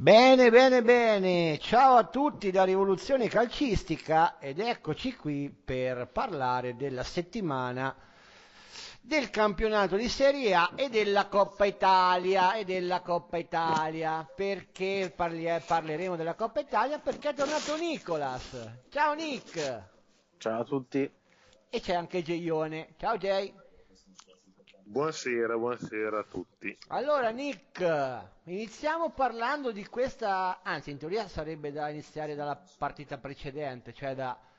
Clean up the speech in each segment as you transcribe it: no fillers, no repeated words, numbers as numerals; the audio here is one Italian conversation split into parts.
Bene, bene, bene. Ciao a tutti da Rivoluzione Calcistica ed eccoci qui per parlare della settimana del campionato di Serie A e della Coppa Italia Perché parleremo della Coppa Italia? Perché è tornato Nicolas. Ciao Nick. Ciao a tutti. E c'è anche Geione. Ciao Jay. Buonasera, buonasera a tutti. Allora, Nick, iniziamo parlando di questa, anzi, in teoria sarebbe da iniziare dalla partita precedente, cioè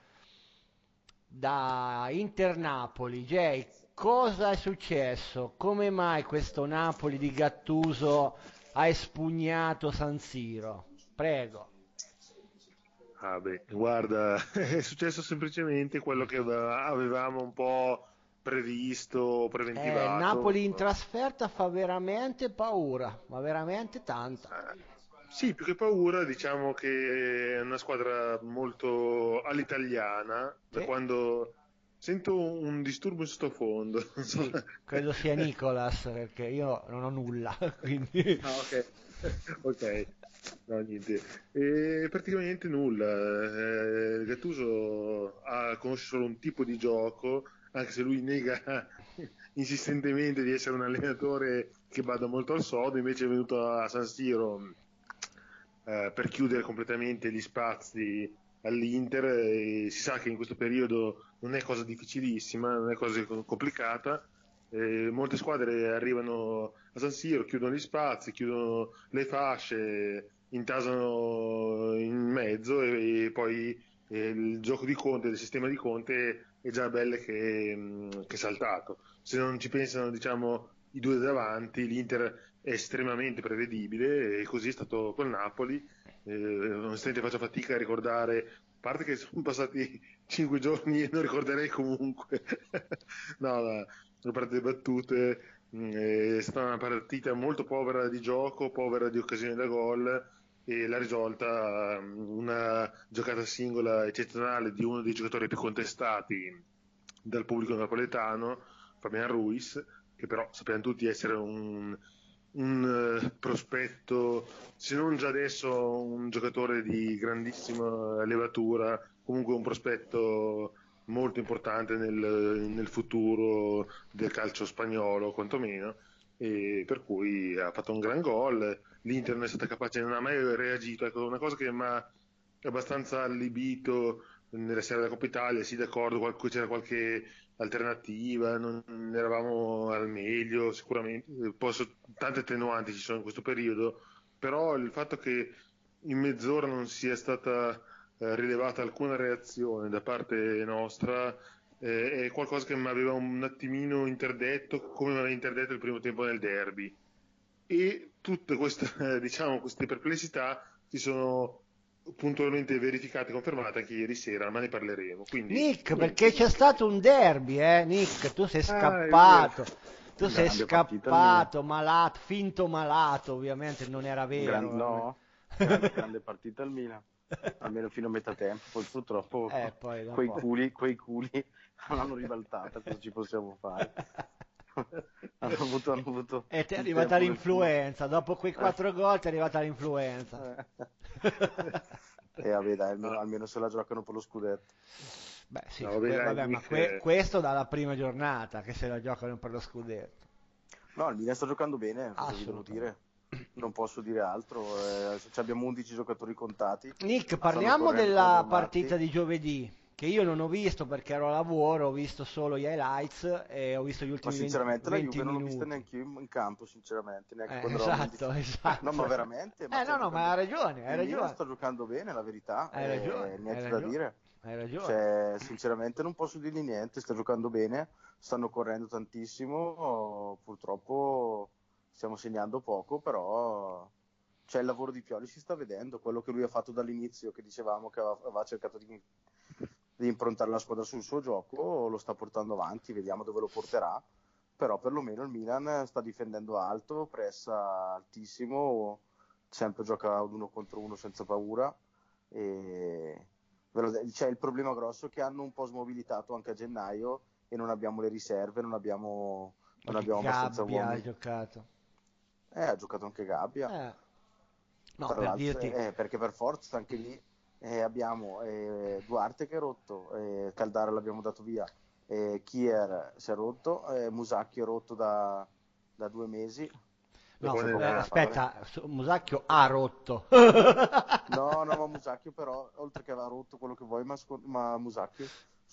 da Inter-Napoli. Jay, cosa è successo? Come mai questo Napoli di Gattuso ha espugnato San Siro? Prego. Ah beh, guarda, è successo semplicemente quello che avevamo un po' previsto, Il Napoli in preventivato. trasferta fa veramente paura, ma veramente tanta. Sì, più che paura, diciamo che è una squadra molto all'italiana, da Sì. quando sento un disturbo in sottofondo. Non so. Credo sia Nicolas, perché io non ho nulla, quindi... Ah, ok. Ok, no, niente. Praticamente nulla. Gattuso conosce solo un tipo di gioco, anche se lui nega insistentemente di essere un allenatore che bada molto al sodo, invece è venuto a San Siro per chiudere completamente gli spazi all'Inter. E si sa che in questo periodo non è cosa difficilissima, non è cosa complicata. Molte squadre arrivano a San Siro, chiudono gli spazi, chiudono le fasce, intasano in mezzo e poi il gioco di Conte, il sistema di Conte è già bello che è saltato. Se non ci pensano, diciamo, i due davanti, l'Inter è estremamente prevedibile e così è stato col Napoli. Onestamente faccio fatica a ricordare, a parte che sono passati 5 giorni e non ricorderei comunque. No, no, a parte le battute, è stata una partita molto povera di gioco, povera di occasioni da gol e l'ha risolta una giocata singola eccezionale di uno dei giocatori più contestati dal pubblico napoletano, Fabian Ruiz, che però sappiamo tutti essere un prospetto, se non già adesso un giocatore di grandissima levatura, comunque un prospetto molto importante nel futuro del calcio spagnolo, quantomeno, e per cui ha fatto un gran gol. L'Inter non è stata capace, non ha mai reagito. Ecco, una cosa che mi ha abbastanza allibito nella serie della Coppa Italia, sì, d'accordo, c'era qualche alternativa, non eravamo al meglio, sicuramente, tante attenuanti ci sono in questo periodo, però il fatto che in mezz'ora non sia stata rilevata alcuna reazione da parte nostra è qualcosa che mi aveva un attimino interdetto, come mi aveva interdetto il primo tempo nel derby. E tutte queste, diciamo, queste perplessità si sono puntualmente verificate e confermate anche ieri sera, ma ne parleremo. Quindi, Nick, perché niente. c'è stato un derby, eh? Nick, tu sei Ah, è vero. scappato. Tu sei Grande partita il Milan. scappato, malato, finto malato, ovviamente non era vero. No, grande partita il Milan. Almeno fino a metà tempo. Poi purtroppo Poi quei dopo... culi l'hanno ribaltata. Cosa ci possiamo fare? Hanno avuto E ti è il arrivata tempo del culo. l'influenza, dopo quei Eh, 4 gol ti è arrivata l'influenza. eh. E vabbè, dai, almeno, Ah, almeno se la giocano per lo scudetto. Beh, sì, no, vabbè, dai, vabbè, ma Nick, questo dalla prima giornata che se la giocano per lo scudetto. No, il Milan sta giocando bene, cosa vi devo Assolutamente. dire? Non posso dire altro. Abbiamo 11 giocatori contati, Nick, stanno parliamo correndo come della dei partita matti. di giovedì, che io non ho visto perché ero a lavoro, ho visto solo gli highlights e ho visto gli Ma ultimi 20, sinceramente la 20 Juve non l'ho vista minuti. neanche io in campo, sinceramente, neanche quando eravamo in Esatto, difesa. No, esatto. ma veramente, ma sta No, no, ma giocando. hai ragione, hai Il Milan ragione, sta giocando bene, la verità, hai ragione, hai niente da ragione, dire. hai ragione. Cioè, sinceramente non posso dirgli niente, sta giocando bene, stanno correndo tantissimo, purtroppo stiamo segnando poco, però c'è il lavoro di Pioli, si sta vedendo, quello che lui ha fatto dall'inizio, che dicevamo che aveva cercato di improntare la squadra sul suo gioco, lo sta portando avanti, vediamo dove lo porterà, però perlomeno il Milan sta difendendo alto, pressa altissimo, sempre gioca ad uno contro uno senza paura e c'è il problema grosso che hanno un po' smobilitato anche a gennaio e non abbiamo le riserve, non Anche abbiamo abbastanza Gabbia ha uomini. giocato. Ha giocato anche Gabbia. Eh, No, Tra per l'altro, dirti, perché per forza anche lì abbiamo Duarte che è rotto, Caldara l'abbiamo dato via, Kier si è rotto, Musacchi è rotto da 2 mesi e no, c'è poco da fare. aspetta, Musacchio ha rotto. No, no, ma Musacchio però, oltre che aveva rotto quello che vuoi, ma Musacchio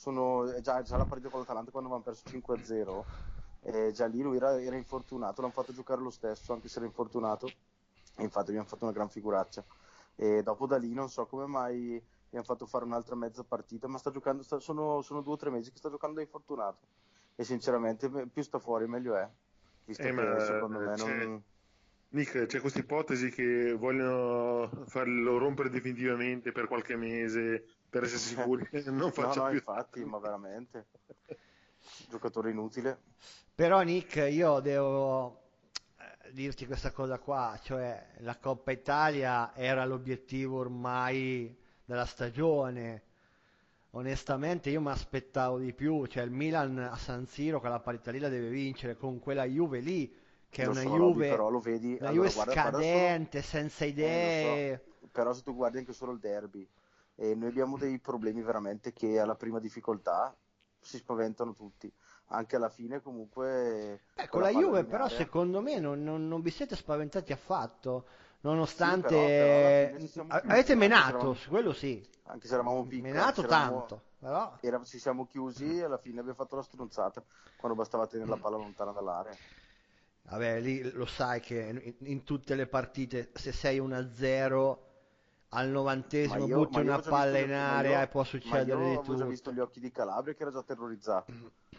è già la partita con l'Atalanta quando avevamo perso 5-0, già lì lui era infortunato, l'hanno fatto giocare lo stesso, anche se era infortunato, e infatti abbiamo fatto una gran figuraccia. E dopo da lì non so come mai gli hanno fatto fare un'altra mezza partita, ma sta giocando, sono 2 o 3 mesi che sta giocando da infortunato, e sinceramente più sta fuori meglio è, visto che Ma secondo me non... Nick, c'è questa ipotesi che vogliono farlo rompere definitivamente per qualche mese per essere sicuri che non No, faccia no, più infatti, danni. ma veramente, giocatore inutile. Però Nick, io devo dirti questa cosa qua, cioè la Coppa Italia era l'obiettivo ormai della stagione. Onestamente io mi aspettavo di più, cioè il Milan a San Siro quella partita lì la deve vincere con quella Juve lì, che è Lo so, Roby, però lo vedi, Una Juve allora guarda solo, scadente, senza lo so, idee. però se tu guardi anche solo il derby, noi abbiamo dei problemi veramente che alla prima difficoltà si spaventano tutti, anche alla fine comunque Con quella la palla Juve lì in però area. secondo me non vi siete spaventati affatto, Sì, però alla fine ci nonostante siamo avete chiusi, menato, su quello sì, anche se eravamo piccoli, menato tanto, però ci siamo chiusi e alla fine abbiamo fatto la stronzata quando bastava tenere la palla lontana dall'area. vabbè lì lo sai che in tutte le partite se sei 1-0 al novantesimo butti Ma io una avevo già visto palla in area e può ma succedere io di avevo già visto tutto. gli occhi di Calabria che era già terrorizzato.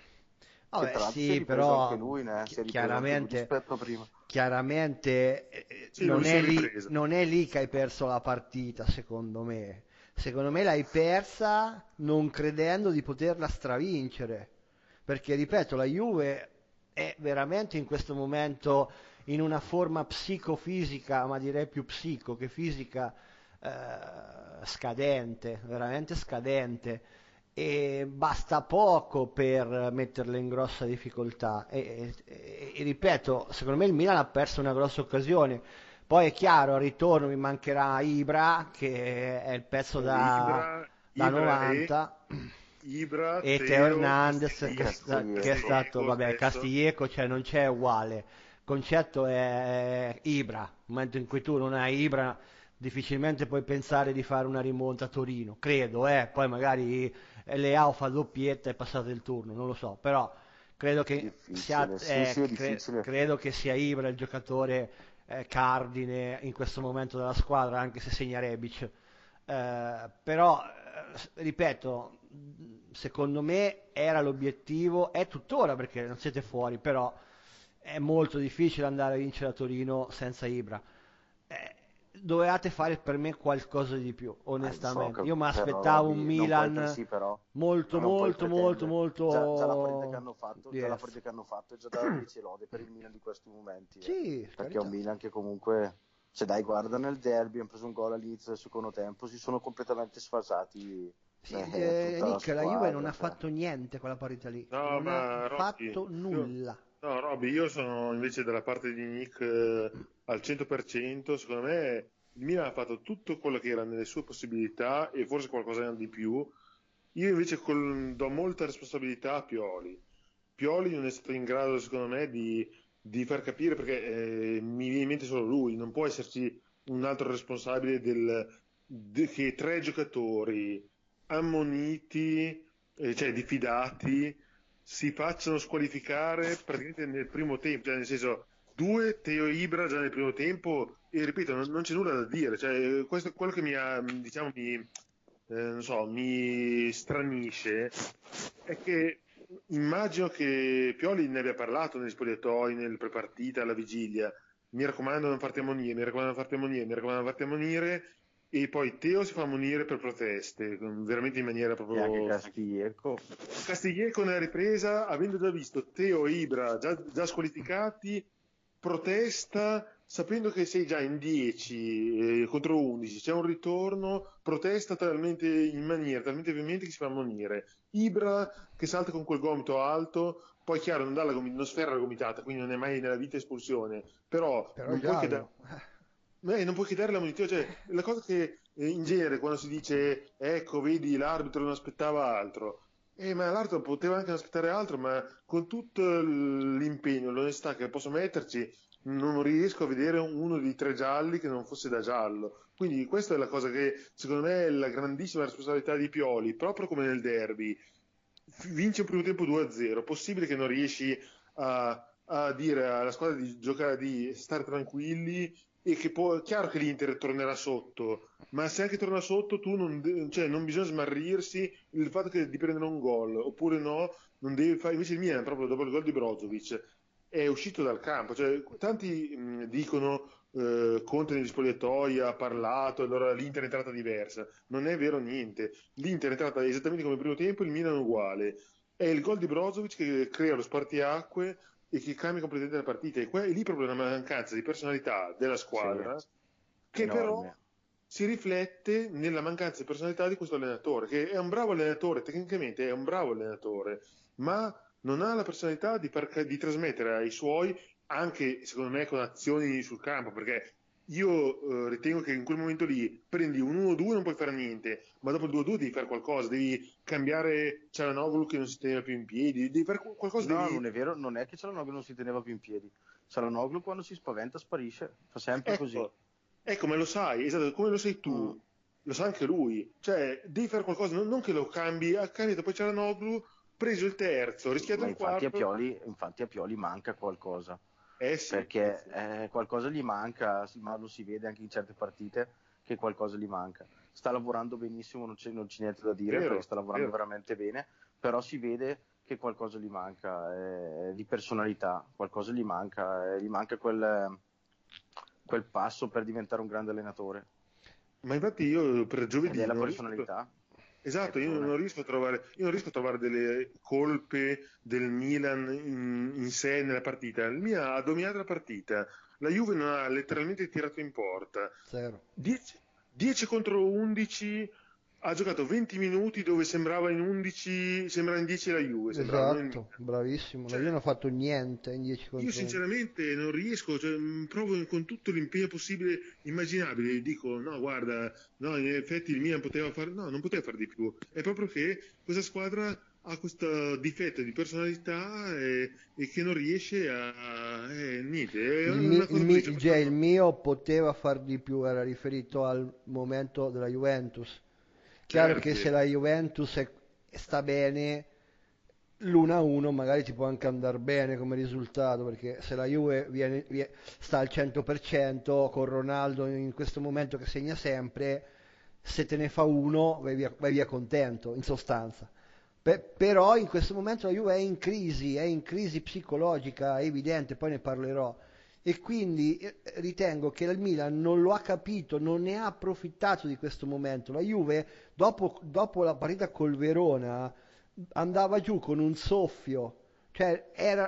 Che Vabbè tra l'altro si è sì, ripreso anche però lui, ne? Si è ripreso anche lui chiaramente, rispetto a prima. chiaramente Sì, lui si è ripreso. non è lì che hai perso la partita, secondo me. Secondo me l'hai persa non credendo di poterla stravincere. Perché, ripeto, la Juve è veramente in questo momento in una forma psicofisica, ma direi più psico che fisica, scadente, veramente scadente e basta poco per metterle in grossa difficoltà e ripeto, secondo me il Milan ha perso una grossa occasione. Poi è chiaro, al ritorno mi mancherà Ibra, che è il pezzo Ibra, da Ibra 90, Ibra, e Teo Teo, Hernandez, che è stato, Castiglieco. Castiglieco vabbè, adesso. Castillejo, cioè non c'è uguale. Il concetto è Ibra. Nel momento in cui tu non hai Ibra, difficilmente puoi pensare di fare una rimonta a Torino, credo, poi magari Leao fa doppietta e è passato il turno, non lo so, però credo che Difficile, sì, sì, è difficile. credo che sia Ibra il giocatore cardine in questo momento della squadra, anche se segna Rebic. Però, ripeto, secondo me era l'obiettivo, è tuttora perché non siete fuori, però è molto difficile andare a vincere a Torino senza Ibra. Eh, Dovevate fare per me qualcosa di più, Lo so, onestamente. Io mi però aspettavo un Roby, non puoi, Milan sì, però molto, non puoi molto, molto, pretendere. Già la partita che molto hanno fatto, diverso. è già da 10 lode per il Milan di questi momenti, Sì, per perché è un carità. Milan che comunque, se dai, guarda nel derby, hanno preso un gol all'inizio del secondo tempo, si sono completamente sfasati Sì, tutta la Nick, la Juve non squadra, ha cioè. fatto niente quella partita lì, No, non ha ma Robby, fatto nulla. no, Robby, io sono invece dalla parte di Nick al 100%. Secondo me il Milan ha fatto tutto quello che era nelle sue possibilità e forse qualcosa di più. Io invece do molta responsabilità a Pioli. Pioli non è stato in grado, secondo me, di far capire perché mi viene in mente solo lui, non può esserci un altro responsabile che tre giocatori ammoniti, cioè diffidati, si facciano squalificare praticamente nel primo tempo, cioè nel senso due Teo Ibra già nel primo tempo e ripeto non c'è nulla da dire, cioè questo è quello che diciamo, non so, mi stranisce è che immagino che Pioli ne abbia parlato negli spogliatoi, nel prepartita, alla vigilia. Mi raccomando, non farti ammonire, mi raccomando, non farti ammonire, mi raccomando, non farti ammonire. E poi Teo si fa ammonire per proteste, veramente in maniera E anche proprio... Castiglieco. Castiglieco nella ripresa, avendo già visto Teo e Ibra già squalificati, protesta sapendo che sei già in 10 contro 11, c'è un ritorno, protesta talmente in maniera talmente veemente che si fa ammonire. Ibra che salta con quel gomito alto, poi chiaro non sferra la gomitata, quindi non è mai nella vita espulsione, però Però non puoi che giallo. Non puoi chiedere la munizione, cioè la cosa che in genere quando si dice ecco, vedi, l'arbitro non aspettava altro, ma l'arbitro poteva anche non aspettare altro, ma con tutto l'impegno, l'onestà che posso metterci, non riesco a vedere uno di tre gialli che non fosse da giallo. Quindi questa è la cosa che secondo me è la grandissima responsabilità di Pioli, proprio come nel derby. Vince un primo tempo 2-0, possibile che non riesci a dire alla squadra di giocare, di stare tranquilli e che può, chiaro che l'Inter tornerà sotto, ma se anche torna sotto tu cioè, non bisogna smarrirsi il fatto che di prendere un gol, oppure no, non devi fare, invece il Milan proprio dopo il gol di Brozovic è uscito dal campo, cioè, tanti dicono Conte negli spogliatoi ha parlato, allora l'Inter è entrata diversa, non è vero niente, l'Inter è entrata esattamente come il primo tempo, il Milan uguale, è il gol di Brozovic che crea lo spartiacque e che cambia completamente la partita. E è lì proprio una mancanza di personalità della Sì, squadra, che però enorme. si riflette nella mancanza di personalità di questo allenatore, che è un bravo allenatore, tecnicamente è un bravo allenatore, ma non ha la personalità di trasmettere ai suoi, anche secondo me con azioni sul campo, perché io ritengo che in quel momento lì prendi un 1-2 non puoi fare niente, ma dopo il 2-2 devi fare qualcosa, devi cambiare Cialanoglu che non si teneva più in piedi, devi fare qualcosa, No, devi... non è vero, non è che Cialanoglu non si teneva più in piedi. Cialanoglu quando si spaventa sparisce, fa sempre così. Ecco, ecco, ma lo sai, esatto, come lo sai Mm. tu, lo sa anche lui, cioè devi fare qualcosa, non che lo cambi, ha cambiato poi Cialanoglu, preso il terzo, rischiato Ma il quarto, infatti a Pioli manca qualcosa, eh sì, eh perché sì. qualcosa gli manca, ma lo si vede anche in certe partite che qualcosa gli manca. Sta lavorando benissimo, non c'è niente da dire perché Vero, sta lavorando vero. veramente bene, però si vede che qualcosa gli manca di personalità, qualcosa gli manca quel passo per diventare un grande allenatore Ma infatti io per ed è giovedì la non riesco, personalità. Hai esatto, ragione. io non riesco a trovare delle colpe del Milan in sé nella partita. Il Milan ha dominato la partita, la Juve non ha letteralmente tirato in porta. Zero. 10, 10 contro 11, ha giocato 20 minuti dove sembrava in 11, sembrava in 10 la Juve, sembrava, non il Esatto, Milan. bravissimo. La Cioè, Juve non ha fatto niente in 10 io contro 1. sinceramente non riesco, cioè, provo con tutto l'impegno possibile, immaginabile, dico no, guarda, no, in effetti il Milan poteva fare, no, non poteva fare di più, è proprio che questa squadra ha questo difetto di personalità e che non riesce niente, è una cosa così, cioè, Il mio poteva far di più, era riferito al momento della Juventus. Chiaro che certo, se la Juventus sta bene, l'1-1 magari ti può anche andare bene come risultato, perché se la Juve sta al 100% con Ronaldo in questo momento che segna sempre, se te ne fa uno vai via contento, in sostanza. Però in questo momento la Juve è in crisi psicologica, è evidente, poi ne parlerò. E quindi ritengo che il Milan non lo ha capito, non ne ha approfittato di questo momento. La Juve, dopo la partita col Verona, andava giù con un soffio, cioè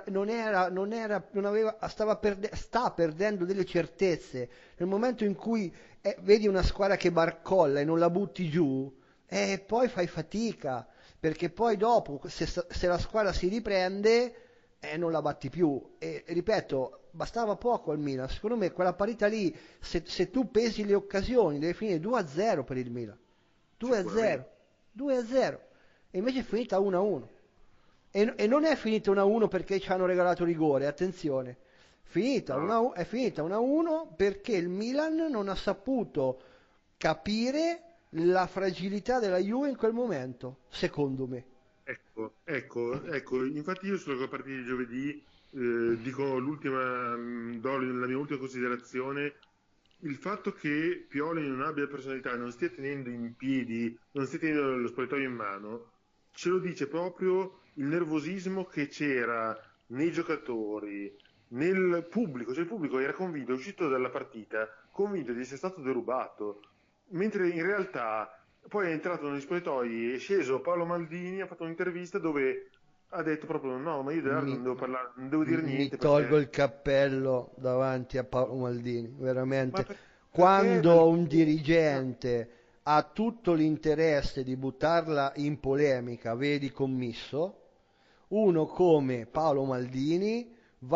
sta perdendo delle certezze. Nel momento in cui vedi una squadra che barcolla e non la butti giù, poi fai fatica, perché poi dopo, se la squadra si riprende, non la batti più. E ripeto, bastava poco al Milan. Secondo me quella partita lì, se tu pesi le occasioni, deve finire 2-0 per il Milan. 2-0. sicuramente. 2-0. E invece è finita 1-1. E non è finita 1-1 perché ci hanno regalato rigore, attenzione. No. È finita 1-1 perché il Milan non ha saputo capire la fragilità della Juve in quel momento, secondo me. Ecco, infatti io sulla partita di giovedì dico l'ultima, do la mia ultima considerazione, il fatto che Pioli non abbia personalità, non stia tenendo in piedi, non stia tenendo lo spogliatoio in mano, ce lo dice proprio il nervosismo che c'era nei giocatori, nel pubblico, cioè il pubblico era convinto, è uscito dalla partita, convinto di essere stato derubato, mentre in realtà poi è entrato negli spogliatoi, è sceso Paolo Maldini, ha fatto un'intervista dove ha detto proprio no, ma io dell'arbitro Mi, non devo parlare, non devo dire niente mi tolgo perché... il cappello davanti a Paolo Maldini, Ma veramente. perché dal Quando un punto... dirigente ha tutto l'interesse di buttarla in polemica, vedi commisso, uno come Paolo Maldini va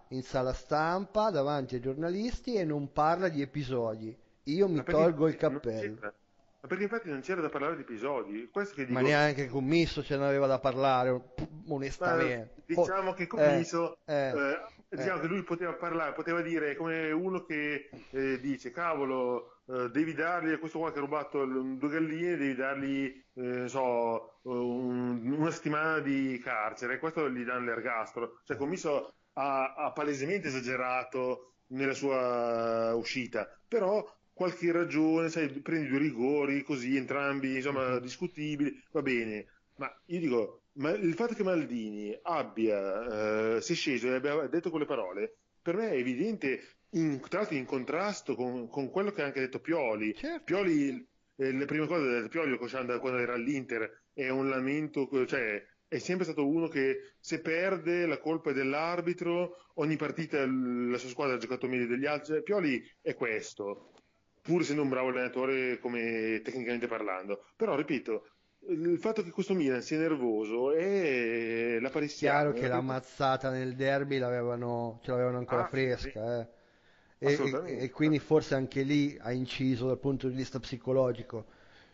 in sala stampa davanti ai giornalisti e non parla di episodi. Io mi Ma perché tolgo il non cappello. c'era? Ma perché infatti non c'era da parlare di episodi. Questo che Ma dico, neanche Commisso ce n'aveva da parlare, ma onestamente. diciamo che Commiso, Eh, diciamo che lui poteva parlare, poteva dire come uno che dice, cavolo, devi dargli a questo qua che ha rubato due galline, devi dargli, non so, una settimana di carcere, e questo gli danno l'ergastolo. Cioè Commiso ha palesemente esagerato nella sua uscita, però qualche ragione, sai, prendi due rigori così, entrambi, insomma, discutibili, va bene. Ma io dico, ma il fatto che Maldini abbia, sia sceso e abbia detto quelle parole, per me è evidente, tra l'altro in contrasto con quello che ha anche detto Pioli. certo. Pioli, le prime cose che ha detto Pioli quando era all'Inter è un lamento, cioè è sempre stato uno che se perde la colpa è dell'arbitro, ogni partita la sua squadra ha giocato meglio degli altri. Cioè, Pioli è questo, pur essendo un bravo allenatore come tecnicamente parlando. Però, ripeto, il fatto che questo Milan sia nervoso è la Chiaro parissiana. che la mazzata nel derby ce l'avevano ancora Ah, assolutamente. fresca, eh. E Assolutamente. quindi forse anche lì ha inciso dal punto di vista psicologico.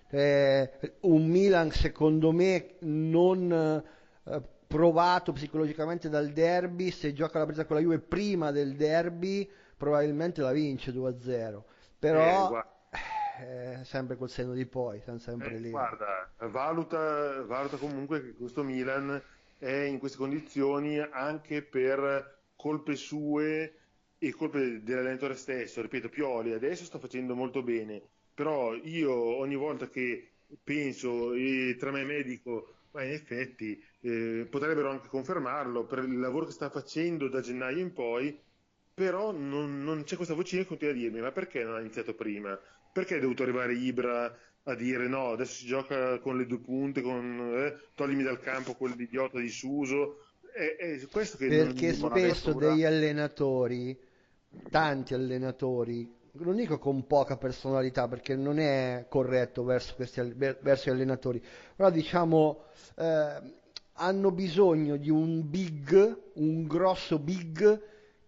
Un Milan secondo me non provato psicologicamente dal derby, se gioca la partita con la Juve prima del derby probabilmente la vince 2-0, però Guarda, sempre col senno di poi, siamo sempre lì. guarda, valuta comunque che questo Milan è in queste condizioni anche per colpe sue e colpe dell'allenatore stesso. Ripeto, Pioli adesso sta facendo molto bene, però io ogni volta che penso e tra me e me dico, ma in effetti potrebbero anche confermarlo per il lavoro che sta facendo da gennaio in poi, però non c'è questa vocina che continua a dirmi, ma perché non ha iniziato prima? Perché è dovuto arrivare Ibra a dire no, adesso si gioca con le due punte, toglimi dal campo quell'idiota di Suso? È questo che Perché di non spesso Bonaventura. degli allenatori, tanti allenatori, non dico con poca personalità perché non è corretto verso, verso gli allenatori, però diciamo hanno bisogno di un big, un grosso big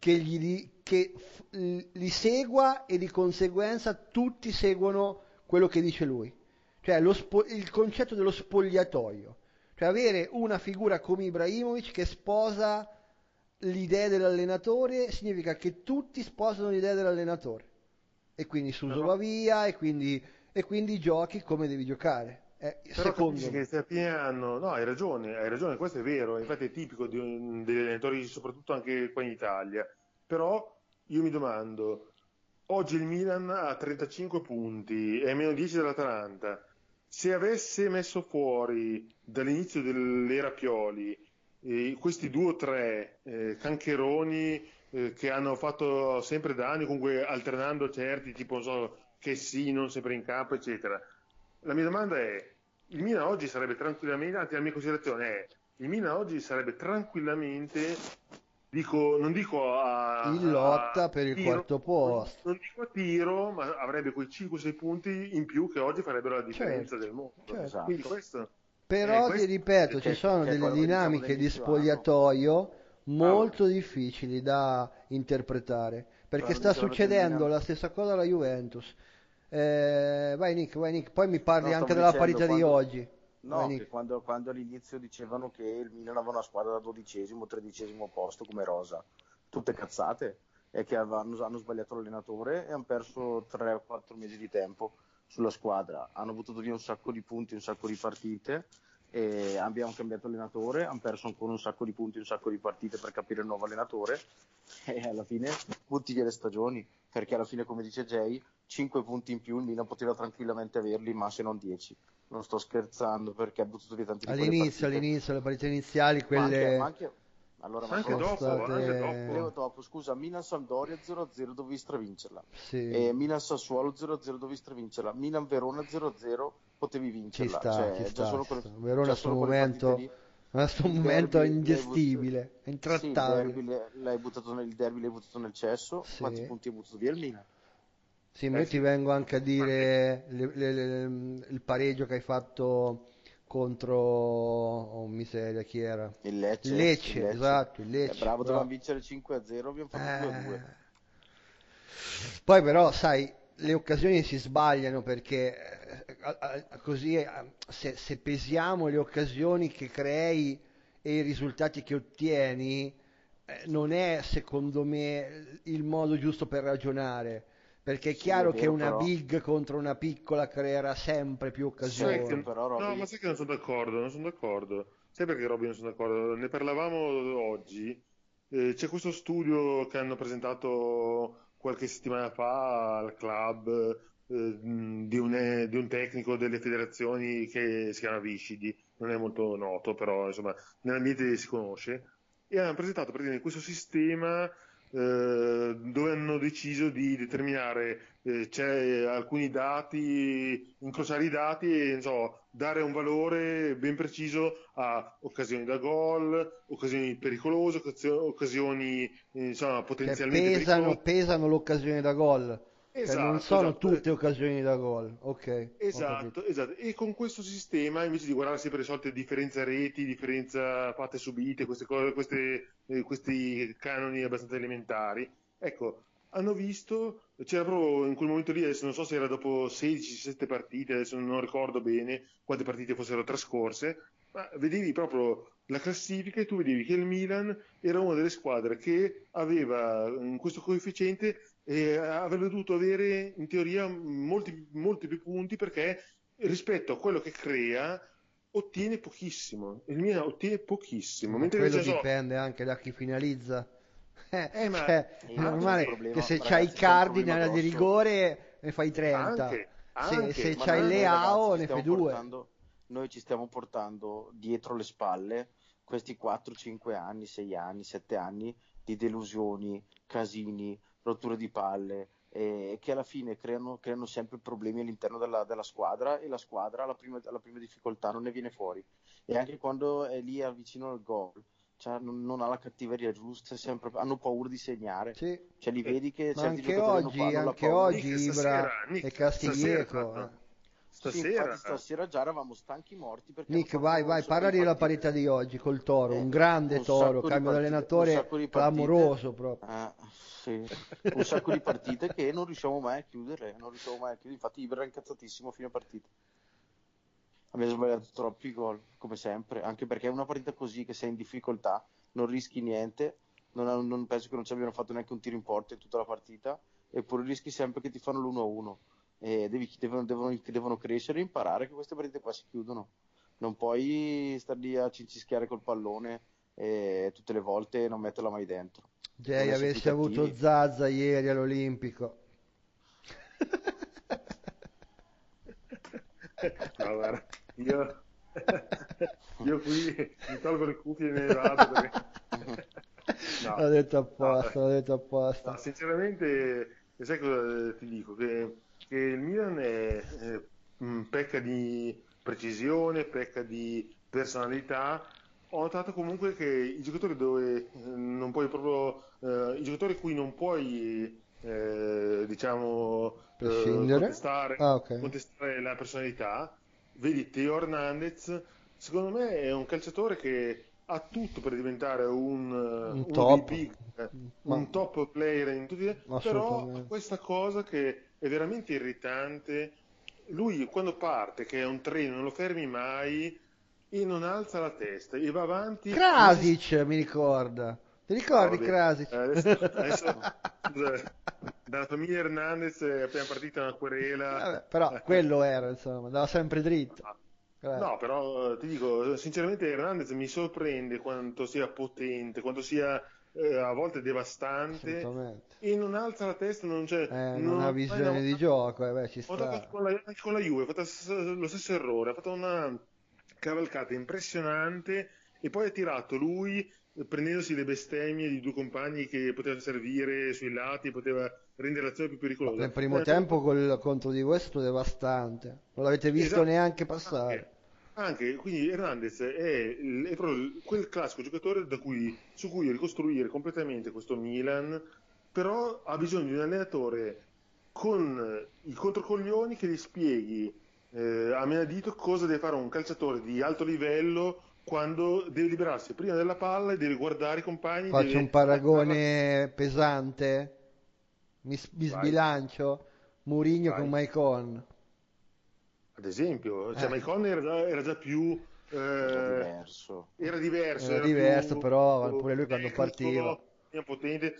li segua e di conseguenza tutti seguono quello che dice lui. Cioè il concetto dello spogliatoio. Cioè avere una figura come Ibrahimovic che sposa l'idea dell'allenatore significa che tutti sposano l'idea dell'allenatore. E quindi Suso però, va via e quindi giochi come devi giocare. però Secondo capisci che me. stai a fine anno, no, hai ragione, questo è vero, infatti è tipico degli allenatori, soprattutto anche qua in Italia. Però io mi domando, oggi il Milan ha 35 punti, è meno 10 dell'Atalanta. Se avesse messo fuori dall'inizio dell'era Pioli questi due o tre cancheroni che hanno fatto sempre danni, comunque alternando certi, tipo non so, che sì, non sempre in campo, eccetera. La mia domanda è, il Milan oggi sarebbe tranquillamente, anzi la mia considerazione è, il Milan oggi sarebbe tranquillamente, non dico In lotta a per il tiro, quarto posto. non dico a tiro, ma avrebbe quei 5-6 punti in più che oggi farebbero la differenza Certo, del mondo. certo. Quindi Esatto. Però ti questo ripeto, ci sono Che è delle quello che diciamo dinamiche di dall'inizio anno. spogliatoio bravo. molto difficili da interpretare, perché Quello sta dicevano che il succedendo Milan. la stessa cosa alla Juventus. Vai Nick, poi mi parli No, anche stavo della dicendo parità di quando. oggi. Vai No, che Nick. quando all'inizio dicevano che il Milan aveva una squadra da 12esimo, 13esimo posto come rosa, tutte cazzate, è che hanno sbagliato l'allenatore e hanno perso 3-4 mesi di tempo sulla squadra, hanno buttato via un sacco di punti, un sacco di partite e abbiamo cambiato allenatore, hanno perso ancora un sacco di punti, un sacco di partite per capire il nuovo allenatore e alla fine butti via le stagioni, perché alla fine come dice Jay, 5 punti in più il Milan poteva tranquillamente averli, ma se non 10. Non sto scherzando perché ha buttato via tante di quelle partite. All'inizio, le partite iniziali, Ma quelle anche allora, ma Anche sono dopo, anche state... dopo. dopo, scusa, Milan-Sampdoria 0-0 dovevi stravincerla. Sì, Milan-Sassuolo 0-0 dovevi stravincerla. Milan-Verona 0-0 potevi vincerla. ci Cioè, sta, ci sta. Verona già sto solo quelle partite momento, lì. a sto Il momento è derby ingestibile, è sì, intrattabile. il derby l'hai buttato nel cesso. Quanti Sì. punti hai buttato via il Milan? Sì, ma io ti Sì. vengo anche a Infatti, dire il pareggio che hai fatto contro, oh miseria, chi era? Il Lecce. Il Lecce, esatto, il Lecce. Bravo, dovevamo bravo. vincere 5-0, abbiamo fatto 2-2. Poi però, sai, le occasioni si sbagliano perché così se pesiamo le occasioni che crei e i risultati che ottieni, non è secondo me il modo giusto per ragionare, perché è Sì, è chiaro che vero, una però. big contro una piccola creerà sempre più Sai Certo, che... occasioni. però No, Roby, ma sai che non sono d'accordo, non sono d'accordo. Sai perché Robby non sono d'accordo? Ne parlavamo oggi. C'è questo studio che hanno presentato qualche settimana fa al club di un tecnico delle federazioni che si chiama Viscidi, non è molto noto, però insomma nell'ambiente si conosce. E hanno presentato praticamente questo sistema dove hanno deciso di determinare c'è alcuni dati, incrociare i dati e non so, dare un valore ben preciso a occasioni da gol, occasioni pericolose, occasioni insomma, Cioè potenzialmente pericolose. pesano l'occasione da gol, cioè non Esatto, sono esatto. tutte occasioni da gol. Ok, ho capito. Esatto, esatto. E con questo sistema, invece di guardare sempre le solite differenze reti, differenza fatte subite, queste cose, questi canoni abbastanza elementari, ecco, hanno visto, c'era proprio in quel momento lì, adesso non so se era dopo 16-17 partite, adesso non ricordo bene quante partite fossero trascorse, ma vedevi proprio la classifica e tu vedevi che il Milan era una delle squadre che aveva questo coefficiente avrebbe dovuto avere in teoria molti più punti perché rispetto a quello che crea ottiene pochissimo. Il Milan ottiene pochissimo, Ma mentre quello invece non so, dipende anche da chi finalizza. ma Cioè, è ma c'è un normale che problema, se c'hai ragazzi, c'è un Cardi problema nella di grosso. rigore ne fai 30. Se Ma c'hai noi ragazzi Leao ne fai 2. noi ci stiamo portando dietro le spalle questi 4, 5 anni, 6 anni, 7 anni di delusioni, casini, rotture di palle, che alla fine creano sempre problemi all'interno della squadra e la squadra alla prima difficoltà non ne viene fuori. E anche quando è lì vicino al gol, cioè non ha la cattiveria giusta, hanno paura di segnare. Sì. Cioè li vedi che Ma certi giocatori hanno la paura di... anche Ibra e Nick, Castiglieco. Sì, stasera, infatti stasera già eravamo stanchi morti perché hanno Nick, fatto un vai, sacco parla di della partite. parità di oggi col Toro, un grande Un Toro, sacco di cambio partite, un sacco d'allenatore di partite, clamoroso proprio. sì, un sacco di partite che non riusciamo mai a chiudere, Infatti Ibra era incazzatissimo a fine partita. Abbiamo sbagliato troppi gol, come sempre, anche perché è una partita così che sei in difficoltà, non rischi niente, non penso che non ci abbiano fatto neanche un tiro in porta in tutta la partita, eppure rischi sempre che ti fanno l'1-1 e devono crescere e imparare che queste partite qua si chiudono. Non puoi star lì a cincischiare col pallone e tutte le volte non metterla mai dentro. Jay, Devono essere più avessi avuto cattivi. Zazza ieri all'Olimpico. no, guarda, io, io qui mi tolgo le cuffie e me ne vado perché... L'ho no, detto no, apposta, l'ho detto no, apposta. sinceramente, sai cosa ti dico? Che il Milan pecca di precisione, pecca di personalità. Ho notato comunque che i giocatori dove non puoi proprio, i giocatori cui non puoi, diciamo, Prescindere? Ah, ok. contestare la personalità, vedi Teo Hernandez, secondo me è un calciatore che ha tutto per diventare Un uno dei top. big, Ma un top player in tutti, però ha assolutamente. questa cosa che è veramente irritante. Lui quando parte, che è un treno, non lo fermi mai e non alza la testa e va avanti, non si... Krasic mi ricorda. Ti No, ricordi vabbè, Krasic? adesso scusa, dalla famiglia Hernandez è appena partita una querela. Vabbè, però quello era, insomma, andava sempre dritto. No, però ti dico, sinceramente Hernandez mi sorprende quanto sia potente, quanto sia a volte devastante Assolutamente. e non alza la testa, non c'è, Non ha non fa visione di gioco, beh, ci ho notato sta. anche con la Juve, ha fatto lo stesso errore, ha fatto una cavalcata impressionante e poi ha tirato lui prendendosi le bestemmie di due compagni che poteva servire sui lati, poteva rendere l'azione più Ma pericolosa. nel primo tempo contro di questo devastante. Non l'avete visto Esatto, neanche ma passare. anche, quindi Hernandez è proprio quel classico giocatore su cui ricostruire completamente questo Milan, però ha bisogno di un allenatore con i controcoglioni che gli spieghi a menadito cosa deve fare un calciatore di alto livello quando deve liberarsi prima della palla e deve guardare i compagni, Faccio un deve... paragone pesante, mi Vai, sbilancio, Mourinho con vai. Maicon. Ad esempio, cioè Eh, Maicon era già più... È già diverso. era diverso, era era diverso, più però pure lui quando partiva. tecnico, più potente,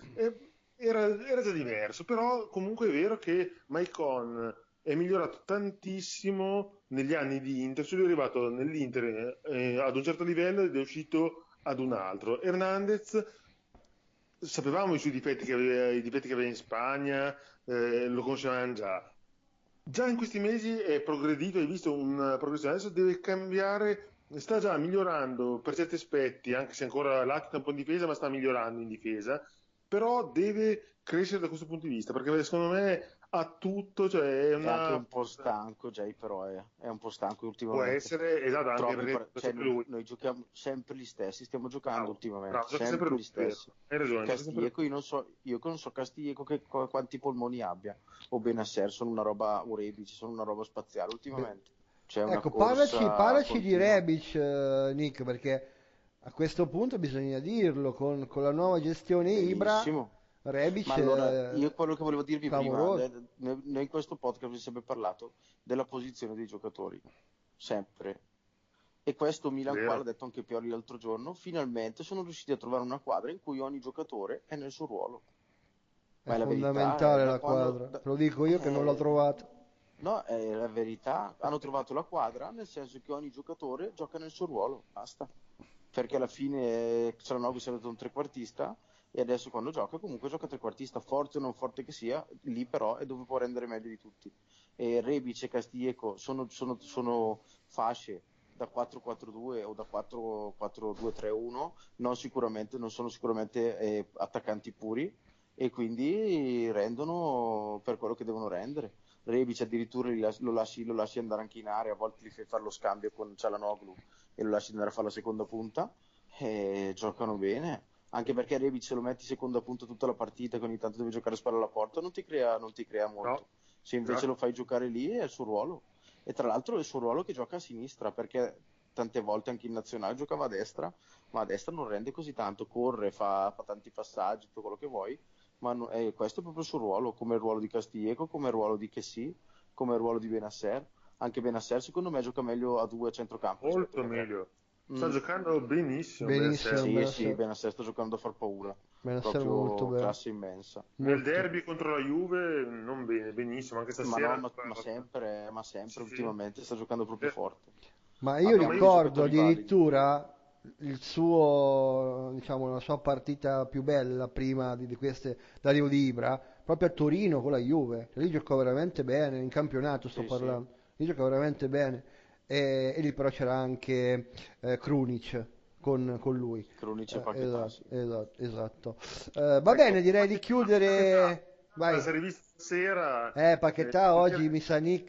era già diverso, però comunque è vero che Maicon è migliorato tantissimo negli anni di Inter, cioè lui è arrivato nell'Inter ad un certo livello ed è uscito ad un altro. Hernandez, sapevamo i suoi difetti i difetti che aveva in Spagna, lo conoscevamo già. Già in questi mesi è progredito, hai visto un progressione, adesso deve cambiare, sta già migliorando per certi aspetti, anche se ancora latita un po' in difesa, ma sta migliorando in difesa, però deve crescere da questo punto di vista, perché secondo me ha tutto, cioè è È anche una... un po' stanco, Jay, però è un po' stanco può ultimamente. essere, esatto, anche perché Cioè, sempre lui, noi giochiamo sempre gli stessi, stiamo giocando bravo, ultimamente, bravo, gioca sempre sempre lui, gli vero, stessi. hai ragione, gioca sempre lui. Castillejo, io non so Castillejo quanti polmoni abbia, o Benasser, sono una roba, o Rebic, sono una roba spaziale Beh, ultimamente. C'è una ecco, corsa parlaci di continua. Rebic, Nick, perché a questo punto bisogna dirlo, con la nuova gestione Ibra, Benissimo. Ma Rebic allora, io quello che volevo dirvi prima, clamoroso. noi in questo podcast abbiamo sempre parlato della posizione dei giocatori, sempre. E questo Milan qua, l'ha Vero? detto anche Pioli l'altro giorno, finalmente sono riusciti a trovare una quadra in cui ogni giocatore è nel suo ruolo. È Ma è la verità, fondamentale da la quando... quadra, te lo dico io che non l'ho trovata. no, è la verità, hanno trovato la quadra, nel senso che ogni giocatore gioca nel suo ruolo, basta. Perché alla fine Cialanoglu si è venuto un trequartista e adesso quando gioca comunque gioca trequartista, forte o non forte che sia, lì però è dove può rendere meglio di tutti. E Rebic e Castillejo sono fasce da 4-4-2 o da 4-4-2-3-1, non sono sicuramente attaccanti puri e quindi rendono per quello che devono rendere. Rebic addirittura lo lasci andare anche in area, a volte gli fai fare lo scambio con Cialanoglu e lo lasci andare a fare la seconda punta e giocano bene. Anche perché Rebic se lo metti seconda punta tutta la partita che ogni tanto deve giocare a spalla alla porta non ti crea No, molto. Se invece lo esatto. fai giocare lì è il suo ruolo. E tra l'altro è il suo ruolo che gioca a sinistra perché tante volte anche in nazionale giocava a destra, ma a destra non rende così tanto, corre, fa tanti passaggi, tutto quello che vuoi, ma questo è proprio il suo ruolo, come il ruolo di Castillejo, come il ruolo di Kessie, come il ruolo di Benasser. Anche Benasser secondo me gioca meglio a due a centrocampo rispetto Molto che a tre. meglio. Sta Mm. giocando benissimo Benissimo, Benasser. Sì, sì, Benasser, Benasser sta giocando a far paura, Benasser molto proprio bene, classe immensa. Nel molto. derby contro la Juve non bene, benissimo, anche Ma no, stasera. ma Sì, sempre sì. ultimamente sta giocando proprio Eh, forte. Ma io No, ma Abbiamo io... dei ricordo giocatori validi. addirittura il suo, diciamo, la sua partita più bella prima di queste d'arrivo di Ibra, proprio a Torino con la Juve. Lì giocò veramente bene, in campionato sto Sì, sì, parlando. Lì giocò veramente bene. E lì però c'era anche Krunic con lui. Krunic e Paquetá, Esatto, sì. esatto, esatto. Va bene, Ecco, direi di Paquetá, chiudere. la Vai. serie vista stasera... Paquetá oggi stasera- mi sa Nick,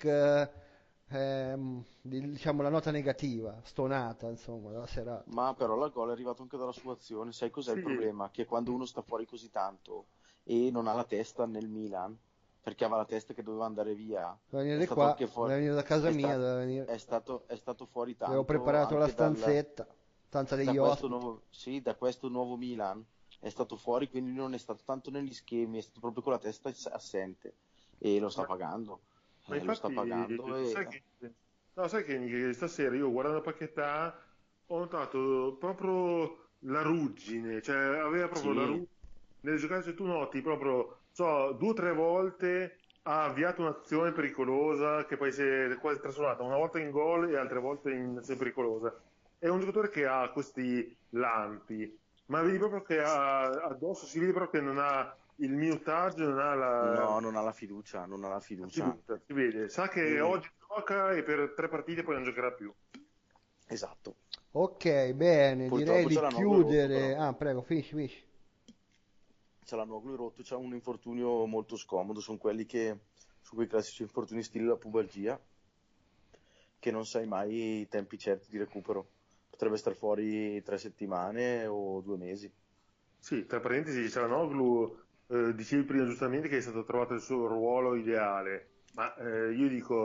diciamo la nota negativa, stonata, insomma, la serata. Ma però la gol è arrivato anche dalla sua azione. Sai cos'è il sì, problema? Che quando uno sta fuori così tanto e non ha la testa nel Milan, perché aveva la testa che doveva andare via, Deve è venire stato anche qua, fuori, deve venire da casa è mia, sta- è stato fuori avevo tanto preparato la anche stanzetta, stanza degli ospiti. sì, da questo nuovo Milan. È stato fuori, quindi lui non è stato tanto negli schemi, è stato proprio con la testa assente e lo sta ma, pagando. ma Lo sta infatti, pagando e sai che stasera io guardando Paquetá ho notato proprio la ruggine, cioè aveva proprio la sì, ruggine nelle giocate, se tu noti proprio, so, 2 o 3 volte ha avviato un'azione pericolosa che poi si è quasi trasformata una volta in gol e altre volte in azione pericolosa. È un giocatore che ha questi lampi, ma vedi proprio che addosso si vede proprio che non ha il minutaggio, non ha no, non ha la fiducia, non ha la la fiducia. fiducia, si vede, sa che Mm, oggi gioca e per 3 partite poi non giocherà più. esatto. Ok, bene, direi Purtroppo c'è di la Noglu rotto chiudere. però. Ah, prego, finisci, finisci. C'è la Noglu rotto, c'è un infortunio molto scomodo, sono quelli che, su quei classici infortuni stile la pubalgia, che non sai mai i tempi certi di recupero. Potrebbe star fuori 3 settimane o 2 mesi. Sì, tra parentesi, Cialanoglu, dicevi prima giustamente che è stato trovato il suo ruolo ideale, ma io dico,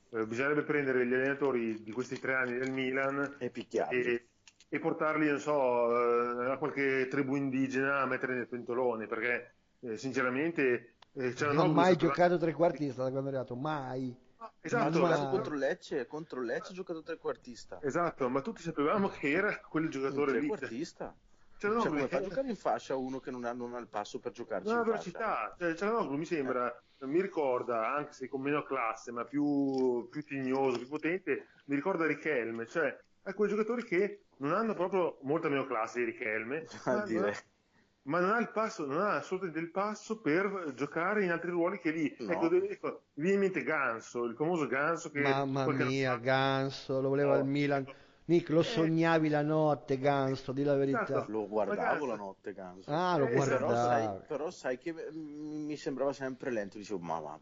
bisognerebbe prendere gli allenatori di questi 3 anni del Milan E picchiarli. e portarli, non so, a qualche tribù indigena a mettere nel pentolone, perché sinceramente Non ha Cialanoglu mai sta giocato trequartista da quando è arrivato, mai. esatto, Ha giocato Mai. contro Lecce ha giocato trequartista. esatto, ma tutti sapevamo che era quel Un giocatore lì. trequartista. Cioè, Cialanoglu come fa a giocare in fascia uno che non ha il passo per giocarci non ha in fascia? velocità, cioè, Cialanoglu mi sembra, mi ricorda, anche se con meno classe, ma più tignoso, più potente, mi ricorda Richelme, cioè è quei giocatori che non hanno proprio molta meno classe di Richelme, Direi. ma non ha il passo, non ha assolutamente il passo per giocare in altri ruoli che lì. No. Ecco, mi viene in mente Ganso, il famoso Ganso che Mamma qualche anno mia, fa- Ganso, lo voleva al Milan. Nick, lo Eh, sognavi la notte, Ganso, di la verità. esatto. Lo guardavo Ragazzi, la notte, Ganso. Ah, lo guardavi. Però sai che mi sembrava sempre lento. Dicevo, ma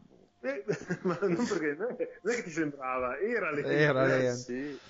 ma non perché non è che ti sembrava, era lento. Era lento. sì.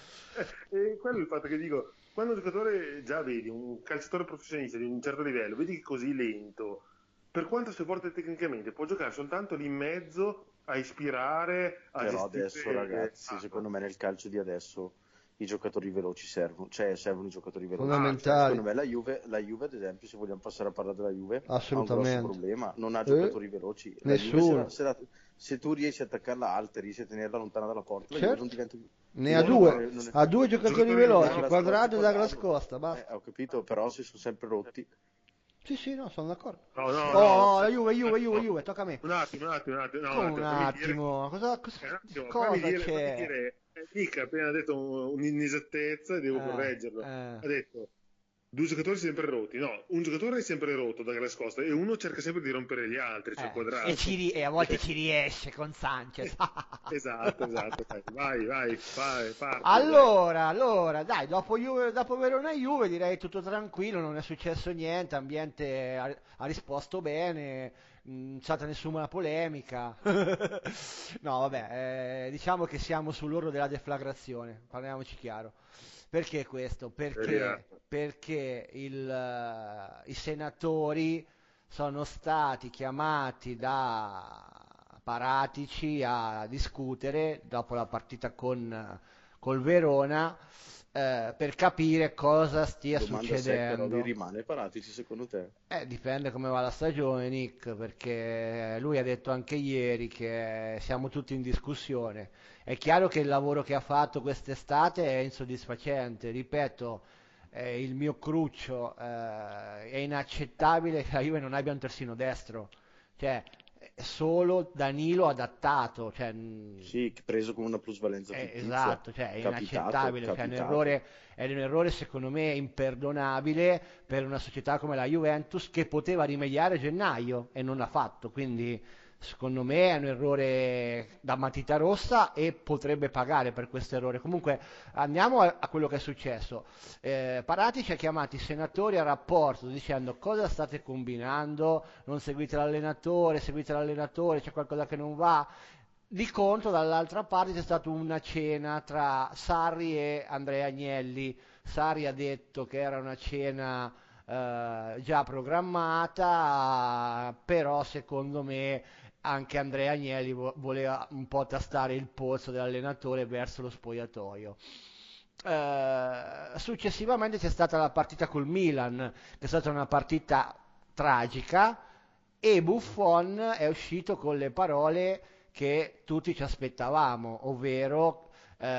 E quello è il fatto che dico, quando un giocatore, già vedi, un calciatore professionista di un certo livello, vedi che è così lento, per quanto sia forte tecnicamente, può giocare soltanto lì in mezzo a ispirare, a Però gestire. adesso, ragazzi, secondo me nel calcio di adesso i giocatori veloci servono i giocatori veloci. Fondamentali. Secondo me la Juve, ad esempio, se vogliamo passare a parlare della Juve, Assolutamente. ha un grosso problema, non ha giocatori veloci. La Nessuno. Juve, se tu riesci a attaccarla alta, riesci a tenerla lontana dalla porta, la Certo. Juve non diventa più. Ne ha non- due, non è- ha due giocatori Giocatori veloci, Douglas Quadrado e Costa, Douglas Costa, basta. Ho capito, però si sono sempre rotti. Sì, sì, no, sono d'accordo. No, Oh, la Juve, tocca a me. Un attimo, no, Come un fammi dire- attimo, cosa un attimo, cosa fammi dire, c'è? Nick ha appena detto un'inesattezza e devo Eh, correggerlo. eh. Ha detto due giocatori sempre rotti. No, un giocatore è sempre rotto da Douglas Costa e uno cerca sempre di rompere gli altri, cioè Quadrado. E a volte ci riesce con Sanchez. Esatto, dai. Vai, parti. Allora, dai, dopo Verona e Juve direi tutto tranquillo, non è successo niente, ambiente ha risposto bene, non c'è stata nessuna polemica. No, vabbè, diciamo che siamo sull'orlo della deflagrazione, parliamoci chiaro. Perché questo? Perché i senatori sono stati chiamati da Paratici a discutere dopo la partita col Verona per capire cosa stia Domanda se però succedendo. vi rimane Paratici secondo te? Dipende come va la stagione, Nick, perché lui ha detto anche ieri che siamo tutti in discussione. È chiaro che il lavoro che ha fatto quest'estate è insoddisfacente, ripeto, il mio cruccio, è inaccettabile che la Juve non abbia un terzino destro, cioè è solo Danilo adattato, cioè, Sì, preso come una plusvalenza fittizia. esatto, cioè è Capitato, inaccettabile, cioè, è un errore secondo me imperdonabile per una società come la Juventus che poteva rimediare a gennaio e non l'ha fatto, quindi secondo me è un errore da matita rossa e potrebbe pagare per questo errore. Comunque andiamo a quello che è successo. Paratici ha chiamato i senatori a rapporto dicendo cosa state combinando, non seguite l'allenatore, c'è qualcosa che non va. Di contro, dall'altra parte c'è stata una cena tra Sarri e Andrea Agnelli. Sarri ha detto che era una cena già programmata, però secondo me anche Andrea Agnelli voleva un po' tastare il polso dell'allenatore verso lo spogliatoio. Successivamente c'è stata la partita col Milan, che è stata una partita tragica, e Buffon è uscito con le parole che tutti ci aspettavamo, ovvero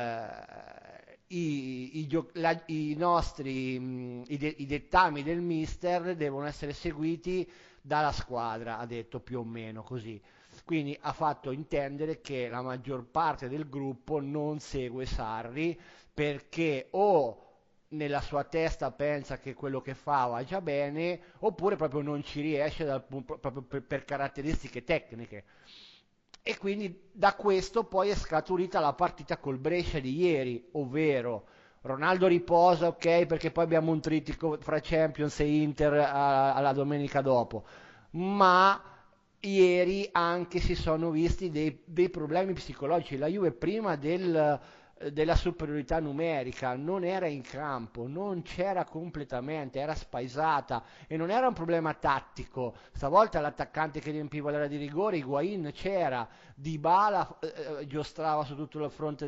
i nostri i dettami del mister devono essere seguiti dalla squadra, ha detto più o meno così. Quindi ha fatto intendere che la maggior parte del gruppo non segue Sarri perché o nella sua testa pensa che quello che fa va già bene, oppure proprio non ci riesce proprio per caratteristiche tecniche. E quindi da questo poi è scaturita la partita col Brescia di ieri, ovvero Ronaldo riposa, ok, perché poi abbiamo un trittico fra Champions e Inter alla domenica dopo, ma ieri anche si sono visti dei problemi psicologici. La Juve prima della superiorità numerica, non era in campo, non c'era completamente, era spaesata e non era un problema tattico. Stavolta l'attaccante che riempiva l'area di rigore, Higuain c'era, Dybala giostrava su tutto il fronte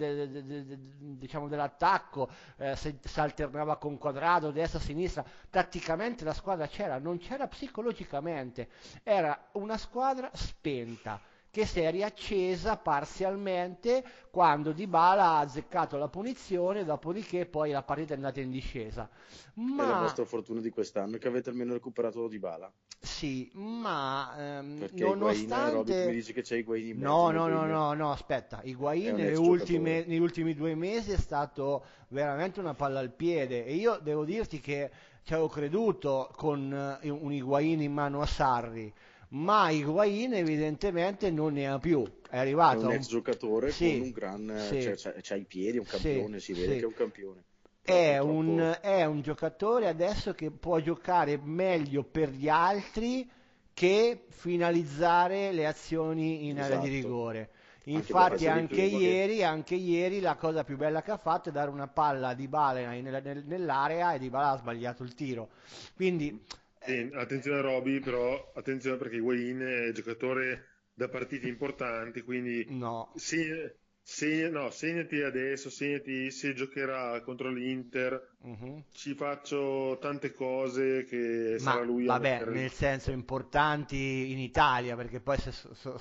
diciamo dell'attacco, si alternava con Quadrado, destra, sinistra, tatticamente la squadra c'era, non c'era psicologicamente, era una squadra spenta che si è riaccesa parzialmente quando Dybala ha azzeccato la punizione, dopodiché poi la partita è andata in discesa. È la Ma vostra fortuna di quest'anno che avete almeno recuperato Dybala. sì, ma Perché Higuain, Robby, tu mi nonostante... dici che c'è Higuain in mezzo, No, ma no, no, Higuain no, no, aspetta, è Higuain un ex giocatore. negli ultimi 2 mesi è stato veramente una palla al piede e io devo dirti che ci avevo creduto con un Higuain in mano a Sarri, ma Higuain evidentemente non ne ha più, è È arrivato un a ex un... giocatore con Sì, un gran... sì, cioè, c'ha i piedi, è un sì, campione, si vede che sì. è un campione. Però È purtroppo... è un giocatore adesso che può giocare meglio per gli altri che finalizzare le azioni in area di Esatto. rigore. Anche per Infatti farsi riprova che... anche ieri la cosa più bella che ha fatto è dare una palla a Dybala nell'area e Dybala ha sbagliato il tiro. Quindi Sì, attenzione a Roby, però attenzione perché Higuain è giocatore da partite importanti, quindi no. no, segnati adesso, segnati se giocherà contro l'Inter, Mhm. ci faccio tante cose che Ma sarà lui a vabbè, mettere il nel senso gol. importanti in Italia, perché poi se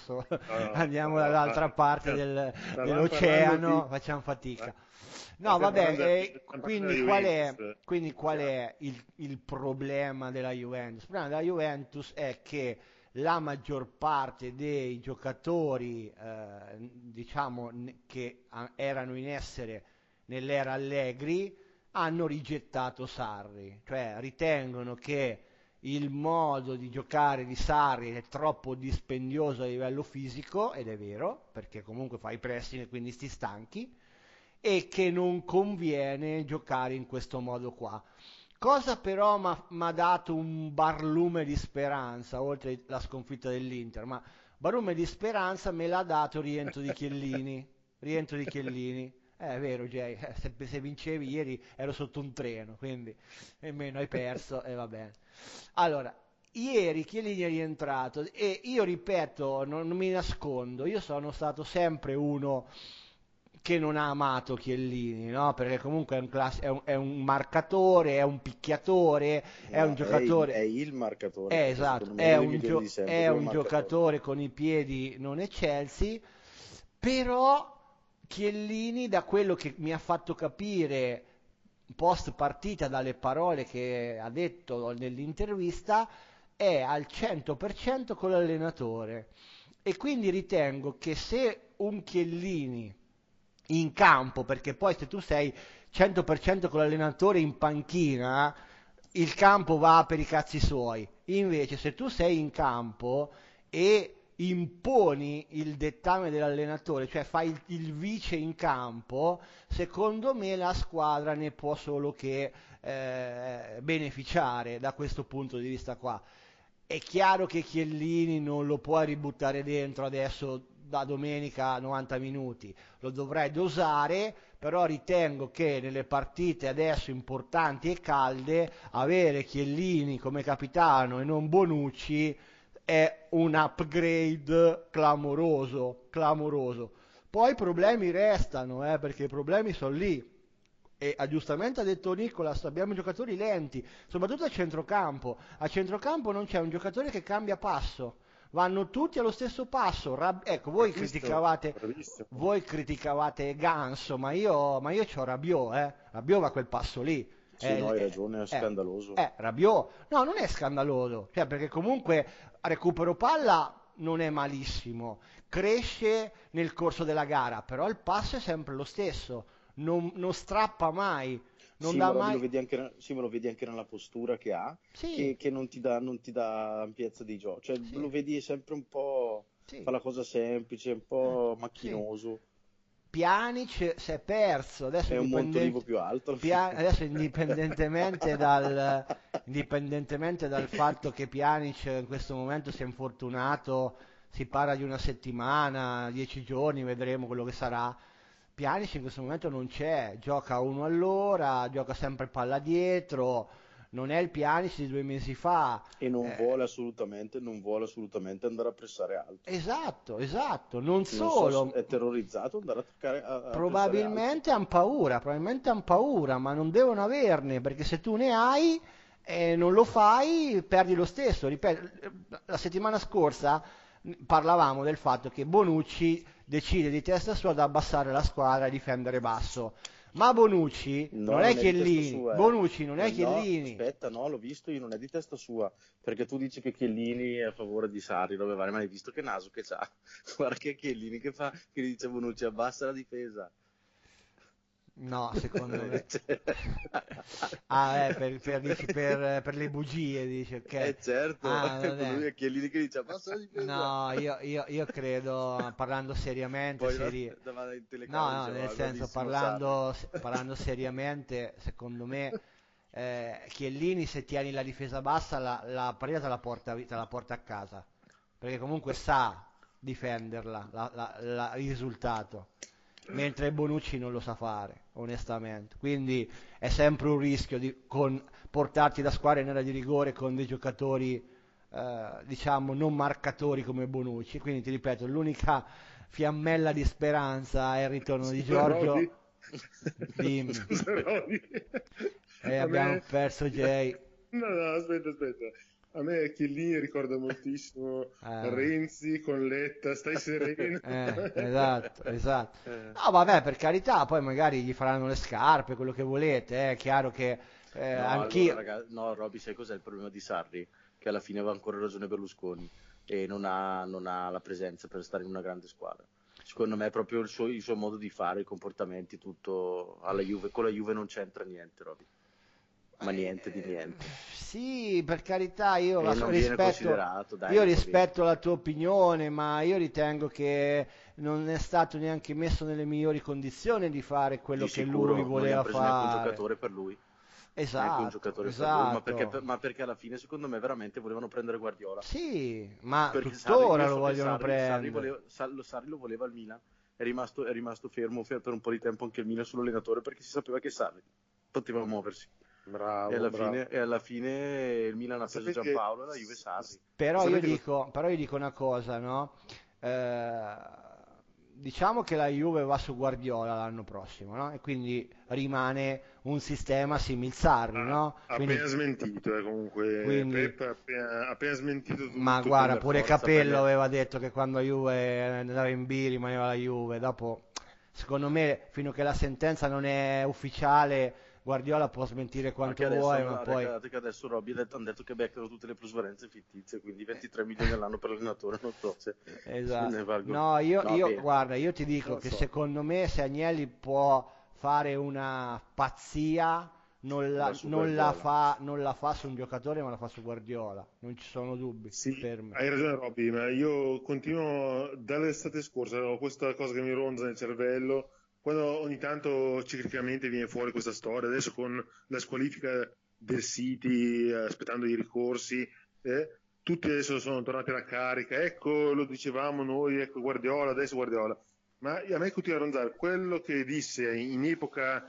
No, andiamo no, dall'altra parte stavamo parlando dell'oceano di... facciamo ma fatica. No, stiamo vabbè, parlando stiamo parlando della Juventus, quindi qual chiaro. è il problema della Juventus? Il problema della Juventus è che la maggior parte dei giocatori, diciamo, che erano in essere nell'era Allegri, hanno rigettato Sarri, cioè ritengono che il modo di giocare di Sarri è troppo dispendioso a livello fisico, ed è vero, perché comunque fai pressing e quindi sti stanchi, e che non conviene giocare in questo modo qua. Cosa però mi ha dato un barlume di speranza, oltre la sconfitta dell'Inter, ma barlume di speranza me l'ha dato il rientro di Chiellini. Rientro di Chiellini. È vero, Jay, se vincevi ieri ero sotto un treno, quindi nemmeno hai perso e va bene. Allora, ieri Chiellini è rientrato e io ripeto, non mi nascondo, io sono stato sempre uno che non ha amato Chiellini, no? Perché comunque è un marcatore, è un picchiatore, è un No, è giocatore... il marcatore, perché esatto, secondo me lui è il migliore di sempre è come un marcatore. giocatore con i piedi non eccelsi, però Chiellini, da quello che mi ha fatto capire post partita dalle parole che ha detto nell'intervista, è al 100% con l'allenatore. E quindi ritengo che se un Chiellini in campo, perché poi se tu sei 100% con l'allenatore in panchina, il campo va per i cazzi suoi. Invece se tu sei in campo e imponi il dettame dell'allenatore, cioè fai il vice in campo, secondo me la squadra ne può solo che beneficiare da questo punto di vista qua. È chiaro che Chiellini non lo puoi ributtare dentro adesso da domenica 90 minuti, lo dovrai dosare, però ritengo che nelle partite adesso importanti e calde avere Chiellini come capitano e non Bonucci è un upgrade clamoroso, clamoroso. Poi i problemi restano, perché i problemi sono lì. E giustamente ha detto Nicolas, abbiamo giocatori lenti, soprattutto a centrocampo. A centrocampo non c'è un giocatore che cambia passo, vanno tutti allo stesso passo. Ecco, Bravissimo. voi criticavate Ganso, ma io c'ho Rabiot, Rabiot va a quel passo lì. Sì, no, hai Eh, ragione, è scandaloso. Rabiot, no, non è scandaloso, cioè perché comunque recupero palla non è malissimo, cresce nel corso della gara, però il passo è sempre lo stesso, non strappa mai, non Sì, dà ma Roby mai... sì, ma lo vedi anche nella postura che ha, Sì, che non ti dà ampiezza di gioco. Cioè, sì, lo vedi sempre un po'... sì, fa la cosa semplice, un po' sì. macchinoso. Pjanic si è perso, È un Montolivo più alto alla fine. Adesso indipendentemente dal fatto che Pjanic in questo momento sia infortunato, si parla di una settimana, 10 giorni, vedremo quello che sarà, Pjanic in questo momento non c'è, gioca uno all'ora, gioca sempre palla dietro, non è il Pjanic di 2 mesi fa. E Eh, non vuole assolutamente andare a pressare alto. esatto, esatto, non Non so se solo, è terrorizzato andare a, a pressare alto. probabilmente han paura, ma non devono averne, perché se tu ne hai e non lo fai, perdi lo stesso. Ripeto, la settimana scorsa parlavamo del fatto che Bonucci decide di testa sua di abbassare la squadra e difendere basso. Ma Bonucci non No, è non è di testa Chiellini, sua, eh. Bonucci non è No, Chiellini. aspetta, no, l'ho visto io, non è di testa sua, perché tu dici che Chiellini è a favore di Sarri, dove vale, ma hai visto che naso che c'ha? Guarda che è Chiellini che fa, che dice Bonucci, abbassa la difesa. No, secondo me. Cioè, Ah, dici per le bugie, dici, ok. certo, Ah, non lui è. è Chiellini che dice abbassa la difesa. No, io credo, parlando seriamente, Poi davanti in no, telecamera no, diceva, nel senso, bravissimo Sarri. parlando seriamente, secondo me, Chiellini, se tieni la difesa bassa, la partita te la porta a casa, perché comunque sa difenderla, il risultato, mentre Bonucci non lo sa fare, onestamente. Quindi è sempre un rischio portarti la squadra in area di rigore con dei giocatori, diciamo, non marcatori come Bonucci. Quindi ti ripeto, l'unica fiammella di speranza è il ritorno di Scusa, Rodi. Giorgio. Dimmi. Scusa, Rodi. E A abbiamo me... perso Jay. No, no, aspetta. A me Chiellini ricorda moltissimo Eh. Renzi con Letta, stai sereno. Esatto, esatto. Eh. No, vabbè, per carità, poi magari gli faranno le scarpe, quello che volete, è chiaro che No, allora anch'io. ragazzi, no, Robby, sai cos'è il problema di Sarri? Che alla fine aveva ancora ragione Berlusconi e non ha la presenza per stare in una grande squadra. Secondo me è proprio il suo modo di fare, i comportamenti, tutto alla Juve. Con la Juve non c'entra niente, Robby, ma niente di niente. Sì, per carità, E non viene considerato, dai, io non va bene. rispetto la tua opinione, ma io ritengo che non è stato neanche messo nelle migliori condizioni di fare quello Di che lui sicuro non gli hanno voleva preso neanche un fare. giocatore per lui. Neanche un Esatto, giocatore per lui, esatto. ma perché alla fine secondo me veramente volevano prendere Guardiola. Sì, ma Perché Sarri, tuttora io lo so che vogliono Sarri prendere. Sarri lo voleva al Milan, è rimasto fermo per un po' di tempo anche il Milan sull'allenatore perché si sapeva che Sarri poteva muoversi. E Bravo, alla bravo. fine, e alla fine il Milan ha preso Sapete, Giampaolo e la Juve Sarri. sapete cosa... Però io dico una cosa, no? Eh, diciamo che la Juve va su Guardiola l'anno prossimo, no? E quindi rimane un sistema simil Sarri, Ha no? appena smentito, comunque Quindi, Pep ha appena smentito ma tutto guarda, con... pure Forza, Capello prende... aveva detto che quando la Juve andava in B rimaneva la Juve. Dopo, secondo me, fino a che la sentenza non è ufficiale, Guardiola può smentire Anche quanto adesso, vuoi, ma poi. guardate che adesso Robby hanno detto che beccano tutte le plusvalenze fittizie, quindi 23 milioni all'anno per l'allenatore, non so se Esatto. ne valgono. No, No, bene, guarda, io ti non dico lo che so, secondo me se Agnelli può fare una pazzia, va su Guardiola. non la fa su un giocatore, ma la fa su Guardiola. Non ci sono dubbi sì, per me. hai ragione Robby, ma io continuo dall'estate scorsa, ho questa cosa che mi ronza nel cervello, quando ogni tanto ciclicamente viene fuori questa storia, adesso con la squalifica del City, aspettando i ricorsi, tutti adesso sono tornati alla carica, ecco lo dicevamo noi, ecco Guardiola, adesso Guardiola, ma a me continua a ronzare quello che disse in epoca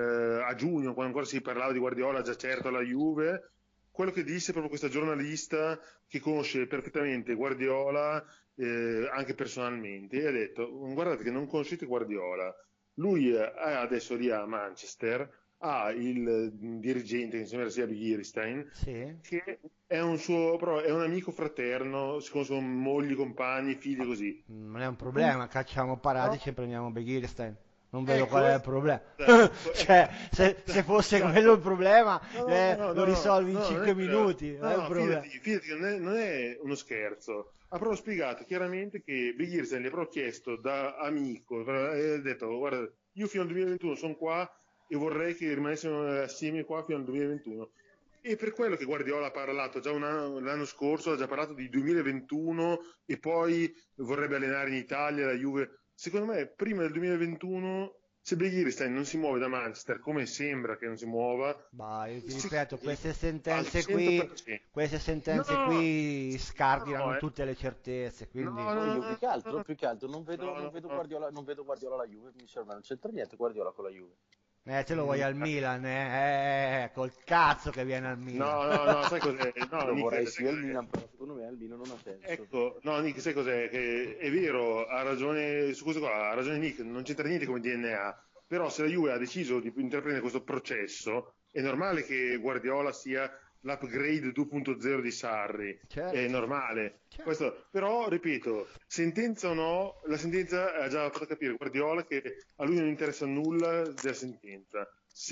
a giugno, quando ancora si parlava di Guardiola, già certo alla Juve, quello che disse proprio questa giornalista che conosce perfettamente Guardiola anche personalmente e ha detto guardate che non conoscete Guardiola, lui è adesso lì a Manchester, ha il dirigente che mi sembra sia Begiristain, Sì? che è un suo, però è un amico fraterno, si conoscono mogli, compagni, figli Ma così. non è un Tu, problema, cacciamo no? Paratici e prendiamo Begiristain. Non vedo qual Ecco, è il problema. Cioè, ecco, se fosse quello il esatto. problema, No, lo risolvi in non 5 è quello. minuti, non è un No, problema. fidati che non è uno scherzo. Ha proprio spiegato chiaramente che Begiristain gli ha proprio chiesto da amico, e ha detto, guarda, io fino al 2021 sono qua e vorrei che rimanessimo assieme qua fino al 2021. E per quello che Guardiola ha parlato già l'anno scorso, ha già parlato di 2021 e poi vorrebbe allenare in Italia la Juve. Secondo me, prima del 2021 se Begiristain non si muove da Manchester, come sembra che non si muova, Bah, io ti ripeto, al 100%. queste sentenze No, qui scardinano no, tutte le certezze, no, quindi... no, Poi io no, più che altro no, non no, vedo no. Guardiola, non vedo Guardiola alla Juve, mi sembra non c'entra niente Guardiola con la Juve. Te lo vuoi al Milan, col cazzo che viene al Milan. No, no, no, sai cos'è? No, Lo vorrei Nick, sai sia il cos'è? Milan, però secondo me al Milan non ha senso. Ecco, no, Nick, sai cos'è? Che è vero, ha ragione su questo qua, ha ragione Nick, non c'entra niente come DNA, però se la Juve ha deciso di intraprendere questo processo, è normale che Guardiola sia l'upgrade 2.0 di Sarri, è Certo, normale. certo. Questo, però, ripeto, sentenza o no, la sentenza ha già fatto capire a Guardiola che a lui non interessa nulla della sentenza.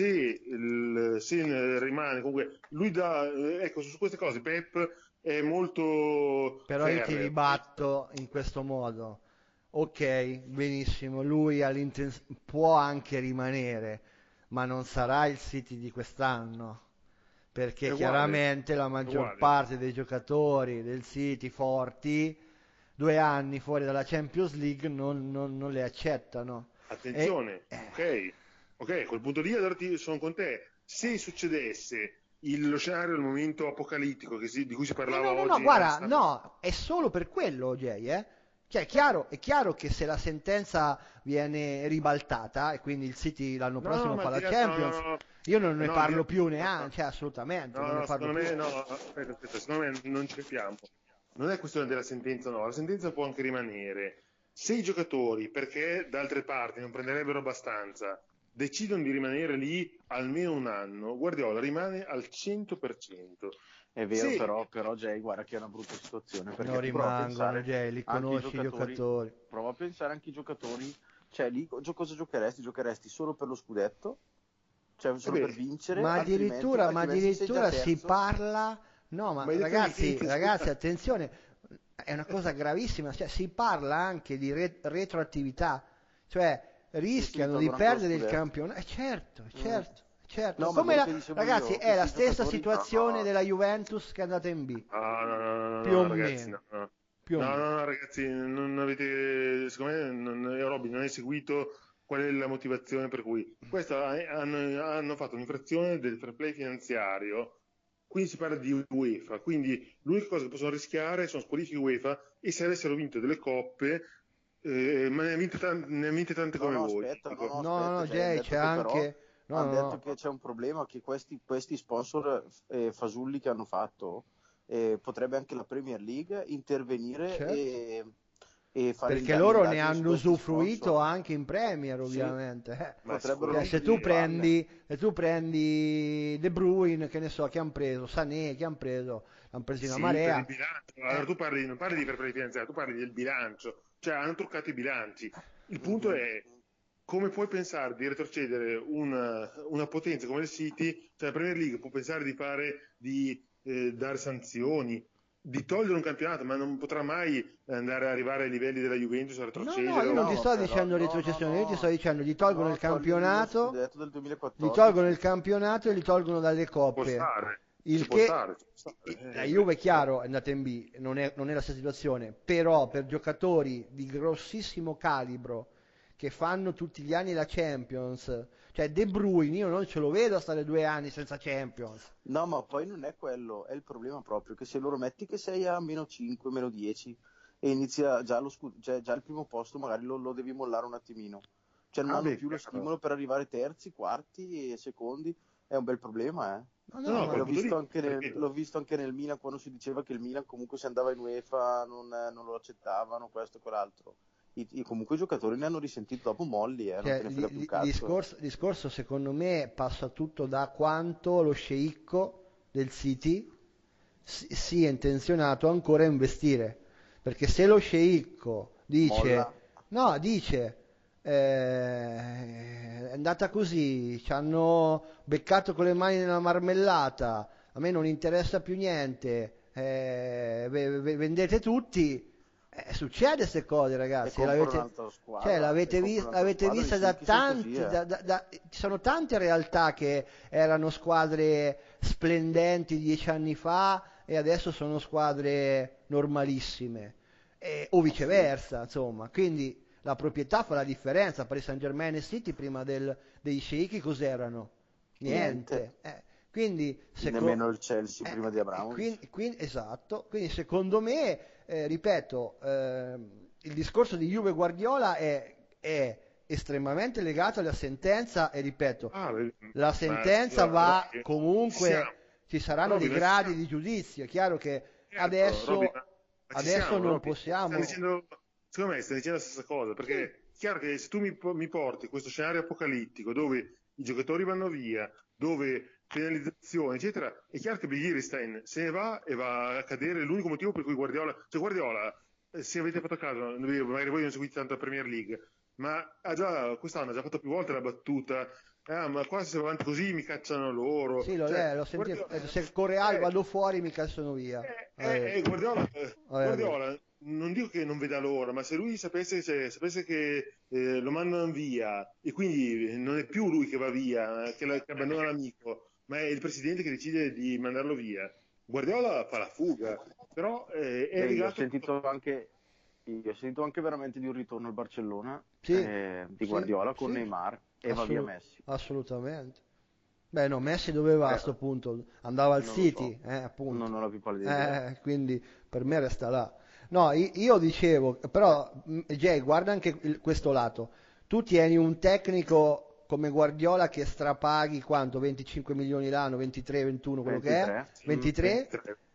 Se rimane comunque, lui dà, ecco, su queste cose Pep è molto Però io ti ferreo. ribatto in questo modo. Ok, benissimo, lui può anche rimanere, ma non sarà il City di quest'anno, È perché uguale, chiaramente la è maggior uguale. parte dei giocatori del City forti 2 anni fuori dalla Champions League non le accettano. E, Attenzione, ok, ok, a quel punto lì allora sono con te. Se succedesse lo scenario del momento apocalittico di cui si parlava no, no, no, oggi alla guarda, stampa, no, è solo per quello, Jay, eh. Cioè, è chiaro che se la sentenza viene ribaltata e quindi il City l'anno no, no, prossimo ma fa al di la là, no, no, Champions, no, io non ne no, al di parlo là- più no, no. neanche, cioè assolutamente, No, non ne no, parlo secondo più. me no, aspetta, secondo me non ci capiamo. Non è questione della sentenza, no, la sentenza può anche rimanere. Se i giocatori, perché da altre parti non prenderebbero abbastanza, decidono di rimanere lì almeno un anno, Guardiola rimane al 100%. È vero, Se però Jay, guarda che è una brutta situazione, Non perché tu rimangono, Jay, li conosci i giocatori. prova a pensare anche i giocatori, cioè lì cosa giocheresti? Giocheresti solo per lo scudetto? Cioè eh solo per beh, vincere, altrimenti sei già Si terzo. parla, no, ma ma hai detto ragazzi, niente, ragazzi, scusa. attenzione, è una cosa gravissima, cioè, si parla anche di retroattività, cioè E si rischiano di tolgono anche lo perdere il scudetto. campionato, certo, Mm. certo, certo. No, ma è Come quello che dicevo ragazzi, io, è la questi stessa giocatori, situazione della Juventus che è andata in B, No, no, no, no, più o no, ragazzi, meno, no, no. più o No, meno. no, no, ragazzi, non avete, secondo me, Robby, non hai seguito qual è la motivazione per cui hanno fatto un'infrazione del fair play finanziario, quindi si parla di UEFA, quindi l'unica cosa che possono rischiare sono squalifiche UEFA e se avessero vinto delle coppe, ma ne ha vinte tante come voi. Dico, No, no, no, Jay, hanno Jay, c'è detto che però anche, no, hanno no, detto no. che c'è un problema, che questi sponsor fasulli che hanno fatto, potrebbe anche la Premier League intervenire Certo. e fare Perché le loro ne indagini su hanno questi usufruito sponsor. anche in Premier, Sì, ovviamente. ma potrebbero Cioè, sicuramente rompere le sì. palle. se tu prendi De Bruyne, che ne so, che hanno preso, Sané, che hanno preso una Sì, per il marea. bilancio. Allora Eh, tu non parli di fair play finanziario, tu parli del bilancio. Cioè hanno truccato i bilanci. Il punto Mhm. è come puoi pensare di retrocedere una potenza come il City, cioè la Premier League può pensare di fare, di dare sanzioni, di togliere un campionato, ma non potrà mai andare a arrivare ai livelli della Juventus a no, no, retrocedere io non o... ti No, ma sto però, dicendo no, no, retrocessione, io ti sto no, dicendo gli tolgono il no, togliergli lo campionato, scudetto del gli tolgono il 2014. campionato e li tolgono dalle Può coppe. stare, Il ci può che stare, ci può la stare. Juve, chiaro, è andata in B, non è la stessa situazione, però per giocatori di grossissimo calibro che fanno tutti gli anni la Champions, cioè De Bruyne, io non ce lo vedo a stare 2 anni senza Champions. No, ma poi non è quello, è il problema proprio che se loro metti che sei a meno 5, meno 10 e inizia già già il primo posto, magari lo devi mollare un attimino. Cioè non Ah hanno beh, più lo chiaro. stimolo per arrivare terzi, quarti e secondi. È un bel problema, eh. No, No, no, no, a quel ma punto lì, L'ho ripeto, visto anche nel Milan quando si diceva che il Milan comunque se andava in UEFA non lo accettavano, questo e quell'altro. Comunque i giocatori ne hanno risentito dopo molli, non te cioè, ne frega più un il cazzo. discorso secondo me passa tutto da quanto lo sceicco del City sia intenzionato ancora a investire. Perché se lo sceicco Molla. dice, è andata così, ci hanno beccato con le mani nella marmellata, a me non interessa più niente, vendete tutti, succede queste cose, E ragazzi, compra un'altra cioè, squadra, e compra un'altra l'avete squadra, i vista da City sono così, tanti, ci sono tante realtà che erano squadre splendenti 10 anni fa e adesso sono squadre normalissime, o Ma sì. viceversa, insomma, quindi la proprietà fa la differenza. Paris Saint-Germain e City prima dei sceicchi cos'erano? Niente. Quindi nemmeno il Chelsea prima di Abramovich. Esatto, quindi secondo me, ripeto, il discorso di Juve Guardiola è estremamente legato alla sentenza e ripeto, la sentenza va comunque, ci saranno dei gradi di giudizio, è chiaro che adesso non possiamo... Secondo me stai dicendo la stessa cosa, perché è chiaro che se tu mi porti questo scenario apocalittico dove i giocatori vanno via, dove penalizzazioni, eccetera, è chiaro che Begiristain se ne va e va a cadere. L'unico motivo per cui Guardiola, se avete fatto caso, magari voi non seguite tanto la Premier League, ma quest'anno ha già fatto più volte la battuta, ma qua se va avanti così mi cacciano loro. Sì, l'ho sentito, se con Real vado fuori mi cacciano via. Guardiola, non dico che non veda l'ora, ma se lui sapesse che lo mandano via e quindi non è più lui che va via, che abbandona l'amico, ma è il presidente che decide di mandarlo via, Guardiola fa la fuga, però è legato... Io ho sentito anche veramente di un ritorno al Barcellona di Guardiola con Neymar e va via Messi. Assolutamente. Beh no, Messi doveva a sto punto, andava al City, appunto. Non ho la più pallida idea. Quindi per me resta là. No, io dicevo, però Jay, guarda anche questo lato. Tu tieni un tecnico come Guardiola che strapaghi quanto? 25 milioni l'anno, 23, 21, quello 23. che è? 23?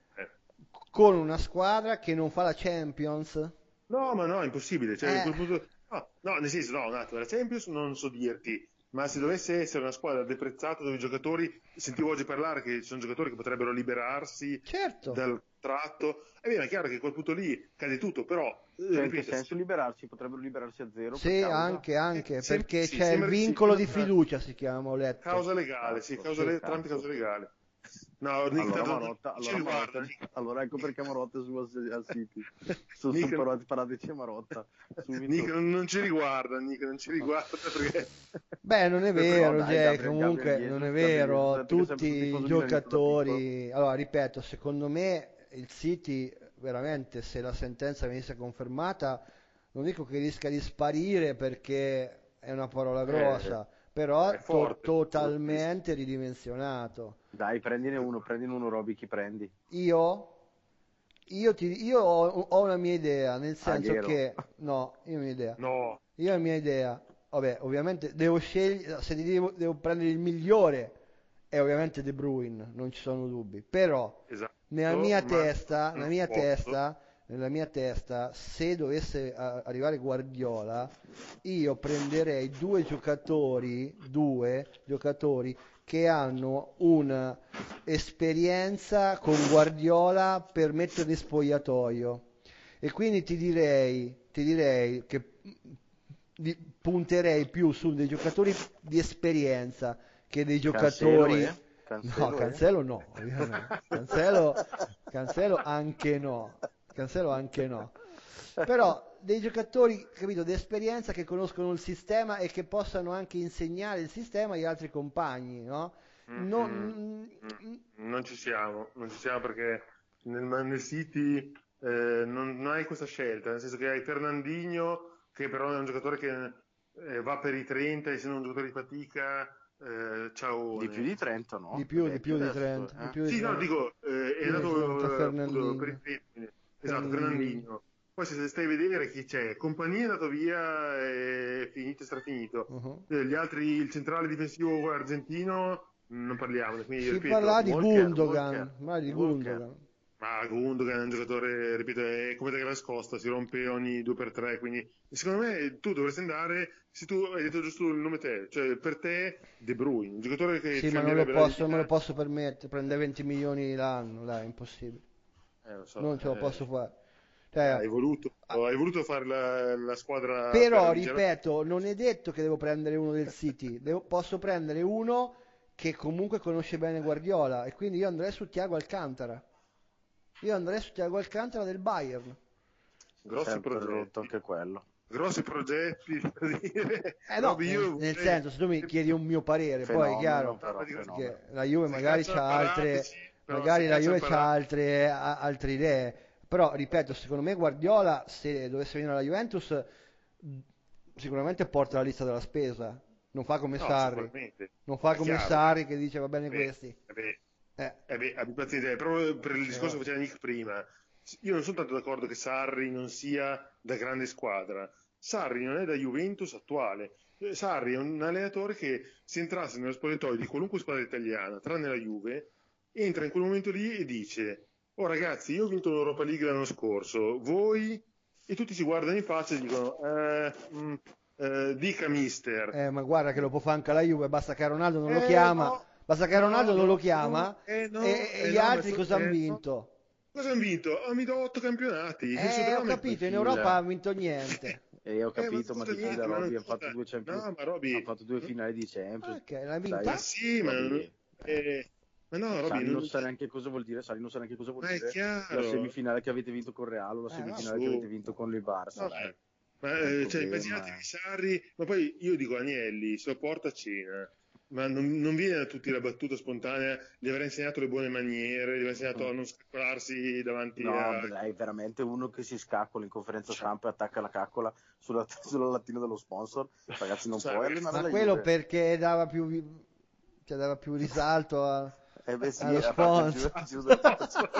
Con una squadra che non fa la Champions? No, ma no, è impossibile. Cioè, no, nel senso, no, un attimo, la Champions non so dirti, ma se dovesse essere una squadra deprezzata dove i giocatori, sentivo oggi parlare che ci sono giocatori che potrebbero liberarsi dal tratto, è chiaro che a quel punto lì cade tutto, però... in che senso liberarsi? Potrebbero liberarsi a zero? Sì, anche perché c'è il vincolo di fiducia, si chiama, ho letto. Causa legale, tramite causa legale. No, allora ecco perché Marotta è su al City. Sono parateci a Marotta. Nico non ci riguarda perché... Beh, non è vero, comunque non è vero, tutti i giocatori... Allora, ripeto, secondo me il City veramente, se la sentenza venisse confermata, non dico che rischia di sparire perché è una parola grossa, però totalmente ridimensionato. Dai, prendine uno, Roby, chi prendi? Io ho una mia idea, nel senso che io ho una mia idea. Vabbè, ovviamente devo scegliere, se devo prendere il migliore è ovviamente De Bruyne, non ci sono dubbi, però nella mia testa, se dovesse arrivare Guardiola, io prenderei due giocatori che hanno un'esperienza con Guardiola per metterli in spogliatoio, e quindi ti direi che punterei più su dei giocatori di esperienza che dei giocatori... Cancelo no, Cancelo anche no, però dei giocatori, capito, di esperienza, che conoscono il sistema e che possano anche insegnare il sistema agli altri compagni, no? Non ci siamo perché nel City non hai questa scelta, nel senso che hai Fernandinho, che però è un giocatore che va per i 30, essendo un giocatore di fatica. Ciao. Di più di 30, no? Di più di 30. Sì, no, dico, è andato per i 30. Esatto, Fernandinho. Poi se stai a vedere chi c'è, Compagnia è andato via, è finito, è strafinito. Gli altri, il centrale difensivo argentino, non parliamo. Si parla di Gundogan. Ma Gundogan è un giocatore, ripeto, è come da nascosta, si rompe ogni 2x3, quindi secondo me tu dovresti andare, se tu hai detto giusto il nome te, cioè per te De Bruyne, un giocatore che... Sì, ma non me lo posso permettere, prende 20 milioni l'anno, dai, è impossibile. Non ce lo posso fare. Hai voluto fare la squadra... Però, ripeto, non è detto che devo prendere uno del City, posso prendere uno che comunque conosce bene Guardiola, e quindi io andrei su Thiago Alcantara. Del Bayern. Grossi progetti, anche quello. Grossi progetti, per dire. Nel senso, se tu mi chiedi un mio parere, poi è chiaro che la Juve magari c'ha altre, altre idee. Però, ripeto, secondo me Guardiola, se dovesse venire alla Juventus, sicuramente porta la lista della spesa, non fa come No, Sarri, sicuramente. non fa È come chiaro. Sarri che dice va bene Beh, questi. beh, Eh, abbi pazienza, proprio per il discorso eh, che faceva Nick prima, io non sono tanto d'accordo che Sarri non sia da grande squadra. Sarri non è da Juventus attuale. Sarri è un allenatore che se entrasse nello spogliatoio di qualunque squadra italiana, tranne la Juve, entra in quel momento lì e dice: Oh ragazzi, io ho vinto l'Europa League l'anno scorso, voi? E tutti si guardano in faccia e dicono: dica mister. ma guarda che lo può fare anche la Juve, No, basta che no, Ronaldo non lo no, no, chiama e gli no, altri cosa hanno no. vinto? Cosa hanno vinto? Hanno vinto 8 campionati. Il suo Ho dramma è capito, in quello. Europa ha vinto niente. Ho Ma capito, ma scusa, ti fida ma non Robby, conta. No, ma ha Roby, fatto due finali di Champions. Ok, l'ha Sai, ma vinta? sì, Robby, ma no, Roby, Sarri non sa neanche cosa vuol dire, Sarri non sa neanche cosa vuol ma è dire la chiaro. semifinale che avete vinto con Real o la Ma Vabbè. semifinale che avete su. vinto con il Barça, dai. Vabbè. Ma È un cioè, problema. immaginatevi Sarri, ma poi io dico Agnelli, se lo porta a cena, ma non viene da tutti la battuta spontanea, gli avrà insegnato le buone maniere, gli avrà insegnato a non scoccolarsi davanti No, a... beh, dai, veramente uno che si scaccola in conferenza stampa e attacca la caccola sulla lattina dello sponsor. Ragazzi, non Cioè, puoi allenare Ma la quello Juve. perché dava più risalto Eh beh sì, allo ha fatto il sponsor. giro del cazzo.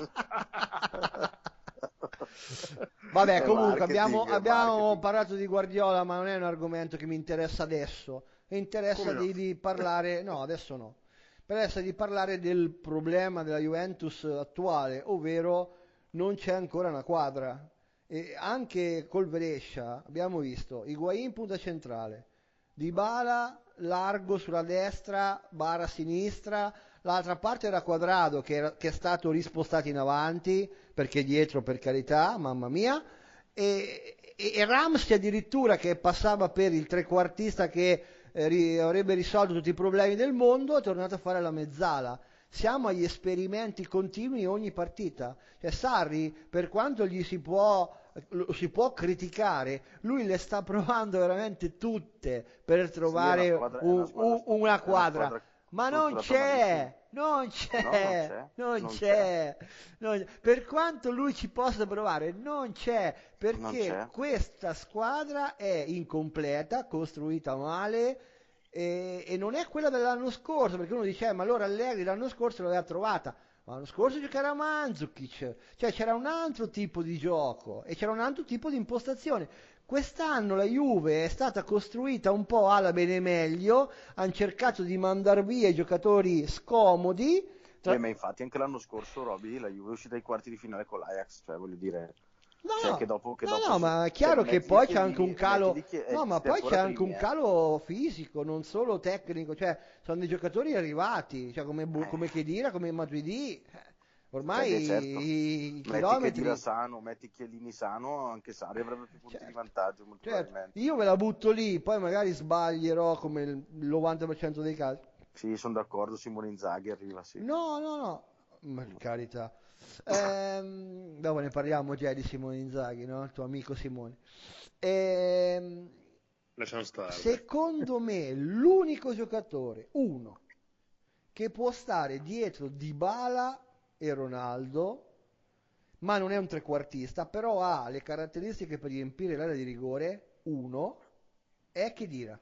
Vabbè, È comunque marketing, è abbiamo marketing. parlato di Guardiola, ma non è un argomento che mi interessa adesso. Mi interessa come no? di parlare, no, adesso no. Mi interessa di parlare del problema della Juventus attuale, ovvero non c'è ancora una quadra. E anche col Brescia abbiamo visto Higuaín punta centrale, Dybala largo sulla destra, Bara a sinistra, l'altra parte era Quadrado che è stato rispostato in avanti perché dietro per carità, mamma mia, e Ramsey addirittura che passava per il trequartista che avrebbe risolto tutti i problemi del mondo, è tornato a fare la mezzala. Siamo agli esperimenti continui ogni partita. Cioè Sarri, per quanto lo si può criticare, lui le sta provando veramente tutte per Sì, è trovare una è una quadra. squadra Ma non strutturata malissimo. c'è, non No, non c'è, c'è, non non c'è, c'è. Per quanto lui ci possa provare, non c'è, non perché c'è. questa squadra è incompleta, costruita male e non è quella dell'anno scorso, perché uno dice, ma allora Allegri l'anno scorso l'aveva trovata. Ma l'anno scorso giocava Mandzukic, cioè c'era un altro tipo di gioco e c'era un altro tipo di impostazione. Quest'anno la Juve è stata costruita un po' alla bene meglio, hanno cercato di mandar via i giocatori scomodi. Ma infatti anche l'anno scorso, Roby, la Juve è uscita ai quarti di finale con l'Ajax, cioè voglio dire, cioè No, che no, dopo no, ma è cioè, chiaro che mettili poi c'è anche un Chiellini, calo, no, ma siete poi c'è ancora anche primi, un calo fisico, non solo tecnico, cioè sono dei giocatori arrivati, cioè come Khedira, come Matuidi, Beh, certo. ormai i Metti Khedira chilometri, sano, metti Chiellini sano, anche Sarri avrebbe più punti di certo, vantaggio, molto certo, probabilmente. io ve la butto lì, poi magari sbaglierò come il 90% dei casi. Sì, sono d'accordo, Simone Inzaghi arriva, sì. No, no, no, per carità. Dopo ne parliamo già di Simone Inzaghi, no? Il tuo amico Simone. Ehm, Lasciamo stare. Dai. Secondo me l'unico giocatore, uno, che può stare dietro Dybala e Ronaldo, ma non è un trequartista, però ha le caratteristiche per riempire l'area di rigore, uno, è Khedira.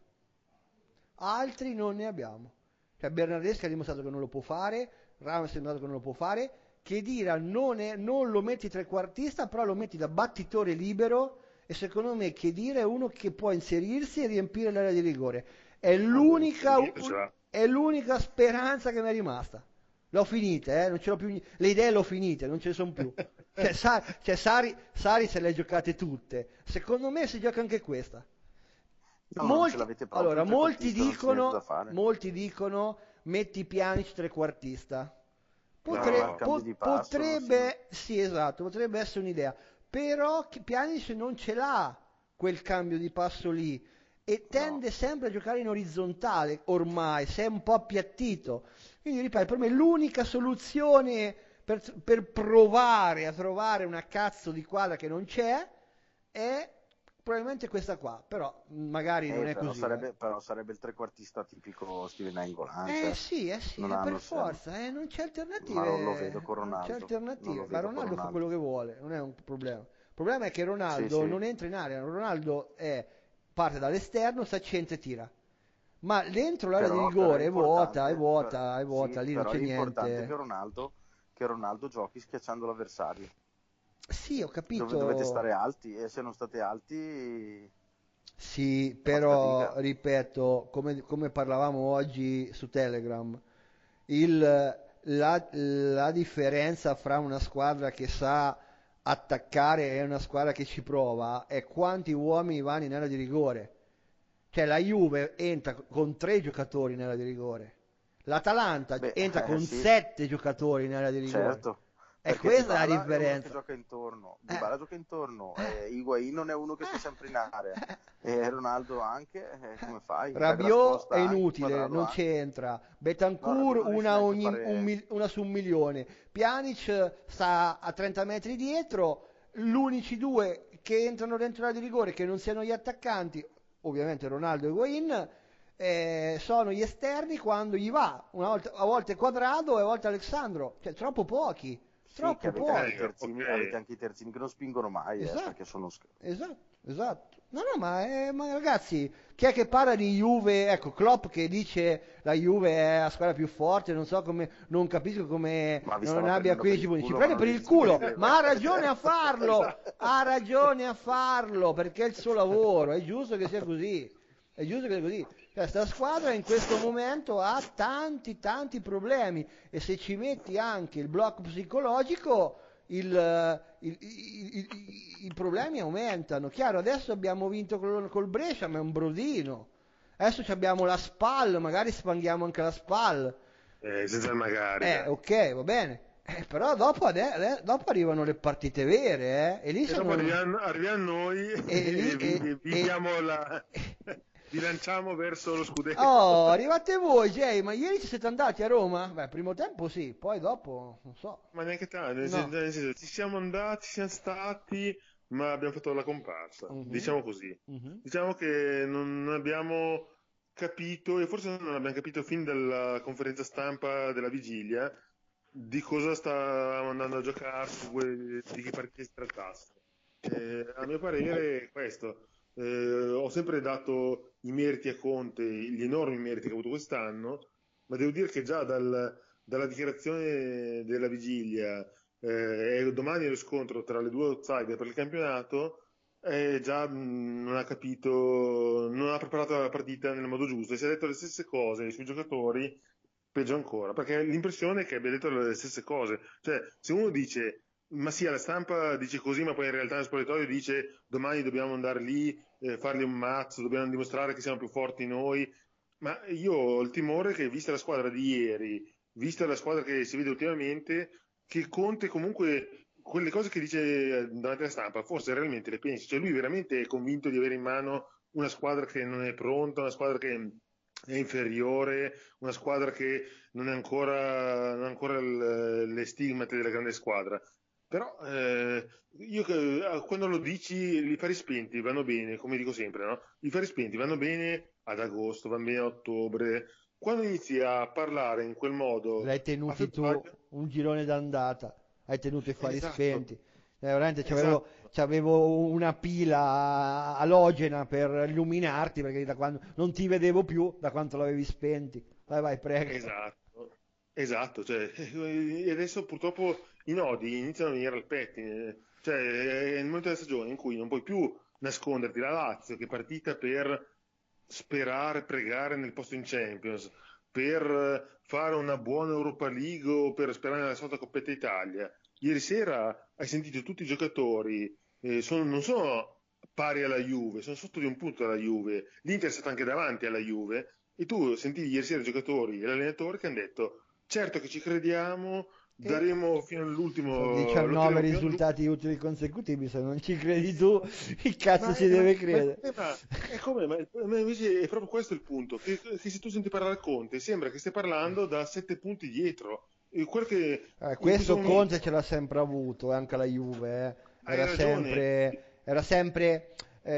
Altri non ne abbiamo. Cioè Bernardeschi ha dimostrato che non lo può fare, Ramos ha dimostrato che non lo può fare, Khedira non lo metti trequartista, però lo metti da battitore libero e secondo me Khedira è uno che può inserirsi e riempire l'area di rigore. È l'unica, è l'unica speranza che mi è rimasta. L'ho finita, non ce l'ho più, le idee l'ho finite, non ce ne sono più. Sari se le ha giocate tutte. Secondo me si gioca anche questa. No, non ce l'avete proprio, Allora, il trequartista, non c'è niente da fare. molti dicono metti Pjanic trequartista. No, Cambio di passo, Potrebbe, sì, esatto, potrebbe essere un'idea, però Pjanic non ce l'ha quel cambio di passo lì e no. tende sempre a giocare in orizzontale ormai, si è un po' appiattito. Quindi, ripeto, per me l'unica soluzione per provare a trovare una cazzo di quadra che non c'è è probabilmente questa qua, però magari non è così. Però sarebbe il trequartista tipico Steven Nainggolan, Sì, non per hanno forza, non c'è ma non lo vedo alternative, con non c'è Ronaldo, non lo alternative, ma vedo con Ronaldo fa quello Ronaldo. che vuole, non è un problema. Il problema è che Sì, Ronaldo sì, non entra in area, Ronaldo è parte dall'esterno, si accentra e tira. Ma dentro l'area di Però rigore è è vuota, importante, è vuota, sì, lì non però c'è è importante niente. che Ronaldo giochi schiacciando l'avversario. Sì, ho Dovete capito. stare alti e se non state alti Sì, fate però fatica. ripeto, come parlavamo oggi su Telegram, la differenza fra una squadra che sa attaccare e una squadra che ci prova è quanti uomini vanno in area di rigore. Cioè la Juve entra con 3 giocatori in area di rigore, l'Atalanta Beh, entra con sì, 7 giocatori in area di rigore. certo, E perché questa è la Dybala è uno che differenza. gioca intorno, Eh, Dybala gioca intorno, eh, Higuain non è uno che sta sempre in area, e Ronaldo anche, come fai? La Grass Rabiot è Costa anche, inutile, Quadrado non anche. c'entra. No, Rabiot Betancourt non riesce neanche a fare... una su 1 milione. Pjanic sta a 30 metri dietro. Gli unici due che entrano dentro l'area di rigore che non siano gli attaccanti, ovviamente Ronaldo e Higuain, sono gli esterni quando gli va. A volte Quadrado e a volte Alexandro. Cioè, troppo pochi. Sì, che Troppo pochi. avete anche i terzini che non spingono mai, Esatto, perché sono... esatto, esatto. No, no, ma ragazzi, chi è che parla di Juve? Ecco, Klopp che dice la Juve è la squadra più forte, non so come, non capisco come Ma vi non stava abbia prendendo per 15 il punti. Ci culo, ma prende non per gli il si culo, ma prendeva. ha ragione a farlo, Esatto. ha ragione a farlo, perché è il suo lavoro, è giusto che sia così. È giusto che sia così. Cioè, sta squadra in questo momento ha tanti, tanti problemi e se ci metti anche il blocco psicologico i problemi aumentano. Chiaro, adesso abbiamo vinto col Brescia, ma è un brodino. Adesso abbiamo la SPAL, magari spanghiamo anche la SPAL. Senza il magari, dai. Ok, va bene. Però dopo arrivano le partite vere, e lì E dopo sono... arriviamo noi E e lì... viviamo vi lanciamo verso lo scudetto. Oh, arrivate voi, Jay, ma ieri ci siete andati a Roma? Beh, primo tempo sì, poi dopo, non so. Ma neanche tanto, No. nel senso, ci siamo andati, siamo stati, ma abbiamo fatto la comparsa, Mhm, diciamo così. mhm. Diciamo che non abbiamo capito, e forse non abbiamo capito fin dalla conferenza stampa della vigilia, di cosa stavamo andando a giocare, di che partite si trattasse. A mio parere è questo. Ho sempre dato i meriti a Conte, gli enormi meriti che ha avuto quest'anno, ma devo dire che già dalla dichiarazione della vigilia e domani è lo scontro tra le due outsider per il campionato, già non ha capito, non ha preparato la partita nel modo giusto e si è detto le stesse cose sui giocatori, peggio ancora, perché l'impressione è che abbia detto le stesse cose. Cioè, se uno dice ma sì, alla stampa dice così, ma poi in realtà nel spogliatoio dice domani dobbiamo andare lì, fargli un mazzo, dobbiamo dimostrare che siamo più forti noi. Ma io ho il timore che, vista la squadra di ieri, vista la squadra che si vede ultimamente, che Conte comunque quelle cose che dice davanti alla stampa, forse realmente le pensi. Cioè lui veramente è convinto di avere in mano una squadra che non è pronta, una squadra che è inferiore, una squadra che non ha ancora le stigmate della grande squadra. Però quando lo dici, i fari spenti vanno bene, come dico sempre, no? I fari spenti vanno bene ad agosto, vanno bene a ottobre. Quando inizi a parlare in quel modo L'hai a tenuti tu febbraio, un girone d'andata, hai tenuto i fari esatto, spenti. Veramente esatto. c'avevo una pila alogena per illuminarti perché da quando non ti vedevo più da quanto l'avevi spenti. Vai, vai, prego. Esatto, esatto, cioè, e adesso purtroppo i nodi iniziano a venire al pettine, cioè è il momento della stagione in cui non puoi più nasconderti la Lazio che è partita per sperare, pregare nel posto in Champions, per fare una buona Europa League o per sperare nella solita Coppetta Italia. Ieri sera hai sentito tutti i giocatori, non sono pari alla Juve, sono sotto di un punto alla Juve, l'Inter è stata anche davanti alla Juve e tu sentivi ieri sera i giocatori e l'allenatore che hanno detto certo che ci crediamo, E daremo fino sono all'ultimo, 19 lotteremo fino all'ultimo. risultati utili consecutivi, se non ci credi tu, il cazzo Ma, ci ma- deve ma il credere. problema è come, ma invece è proprio questo il punto, che se tu senti parlare Conte sembra che stia parlando da 7 punti dietro. E quel che in questo Questo Conte ce momento l'ha sempre avuto, anche la Juve. hai ragione, Era sempre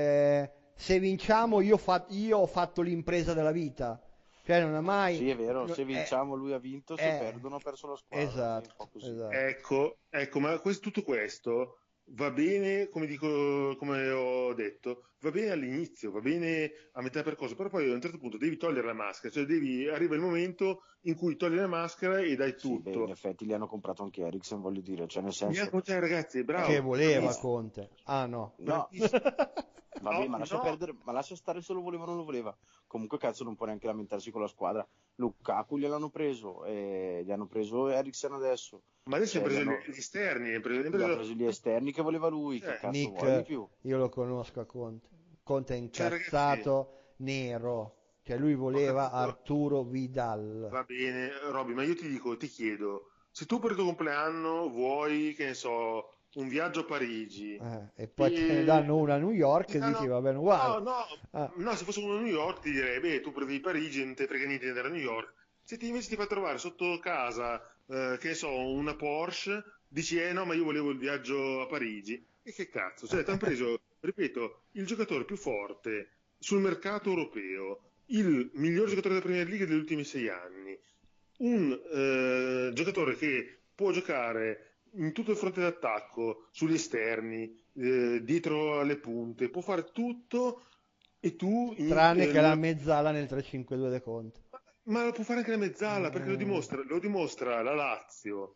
se vinciamo io ho fatto l'impresa della vita. Cioè non ha mai... Sì, è vero, no- se vinciamo lui ha vinto, se perdono ha perso la squadra, sì, un esatto, po' così. esatto. ecco, ma tutto questo va bene, come dico, come ho detto, va bene all'inizio, va bene a metà percorso, però poi a un certo punto devi togliere la maschera, cioè arriva il momento in cui togli la maschera e dai Sì, beh, in tutto. effetti li hanno comprato anche Eriksen, voglio dire, cioè nel senso, Bianco, cioè, ragazzi, Che bravo, voleva bravissimo, Conte. Ah no. no, bravissimo. vabbè, No, ma lascia no, perdere, ma lascia stare se lo voleva o non lo voleva. Comunque, cazzo, non può neanche lamentarsi con la squadra. Lukaku gliel'hanno preso, e gli hanno preso Eriksen adesso. ma adesso hanno Cioè, preso gli esterni, hanno gli ha preso, preso gli esterni che voleva lui, che cioè, cazzo vuole di Nick, più? io lo conosco a Conte. Conte è cioè, ragazzi, incazzato nero. Cioè lui ho voleva capito, Arturo Vidal. va bene, Robby, ma io ti chiedo, se tu per il tuo compleanno vuoi, che ne so, un viaggio a Parigi, E poi te ne e danno una a New York ti e dici danno... va bene uguale. No, no, Ah, no, se fosse uno a New York ti direi, beh, tu prendi Parigi, non te frega niente di andare a New York. Se ti invece ti fa trovare sotto casa, che ne so, una Porsche, dici, no, ma io volevo il viaggio a Parigi. E che cazzo? Cioè, ti hanno preso, ripeto, il giocatore più forte sul mercato europeo, il miglior giocatore della Premier League degli ultimi 6 anni, un giocatore che può giocare in tutto il fronte d'attacco, sugli esterni, dietro alle punte, può fare tutto e tu tranne che la mezzala nel 3-5-2 de Conte. ma lo può fare anche la mezzala perché Mm, lo dimostra la Lazio,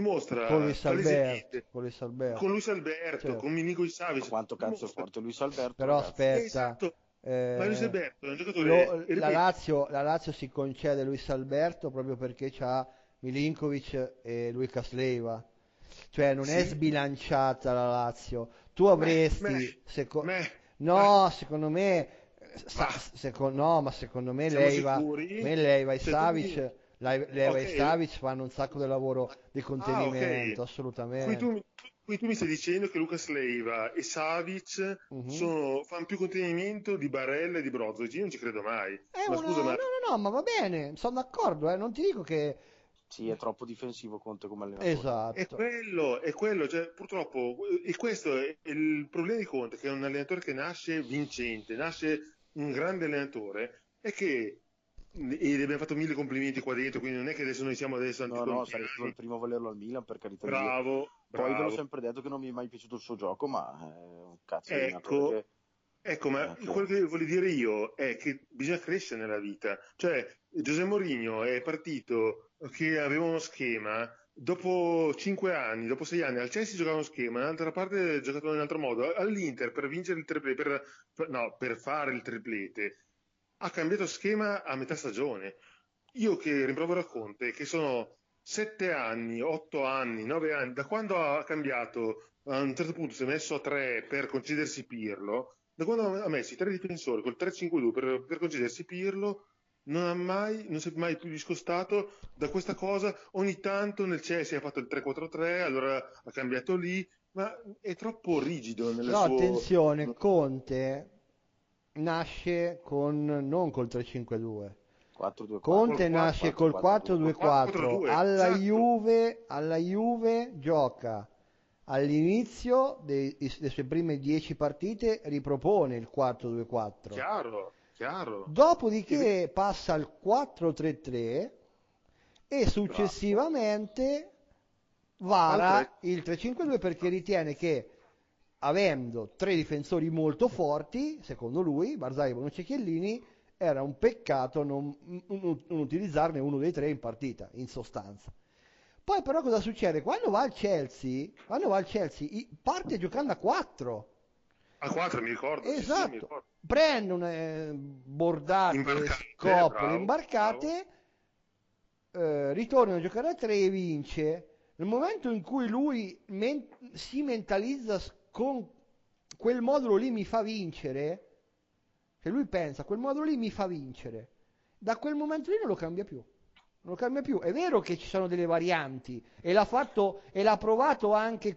con dimostra Luis Alberto, palesemente con Luis Alberto, con Luis Alberto, certo. con Minico Ma Savic, quanto cazzo è dimostra. forte Luis Alberto, Però ragazzi. aspetta, Esatto, ma Luis eh, Alberto è un giocatore, e ripeto, La Lazio si concede Luis Alberto proprio perché c'ha Milinkovic e Lucas Leiva. Cioè non è sì, sbilanciata la Lazio. Tu meh, meh, avresti, meh, bah, no, secondo me, bah, no, ma secondo siamo sicuri? Leiva e Cioè, tu mi... Savic, Leiva e Ok, Savic fanno un sacco di lavoro di ah, ok. contenimento, Qui assolutamente. tu, qui tu mi stai dicendo che Lucas Leiva e Savic Mhm. fanno più contenimento di Barella e di Brozovic. Io non ci credo mai. È Ma una... scusa, No, ma no, no, ma va bene, sono d'accordo, non ti dico che... Sì, è troppo difensivo Conte come allenatore. Esatto. è quello, cioè, purtroppo, e questo è il problema di Conte, che è un allenatore che nasce vincente, nasce un grande allenatore, è che, e gli abbiamo fatto mille complimenti qua dentro, quindi non è che adesso noi siamo adesso No, no, sarei stato il anticontiani. primo a volerlo al Milan, per carità di Dio. Bravo, Poi ve l'ho bravo. sempre detto che non mi è mai piaciuto il suo gioco, ma è un cazzo di allenatore Ecco, ecco, ma che quello che voglio dire io è che bisogna crescere nella vita. Cioè, José Mourinho è partito che aveva uno schema, dopo 5 anni, dopo 6 anni, al Chelsea giocava uno schema, dall'altra parte ha giocato in un altro modo. All'Inter per vincere il triplete, no, per fare il triplete, ha cambiato schema a metà stagione. Io che rimprovero a Conte, che sono 7 anni, 8 anni, 9 anni, da quando ha cambiato, a un certo punto si è messo a 3 per concedersi Pirlo, da quando ha messo i 3 difensori col 3-5-2 per concedersi Pirlo, non si è mai più discostato da questa cosa. Ogni tanto nel Chelsea ha fatto il 3-4-3, allora ha cambiato lì, ma è troppo rigido nel Però suo... attenzione, Conte nasce con, non col 3-5-2. 4-2-4, Conte Col nasce 4, col 4-2-4. 4-2-4. 4-4-2, esatto. Alla Juve gioca all'inizio delle sue prime 10 partite, ripropone il 4-2-4. Chiaro, chiaro. E Dopodiché passa al 4-3-3 e Bravo. successivamente al 3. vara il 3-5-2 perché ritiene che avendo tre difensori molto forti, secondo lui, Barzagli, Bonucci e Chiellini, era un peccato non utilizzarne uno dei tre in partita, in sostanza. Poi però cosa succede? Quando va al Chelsea parte giocando a 4. A 4 mi ricordo, sì, sì, mi Esatto. ricordo. Prendono bordate, Imbarcate, scopole, bravo, bravo. imbarcate, ritornano a giocare a 3 e vince. Nel momento in cui lui si mentalizza con quel modulo lì mi fa vincere, cioè lui pensa quel modulo lì mi fa vincere, da quel momento lì non lo cambia più. Non lo cambia più. È vero che ci sono delle varianti e l'ha fatto e l'ha provato anche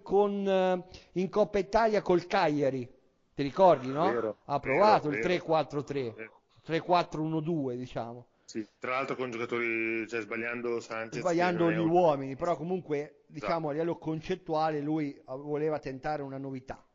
in Coppa Italia col Cagliari. Ti ricordi, no? Vero, Ha vero, provato il vero. 3-4-3, Vero. 3-4-1-2, diciamo. Sì, tra l'altro con giocatori, cioè sbagliando Sanchez che Sbagliando non è gli un... uomini, però comunque, diciamo, a Esatto. livello concettuale lui voleva tentare una novità.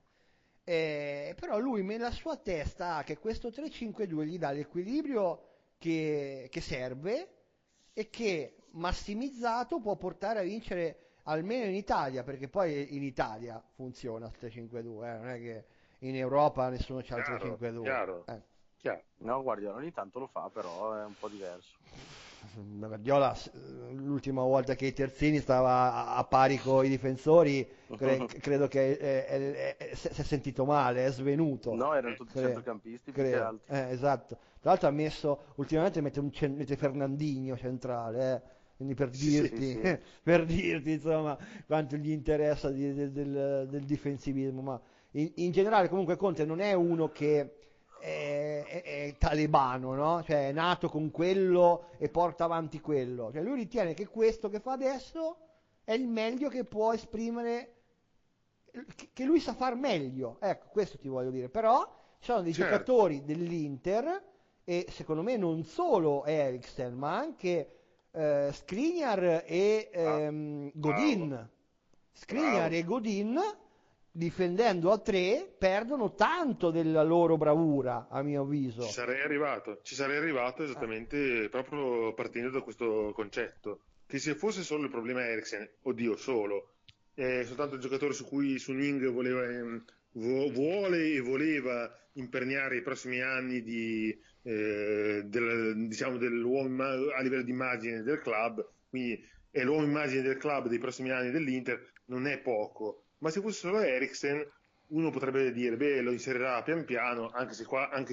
Però lui nella sua testa ha che questo 3-5-2 gli dà l'equilibrio che serve e che massimizzato può portare a vincere almeno in Italia, perché poi in Italia funziona il 3-5-2, non è che in Europa nessuno c'ha il Chiaro, 3-5-2. chiaro, chiaro. No, Guardiola ogni tanto lo fa, però è un po' diverso. Guardiola, l'ultima volta che i terzini stava a pari con i difensori, credo che si è sentito male, è svenuto. No, erano tutti centrocampisti più che Credo. altri. Esatto. Tra l'altro ultimamente mette Fernandinho centrale, quindi per dirti, Sì. per dirti insomma quanto gli interessa del difensivismo, ma in generale comunque Conte non è uno che è talebano, no? Cioè è nato con quello e porta avanti quello. Cioè lui ritiene che questo che fa adesso è il meglio che può esprimere, che lui sa far meglio. Ecco, questo ti voglio dire. Però ci sono dei Certo. giocatori dell'Inter e secondo me non solo Eriksen, ma anche Skriniar e Godin. Skriniar Bravo. e Godin difendendo a 3 perdono tanto della loro bravura, a mio avviso. Ci sarei arrivato esattamente proprio partendo da questo concetto, che se fosse solo il problema Eriksen, oddio solo, è soltanto il giocatore su cui Suning vuole e voleva imperniare i prossimi anni diciamo, dell'uomo a livello di immagine del club, quindi è l'uomo immagine del club dei prossimi anni dell'Inter, non è poco. Ma se fosse solo Eriksen, uno potrebbe dire, beh, lo inserirà pian piano, anche se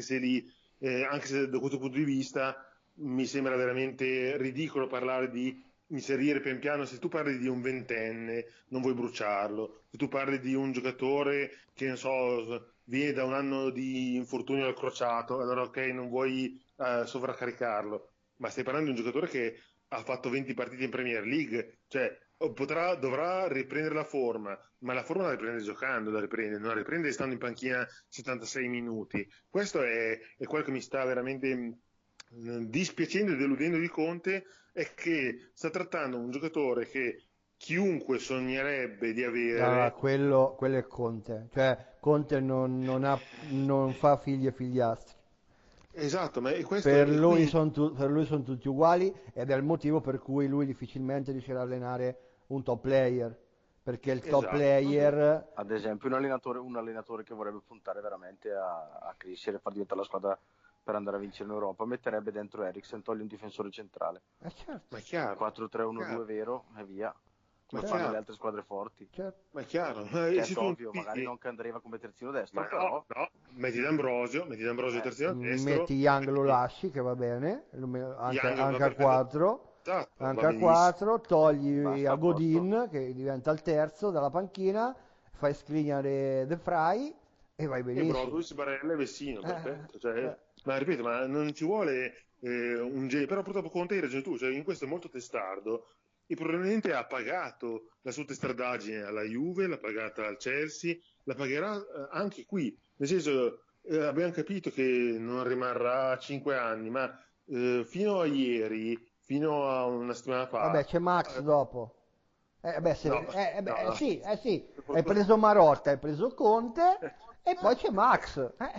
da questo punto di vista mi sembra veramente ridicolo parlare di inserire pian piano. Se tu parli di un ventenne, non vuoi bruciarlo. Se tu parli di un giocatore che, non so, viene da un anno di infortunio al crociato, allora ok, non vuoi sovraccaricarlo. Ma stai parlando di un giocatore che ha fatto 20 partite in Premier League, cioè dovrà riprendere la forma, ma la forma la riprende giocando, non la riprende stando in panchina 76 minuti. Questo è quello che mi sta veramente dispiacendo e deludendo di Conte, è che sta trattando un giocatore che chiunque sognerebbe di avere. Allora, quello è Conte, cioè Conte non fa figli e figliastri. Esatto, ma è questo, Per e lui qui sono tutti uguali ed è il motivo per cui lui difficilmente riuscirà a allenare un top player, perché il top esatto. player Ad esempio un allenatore che vorrebbe puntare veramente a crescere, far diventare la squadra per andare a vincere in Europa, metterebbe dentro Eriksen, toglie un difensore centrale. certo, Ma è chiaro, 4-3-1-2 vero e via, come Ma fanno chiaro. le altre squadre forti. certo. ma è chiaro, ma Che se è tu ovvio, metti- magari non Candreva come terzino destro, ma però no, metti D'Ambrosio terzino destro, Metti Young, lo metti lasci che va bene, anche, Young, va anche a perfetto, 4, esatto, va anche a benissimo. 4, togli basta a a posto. Godin che diventa il terzo dalla panchina, fai scrignare The Fry e vai E benissimo. Brozovic, Barella e Vessino, perfetto. Eh. Ma ripeto, ma non ci vuole un genio, però purtroppo Conte hai ragione tu, cioè in questo è molto testardo e probabilmente ha pagato la sua testardaggine alla Juve, l'ha pagata al Chelsea, la pagherà anche qui. Nel senso, abbiamo capito che non rimarrà 5 anni, ma fino a ieri, fino a una settimana Vabbè, fa, c'è Max dopo. no, no, Sì, sì, hai preso Marotta, hai preso Conte e poi c'è Max.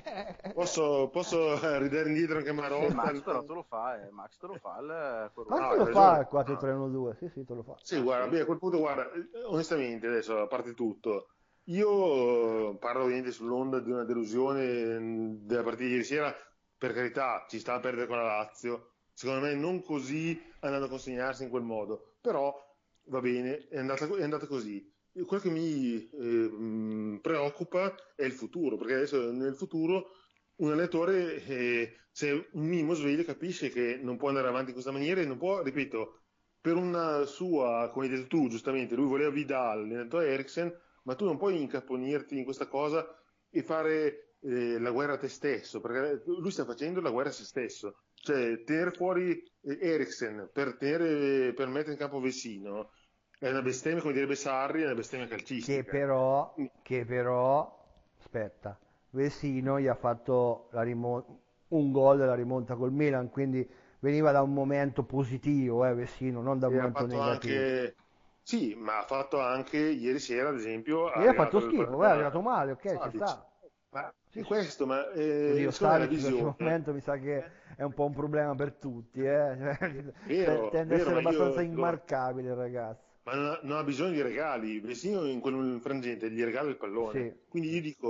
posso ridere indietro anche Sì, Marotta? Max però te lo fa, Max te lo fa Max No, te hai lo fa ragione. il 4-3-1-2, sì, te lo fa. Sì, guarda, Sì. beh, a quel punto, guarda, onestamente, adesso, a parte tutto, io parlo ovviamente sull'onda di una delusione della partita di ieri sera, per carità, ci sta a perdere con la Lazio, secondo me non così andando a consegnarsi in quel modo, però va bene, è andata così. Quello che mi preoccupa è il futuro, perché adesso nel futuro un allenatore, se un minimo sveglio, capisce che non può andare avanti in questa maniera e non può, ripeto, per una sua, come hai detto tu, giustamente, lui voleva Vidal, allenatore Eriksen, ma tu non puoi incaponirti in questa cosa e fare la guerra a te stesso, perché lui sta facendo la guerra a se stesso. Cioè, tenere fuori Eriksen per mettere in campo Vecino è una bestemmia, come direbbe Sarri, è una bestemmia calcistica. Che però, aspetta, Vesino gli ha fatto un gol della rimonta col Milan, quindi veniva da un momento positivo, Vesino, non da un E ha momento fatto negativo. anche, sì, ma ha fatto anche ieri sera, ad esempio, ha Gli ha fatto regalato il schifo, è partita arrivato male, ok, ci Savic. sta. Ma Sì, è sì. questo, ma Oddio, secondo me la Savic in questo visione momento mi sa che è un po' un problema per tutti, vero, Tende a vero, essere ma abbastanza io dico, immarcabile il ragazzo. ma non ha bisogno di regali. Vecino in quel frangente gli regala il pallone. Sì, Quindi io dico,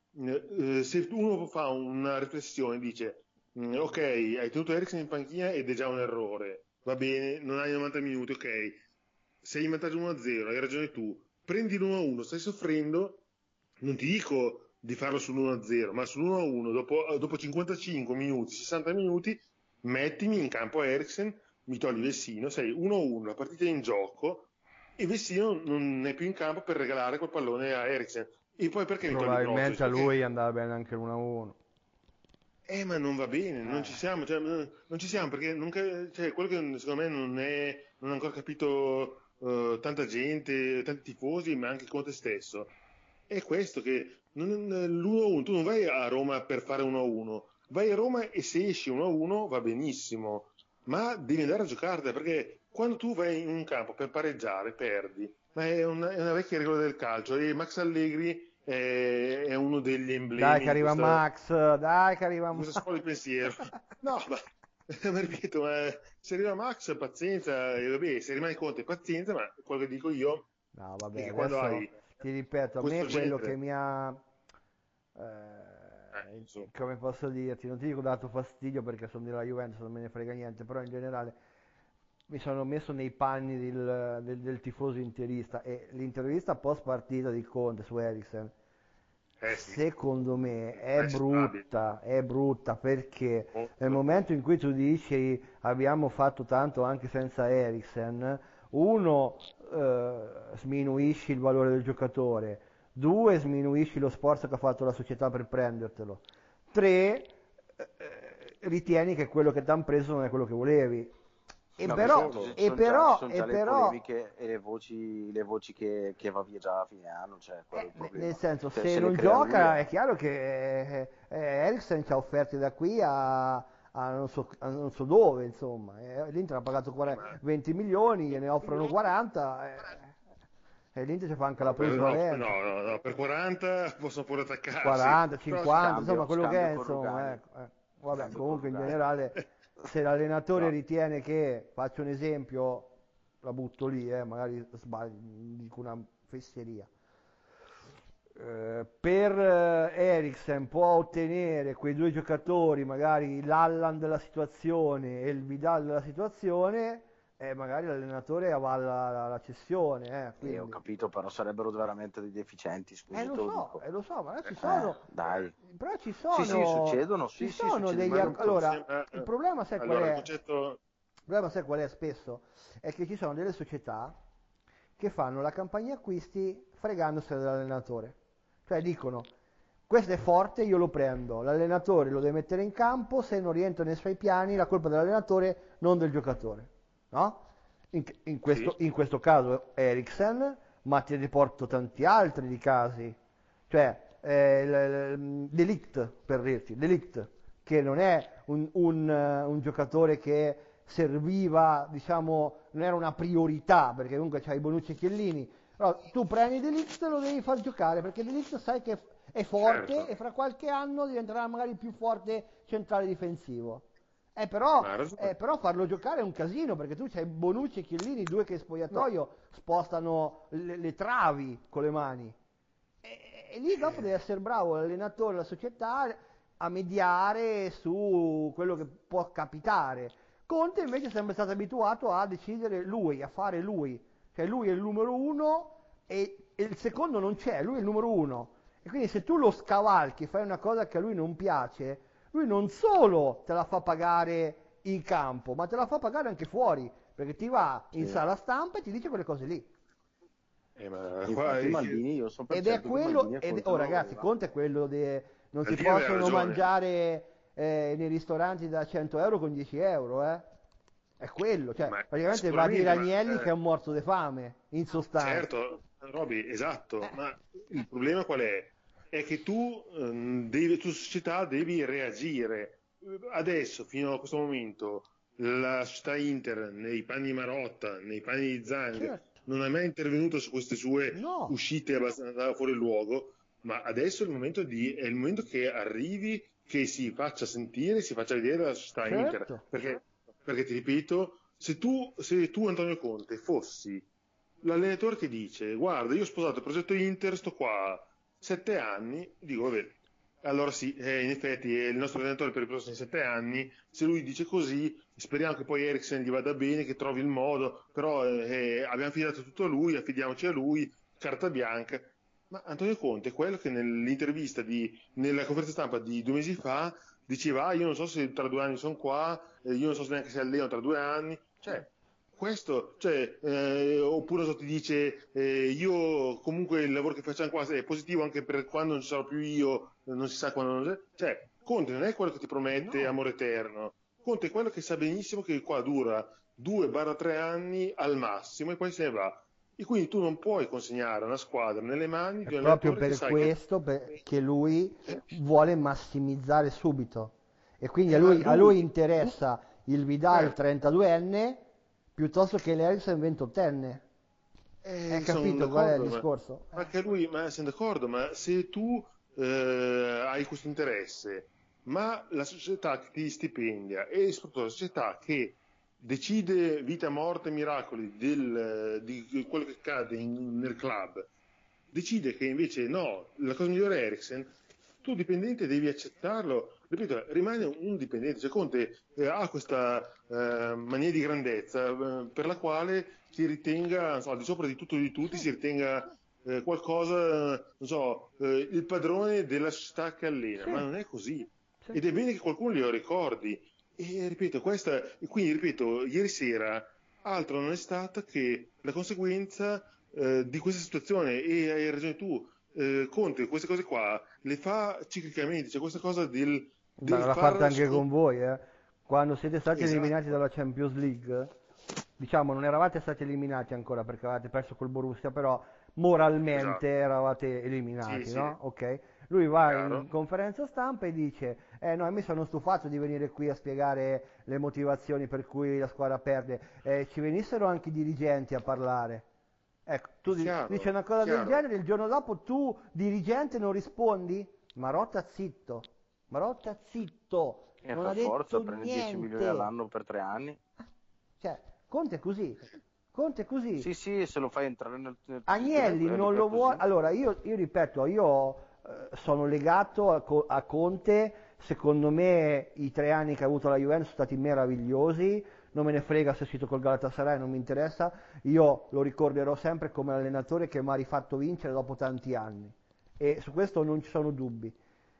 se uno fa una riflessione, dice ok, hai tenuto Eriksen in panchina ed è già un errore, va bene, non hai 90 minuti, ok, sei in vantaggio 1-0, hai ragione tu, prendi l'1-1, stai soffrendo, non ti dico di farlo sull'1-0, ma sull'1-1 dopo 55 minuti, 60 minuti, mettimi in campo Eriksen, mi togli Vessino, sei 1-1, la partita è in gioco e Vessino non è più in campo per regalare quel pallone a Eriksen. E poi perché mi togli Brozovic? Probabilmente a lui andava bene anche l'1-1. Ma non va bene, non ci siamo, cioè, non ci siamo perché cioè, quello che secondo me non ha ancora capito tanta gente, tanti tifosi, ma anche Conte stesso. È questo che l'1-1, tu non vai a Roma per fare 1-1, vai a Roma e se esci 1-1 va benissimo, ma devi andare a giocartela perché quando tu vai in un campo per pareggiare perdi, ma è una vecchia regola del calcio e Max Allegri è uno degli emblemi Dai che arriva Max, dai che arriva di questa Max. scuola di pensiero. No, ma ripeto, se arriva Max, pazienza, e vabbè, se rimane Conte, pazienza, ma quello che dico io No, è vabbè, che quando adesso hai ti ripeto, a me questo quello genere, che mi ha, insomma, come posso dirti, non ti dico dato fastidio perché sono della Juventus, non me ne frega niente, però in generale mi sono messo nei panni del tifoso interista e l'intervista post partita di Conte su Eriksen, sì, secondo me inaccettabile. è brutta perché nel Molto. momento in cui tu dici abbiamo fatto tanto anche senza Eriksen, uno sminuisci il valore del giocatore, due sminuisci lo sforzo che ha fatto la società per prendertelo, tre ritieni che quello che ti hanno preso non è quello che volevi. E No, però, ci e ci però, sono e già le però, polemiche e le voci che va via già a fine anno, cioè quello è il nel problema. senso, Cioè, se se le non crea lui gioca è... è chiaro che Eriksen ci ha offerte da qui a non so dove, insomma. L'Inter ha pagato Ma, 20 milioni, gliene offrono 40 e l'Inter ci fa anche la plusvalenza. no, per 40 possono pure attaccarsi, 40, però 50, insomma, quello che Scambio è, con insomma, Rugani. ecco. Vabbè, Scambio con comunque in Rugani. generale, se l'allenatore no, ritiene che, faccio un esempio, la butto lì, magari sbaglio, dico una fesseria. Per Eriksen può ottenere quei due giocatori, magari l'Allan della situazione e il Vidal della situazione, e magari l'allenatore avalla la cessione, Ho quindi. capito, però sarebbero veramente dei deficienti, scusi, te lo dico. Lo so, ma ci sono, Dai. però Sì, succedono, ci sì, sono succede, degli, ma allora, il problema sai qual allora il è? concetto Il problema sai qual è spesso? È che ci sono delle società che fanno la campagna acquisti fregandosi dall'allenatore. Cioè dicono, questo è forte, io lo prendo, l'allenatore lo deve mettere in campo, se non rientra nei suoi piani la colpa è dell'allenatore, non del giocatore. No? sì, In questo caso Eriksen, ma ti riporto tanti altri di casi. Cioè, De Ligt, per dirti, De Ligt, che non è un giocatore che serviva, diciamo, non era una priorità, perché comunque c'hai Bonucci e Chiellini, però tu prendi De Ligt e lo devi far giocare, perché De Ligt sai che è forte certo, e fra qualche anno diventerà magari il più forte centrale difensivo. ma ha ragione. Però farlo giocare è un casino, perché tu c'hai Bonucci e Chiellini, due che in No, spogliatoio spostano le travi con le mani. E lì dopo deve essere bravo l'allenatore, la società a mediare su quello che può capitare. Conte invece è sempre stato abituato a decidere lui, a fare lui. Cioè lui è il numero uno e il secondo non c'è, lui è il numero uno. E quindi se tu lo scavalchi, fai una cosa che a lui non piace, lui non solo te la fa pagare in campo, ma te la fa pagare anche fuori, perché ti va in sì. sala stampa e ti dice quelle cose lì. ma qua Infatti Maldini, io sono per Ed è certo che Maldini quello, a Conte oh non lo ragazzi, voleva. Conte è quello non si Maldini aveva possono ragione. mangiare nei ristoranti da 100 euro con 10 euro, eh? È quello, cioè Ma praticamente va a dire sicuramente, Agnelli che è un morto di fame, in sostanza. certo, Roby, esatto, Eh, ma il problema qual è? È che tu società devi reagire. Adesso, fino a questo momento, la società Inter, nei panni di Marotta, nei panni di Zhang, certo, non è mai intervenuto su queste sue no, uscite abbastanza fuori luogo, ma adesso è il momento che arrivi, che si faccia sentire, si faccia vedere la società Inter, certo. perché ti ripeto, se tu Antonio Conte fossi l'allenatore che dice guarda io ho sposato il progetto Inter, sto qua 7 anni, dico vabbè, allora sì, in effetti è il nostro allenatore per i prossimi 7 anni. Se lui dice così, speriamo che poi Eriksen gli vada bene, che trovi il modo, però abbiamo affidato tutto a lui, affidiamoci a lui, carta bianca. Ma Antonio Conte è quello che nella conferenza stampa di 2 mesi fa diceva: "Ah, io non so se tra 2 anni sono qua, io non so se neanche se alleno tra 2 anni." Cioè, questo, cioè, oppure non so, ti dice io comunque il lavoro che facciamo qua è positivo anche per quando non ci sarò più io, non si sa quando non c'è. Cioè, Conte non è quello che ti promette No. amore eterno. Conte è quello che sa benissimo che qua dura 2-3 anni al massimo e poi se ne va. E quindi tu non puoi consegnare una squadra nelle mani È di un proprio allenatore che per sai che... questo che lui vuole massimizzare subito. E quindi ma a lui lui... interessa il Vidal certo. 32enne piuttosto che l'Eriksen 28enne. Hai Sono capito qual è il d'accordo, discorso? ma anche lui, ma siamo d'accordo, ma se tu hai questo interesse, ma la società che ti stipendia e soprattutto la società che decide vita, morte, miracoli di quello che accade nel club, decide che invece no, la cosa migliore è Eriksen, tu dipendente devi accettarlo. Ripeto, rimane un dipendente. Cioè, Conte ha questa mania di grandezza per la quale si ritenga, non so, al di sopra di tutto e di tutti, si ritenga qualcosa, non so, il padrone della società che allena, Sì, ma non è così. sì. Ed è bene che qualcuno glielo ricordi. E ripeto, quindi ripeto, ieri sera altro non è stata che la conseguenza di questa situazione, e hai ragione tu, Conte queste cose qua le fa ciclicamente, c'è questa cosa Ma del l'ha fatta far anche con voi, eh? Quando siete stati eliminati esatto, dalla Champions League, diciamo, non eravate stati eliminati ancora perché avevate perso col Borussia, però moralmente esatto, eravate sì, eliminati, sì, no? Ok? Lui va in chiaro, conferenza stampa e dice: no, mi sono stufato di venire qui a spiegare le motivazioni per cui la squadra perde. Ci venissero anche i dirigenti a parlare. Ecco, è dici chiaro, una cosa del chiaro. genere, il giorno dopo tu, dirigente, non rispondi? Marotta zitto, Marotta zitto, E non per ha forza detto prende 10 milioni niente. all'anno per 3 anni. Cioè, Conte è così, Conte è così. Sì, sì, se lo fai entrare nel tuo sistema Agnelli non è lo vuole. così. Allora, io ripeto, io sono legato a Conte. Secondo me i 3 anni che ha avuto la Juventus sono stati meravigliosi. Non me ne frega se è uscito col Galatasaray, non mi interessa. Io lo ricorderò sempre come allenatore che mi ha rifatto vincere dopo tanti anni. E su questo non ci sono dubbi.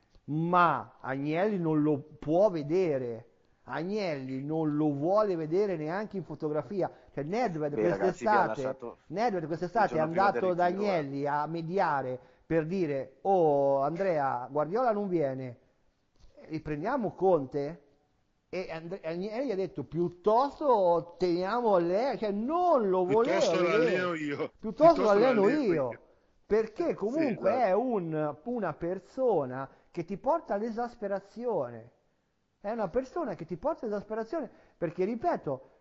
Ma Agnelli non lo può vedere. Agnelli non lo vuole vedere neanche in fotografia. Cioè Beh, ragazzi, Nedved il quest'estate è giorno prima del andato da ritiro, Agnelli a mediare per dire: "Oh Andrea, Guardiola non viene, riprendiamo Conte?" E Agnelli ha detto: "Piuttosto teniamo lei", cioè non lo voleva Piuttosto vedere, l'alleno io, piuttosto lo piuttosto alleno l'alleno io. io, perché Sì, comunque esatto. è una persona che ti porta all'esasperazione. È una persona che ti porta all'esasperazione perché, ripeto,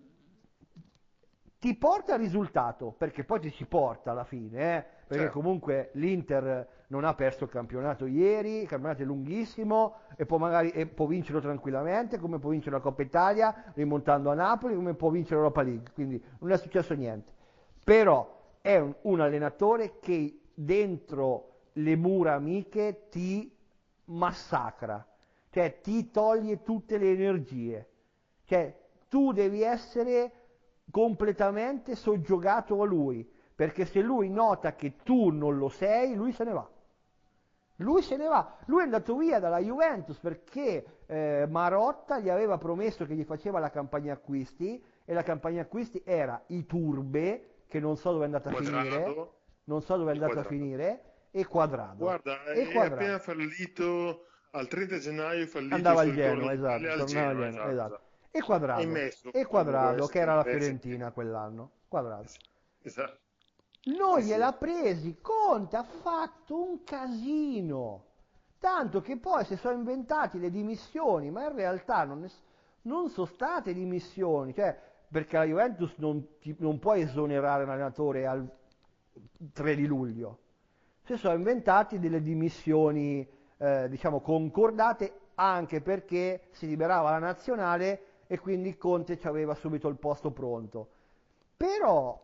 ti porta al risultato, perché poi ti ci porta alla fine, perché Certo, comunque l'Inter non ha perso il campionato ieri, il campionato è lunghissimo e può vincerlo tranquillamente, come può vincere la Coppa Italia rimontando a Napoli, come può vincere l'Europa League, quindi non è successo niente. Però è un allenatore che dentro le mura amiche ti massacra, cioè ti toglie tutte le energie, cioè tu devi essere completamente soggiogato a lui, perché se lui nota che tu non lo sei, lui se ne va. Lui se ne va, lui è andato via dalla Juventus perché Marotta gli aveva promesso che gli faceva la campagna acquisti e la campagna acquisti era Iturbe, che non so dove è andata a finire, Quadrado non so dove è e andata a Quadrado. finire, e Quadrado. Guarda, E è Quadrado. appena fallito, al 30 gennaio è fallito il Andava suo al ritorno Genoa, in esatto, Italia al tornava al Genoa, Genoa, esatto, esatto. esatto. E È Quadrado, messo e al Quadrado, che era la Bucarest. Fiorentina quell'anno. Quadrado. Esatto. Non Sì, sì. gliel'ha presi, Conte ha fatto un casino, tanto che poi si sono inventati le dimissioni, ma in realtà non sono state dimissioni, cioè perché la Juventus non può esonerare un allenatore al 3 di luglio, si sono inventati delle dimissioni diciamo concordate anche perché si liberava la nazionale e quindi Conte ci aveva subito il posto pronto. Però,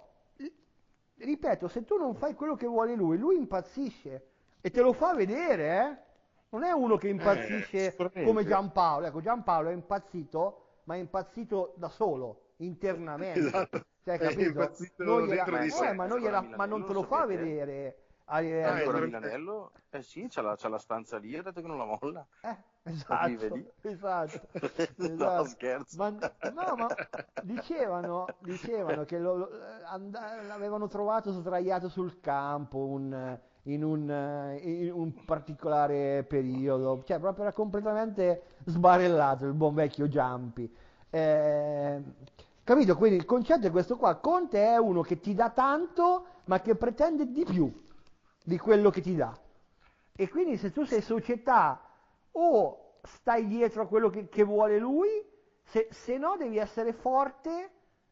ripeto, se tu non fai quello che vuole lui, lui impazzisce e te lo fa vedere, eh? Non è uno che impazzisce sicuramente. come Giampaolo. Ecco, Giampaolo è impazzito, ma è impazzito da solo, internamente. Esatto. Cioè, È capito? impazzito Non dentro di sé. ma, ma non te lo fa vedere a È livello. ancora a è Milanello? Eh sì, c'ha la stanza lì, ha detto che non la molla. Vive Esatto, lì. esatto, No, esatto. scherzo. No, ma dicevano che l'avevano trovato sdraiato sul campo in un particolare periodo, cioè proprio era completamente sbarellato il buon vecchio Giampi. Eh, capito? Quindi il concetto è questo qua, Conte è uno che ti dà tanto ma che pretende di più di quello che ti dà. E quindi se tu sei società o stai dietro a quello che vuole lui, se no devi essere forte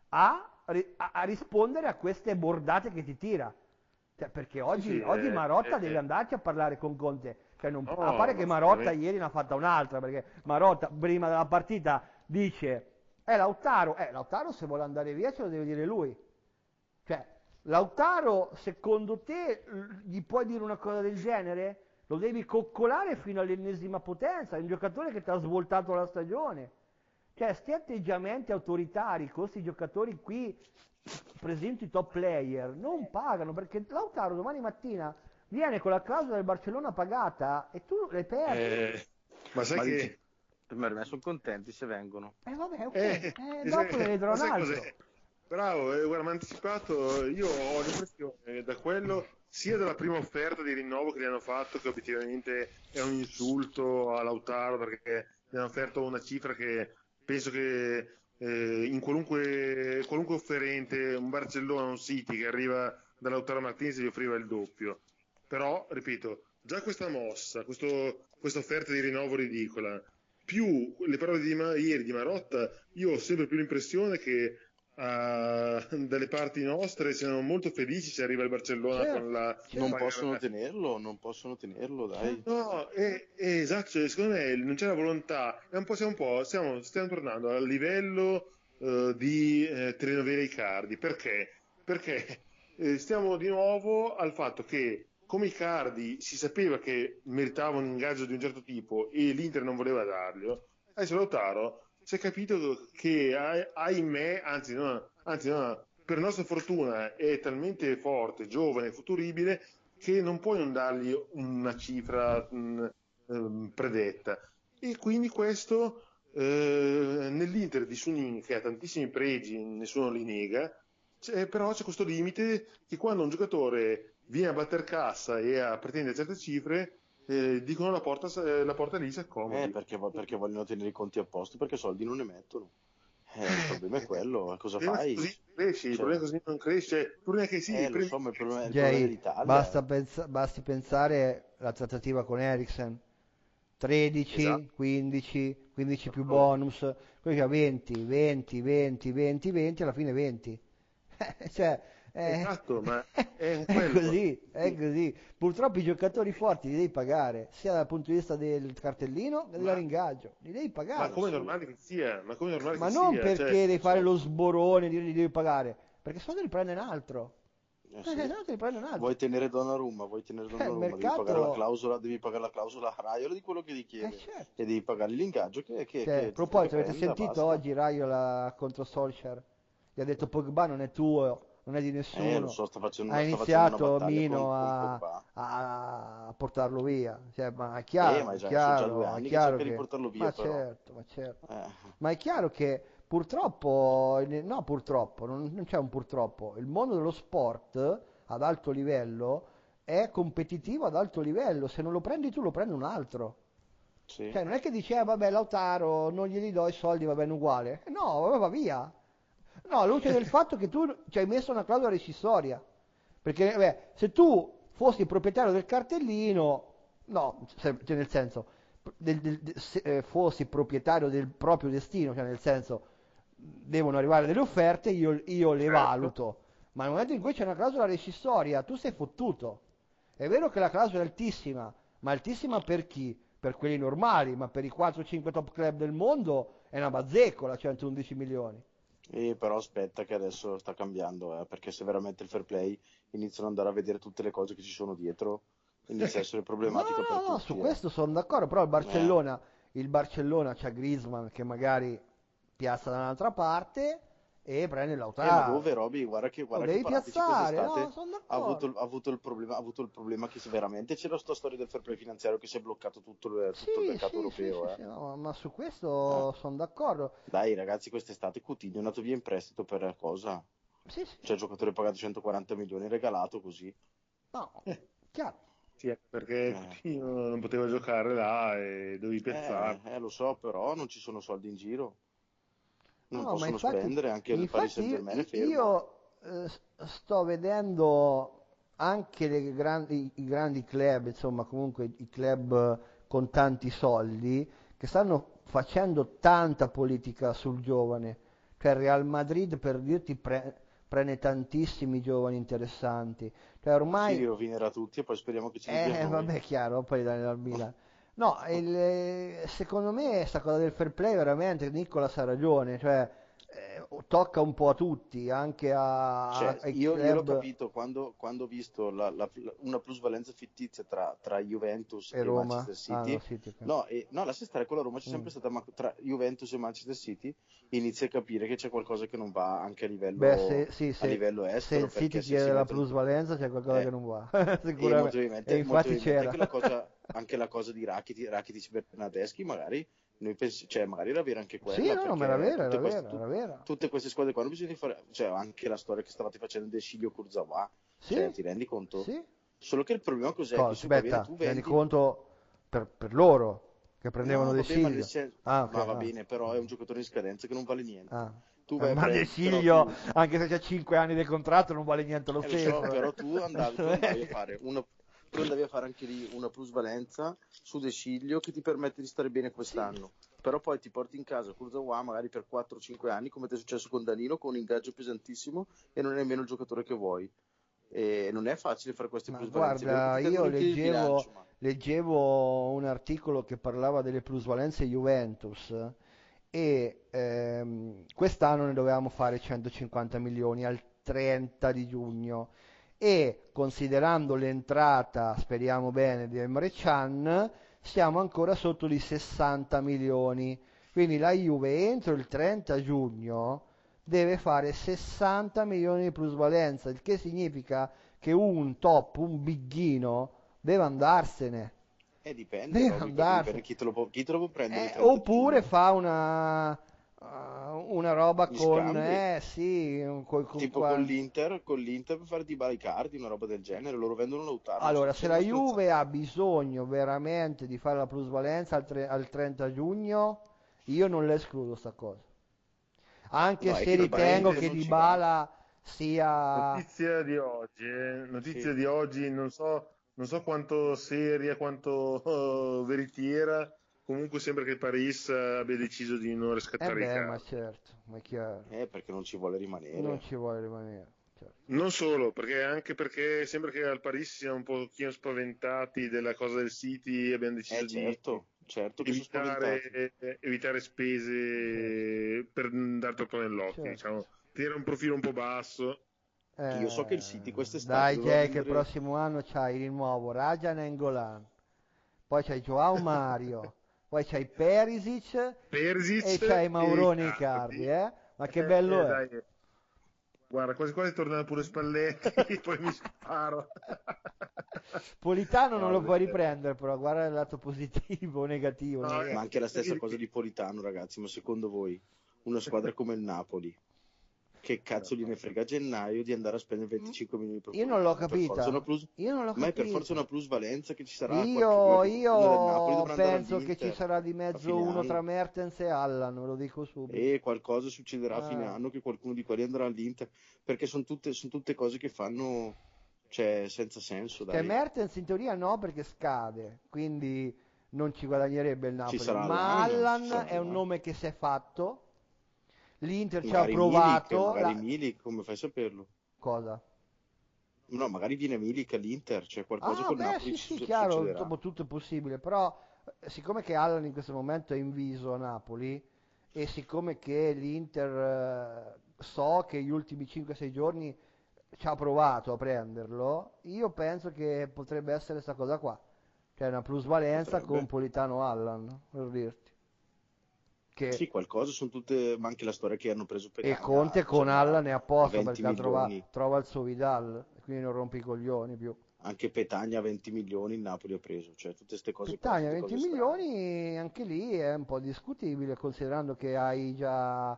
a rispondere a queste bordate che ti tira. Cioè, perché oggi, Sì, oggi Marotta deve andarci a parlare con Conte. Cioè, no, a parte che ma Marotta sicuramente. ieri ne ha fatta un'altra, perché Marotta prima della partita dice, Lautaro se vuole andare via ce lo deve dire lui. Cioè, Lautaro, secondo te, gli puoi dire una cosa del genere? Lo devi coccolare fino all'ennesima potenza, è un giocatore che ti ha svoltato la stagione. Cioè, sti atteggiamenti autoritari con questi giocatori qui, presenti top player, non pagano, perché Lautaro domani mattina viene con la clausola del Barcellona pagata e tu l'hai perso. Ma sai Ma dici, che per me sono contenti se vengono. Vabbè, ok, dopo ne eh, vedrò ma un sai altro. cos'è? Bravo, guarda, mi ha anticipato, io ho l'impressione da quello, sia dalla prima offerta di rinnovo che gli hanno fatto, che obiettivamente è un insulto a Lautaro, perché gli hanno offerto una cifra che penso che in qualunque offerente, un Barcellona, un City che arriva da Lautaro Martinez gli offriva il doppio. Però, ripeto, già questa mossa, questa offerta di rinnovo ridicola, più le parole di ieri di Marotta, io ho sempre più l'impressione che dalle parti nostre siano molto felici se arriva il Barcellona con Certo, la Non certo, possono paga. tenerlo, non possono tenerlo, dai. certo. No, esatto, cioè, secondo me non c'è la volontà, stiamo tornando al livello di telenovela Icardi, perché stiamo di nuovo al fatto che come Icardi si sapeva che meritava un ingaggio di un certo tipo e l'Inter non voleva darglielo, adesso Lautaro si è capito che ahimè, anzi no, per nostra fortuna è talmente forte, giovane, futuribile che non puoi non dargli una cifra predetta. E quindi questo nell'Inter di Sunin, che ha tantissimi pregi, nessuno li nega, però c'è questo limite che quando un giocatore viene a batter cassa e a pretendere certe cifre, dicono la porta lì si accomodi. Perché vogliono tenere i conti a posto, perché soldi non ne mettono. Il problema è quello, cosa Il problema è che fai? così non cresci, il Cioè, problema è che così non cresce, il problema è che sì, lo prendi. so, ma il problema Jay, dell'Italia, basti pensare alla trattativa con Eriksen. esatto. 13, 15, 15 più No, bonus, quello che ha 20, 20, 20, 20, 20, alla fine 20. Cioè, esatto, ma è è quello. così, è così. Purtroppo i giocatori forti li devi pagare, sia dal punto di vista del cartellino che Ma, dell'ingaggio, li devi ma pagare. come è normale che sia? Ma come è normale Ma che non sia? Cioè, perché devi fare So, lo sborone, li devi pagare, perché se no te ne prende un altro. Se sì. no te ne prende un altro. Vuoi tenere Il Donnarumma, mercato, devi pagare la clausola a Raiola di quello che gli chiede certo. e devi pagare l'ingaggio Cioè, a che proposito, avete prenda, sentito basta. oggi Raiola contro Solskjaer? Gli ha detto Pogba non è tuo, non è di Lo nessuno. so, Ha sta facendo una iniziato battaglia Mino con Pogba. a portarlo via. Cioè, ma Ma è sono già due è anni che chiaro cerca di che... portarlo via, Ma però. certo, ma certo. Eh, Ma è chiaro che purtroppo, no purtroppo, non c'è un purtroppo, il mondo dello sport ad alto livello è competitivo ad alto livello, se non lo prendi tu lo prende un altro. sì. Cioè non è che dice, vabbè Lautaro non glieli do i soldi, va bene uguale. No, vabbè, va via. No, alla luce del fatto che tu ci hai messo una clausola rescissoria. Perché vabbè, se tu fossi proprietario del cartellino, no, cioè nel senso, fossi proprietario del proprio destino, cioè nel senso, devono arrivare delle offerte, io le certo. valuto. Ma nel momento in cui c'è una clausola rescissoria, tu sei fottuto. È vero che la clausola è altissima, ma altissima per chi? Per quelli normali, ma per i 4-5 top club del mondo è una bazzecola, 111 milioni. E però aspetta che adesso sta cambiando, perché se veramente il fair play iniziano ad andare a vedere tutte le cose che ci sono dietro, inizia a essere No, problematica per no, no, su tutti. questo sono d'accordo, però il Barcellona c'ha Griezmann che magari piazza da un'altra parte e prende Ma dove Lautaro. Roby? Lo Guarda che devi Paratici piazzare, quest'estate no, sono d'accordo. ha avuto il problema che veramente c'era sta storia del fair play finanziario che si è bloccato tutto il Sì, mercato sì, sì, sì, europeo. sì, no, ma su Eh. questo sono d'accordo. Dai ragazzi, quest'estate Coutinho è andato via in prestito per cosa? Sì, sì, Cioè il giocatore pagato 140 milioni regalato così. no, chiaro. Sì, perché Eh, Coutinho non poteva giocare là e dovevi piazzare. lo so, però non ci sono soldi in giro. No, Non no, ma possono infatti, spendere, anche il Paris infatti Saint-Germain è fermo. io sto vedendo anche i grandi club, insomma, comunque i club con tanti soldi, che stanno facendo tanta politica sul giovane. Cioè il Real Madrid, per dirti, prende tantissimi giovani interessanti. Cioè Sì, ormai, li rovinerà tutti e poi speriamo che ce li dia a noi. vabbè, chiaro, poi dal Milan. No, secondo me sta cosa del fair play veramente, Nicolas ha ragione, cioè tocca un po' a tutti, anche Cioè, ai io l'ho club capito quando ho visto una plusvalenza fittizia tra Juventus e e Roma. Manchester Ah, no, City. sì, ok. No, no, la stessa con la Roma c'è Mm. sempre stata, ma tra Juventus e Manchester City inizi a capire che c'è qualcosa che non va anche Beh, sì, a livello se il estero, City perché se si chiede la mettono. plusvalenza c'è qualcosa che Eh, non va, e sicuramente. E molto infatti probabilmente c'era. anche la cosa di Rakitic Bernardeschi, magari cioè, magari era vera anche Sì, quella, no, no, ma era perché vera, era vera, era vera. tutte queste squadre qua non bisogna fare, cioè anche la storia che stavate facendo del Sciglio Kurzawa, cioè Sì, ti rendi conto? sì. Solo che il problema cos'è? Che Cosa? su va bene, Aspetta, tu ti rendi vendi. conto per loro che prendevano No, De vabbè, ma Siglio? Ah, ok, va ah. bene, però è un giocatore in scadenza che non vale niente. Ah. Tu vai a Ma De però Siglio, tu anche se c'ha 5 anni di contratto, non vale niente lo Lo so, stesso. però tu andavi a fare anche lì una plusvalenza su De Sciglio che ti permette di stare bene Sì, quest'anno. Però poi ti porti in casa Kurzawa magari per 4-5 anni, come ti è successo con Danilo, con un ingaggio pesantissimo e non è nemmeno il giocatore che vuoi. E non è facile fare queste ma plusvalenze, è vero che guarda, ti io tengono in piedi il bilancio, ma leggevo un articolo che parlava delle plusvalenze Juventus e quest'anno ne dovevamo fare 150 milioni al 30 di giugno e considerando l'entrata, speriamo bene, di Emre Can, siamo ancora sotto di 60 milioni. Quindi la Juve entro il 30 giugno deve fare 60 milioni di plusvalenza, il che significa che un top, un bighino, deve andarsene. dipende, Deve Roby, perché dipende andarsene. Chi te lo può prendere il 30 di Oppure giugno? fa una roba Gli con, scambi? sì, Tipo con l'Inter per fare di Balicardi, una roba del genere, loro vendono Lautaro, ma allora, se sono la una Juve stronzata. ha bisogno veramente di fare la plusvalenza al 30 giugno, io non l'escludo sta cosa. Anche No, è se che ritengo Dybala che Parentesi, non ci va. Dybala sia... notizia Sì. di oggi, non so quanto seria, quanto veritiera, comunque sembra che il Paris abbia deciso di non Eh riscattare beh, ma Icardi. certo, ma è chiaro. Perché non ci vuole Non rimanere. ci vuole rimanere, certo. Non solo, anche perché sembra che al Paris siano un pochino spaventati della cosa del City e abbiano deciso di Certo che sono spaventati. evitare Certo, spese per andare troppo nell'occhio, certo. diciamo. Tenere un profilo un po' basso. Io so che il City quest'estate Dai, doveva Jay, che il vendere. prossimo anno c'hai di nuovo Raja Nengolan, poi c'hai Joao Mario, poi c'hai Perisic e Perisic c'hai e Maurone Icardi, Icardi. eh? Ma che bello è! Dai, guarda, quasi quasi tornano pure Spalletti, poi mi sparo. Politano non No, lo puoi riprendere, però guarda il lato positivo o negativo, non no, lo Ma so. anche la stessa cosa di Politano, ragazzi. Ma secondo voi, una squadra come il Napoli, che cazzo gliene frega a gennaio di andare a spendere 25 milioni per Io non l'ho Politano? Per forza capita, una plus. io non l'ho Ma è per forza capita. una plusvalenza che ci sarà. Uno del Napoli Io dovrà andare penso che ci all'Inter sarà di a mezzo fine uno tra anno. Mertens e Allan, ve lo dico subito. E qualcosa succederà a fine Ah. anno che qualcuno di quelli andrà all'Inter. Perché son tutte cose che fanno. Cioè, senza senso, Cioè dai. Mertens in teoria no perché scade, quindi non ci guadagnerebbe il Ci Napoli, sarà ma Allan, ci Allan sarà è un Allan. nome che si è fatto, l'Inter ci ha Magari provato, Milik, come fai a saperlo? cosa? No, magari viene Milik all'Inter, cioè qualcosa Ah col beh Napoli sì sì, chiaro, succederà. dopo tutto è possibile, però siccome che Allan in questo momento è in viso a Napoli e siccome che l'Inter so che gli ultimi 5-6 giorni ci ha provato a prenderlo, io penso che potrebbe essere questa cosa qua, cioè una plusvalenza con Potrebbe. Politano Allan, per dirti. Sì, Che, qualcosa sono tutte, ma anche la storia che hanno preso e Petagna, Conte con cos'era? Allan è a A posto 20 perché milioni. trova il suo Vidal, quindi non rompi i coglioni più. Anche Petagna a 20 milioni il Napoli ha preso, cioè tutte queste cose qua, Petagna tutte 20 cose strane. milioni, anche lì è un po' discutibile considerando che hai già,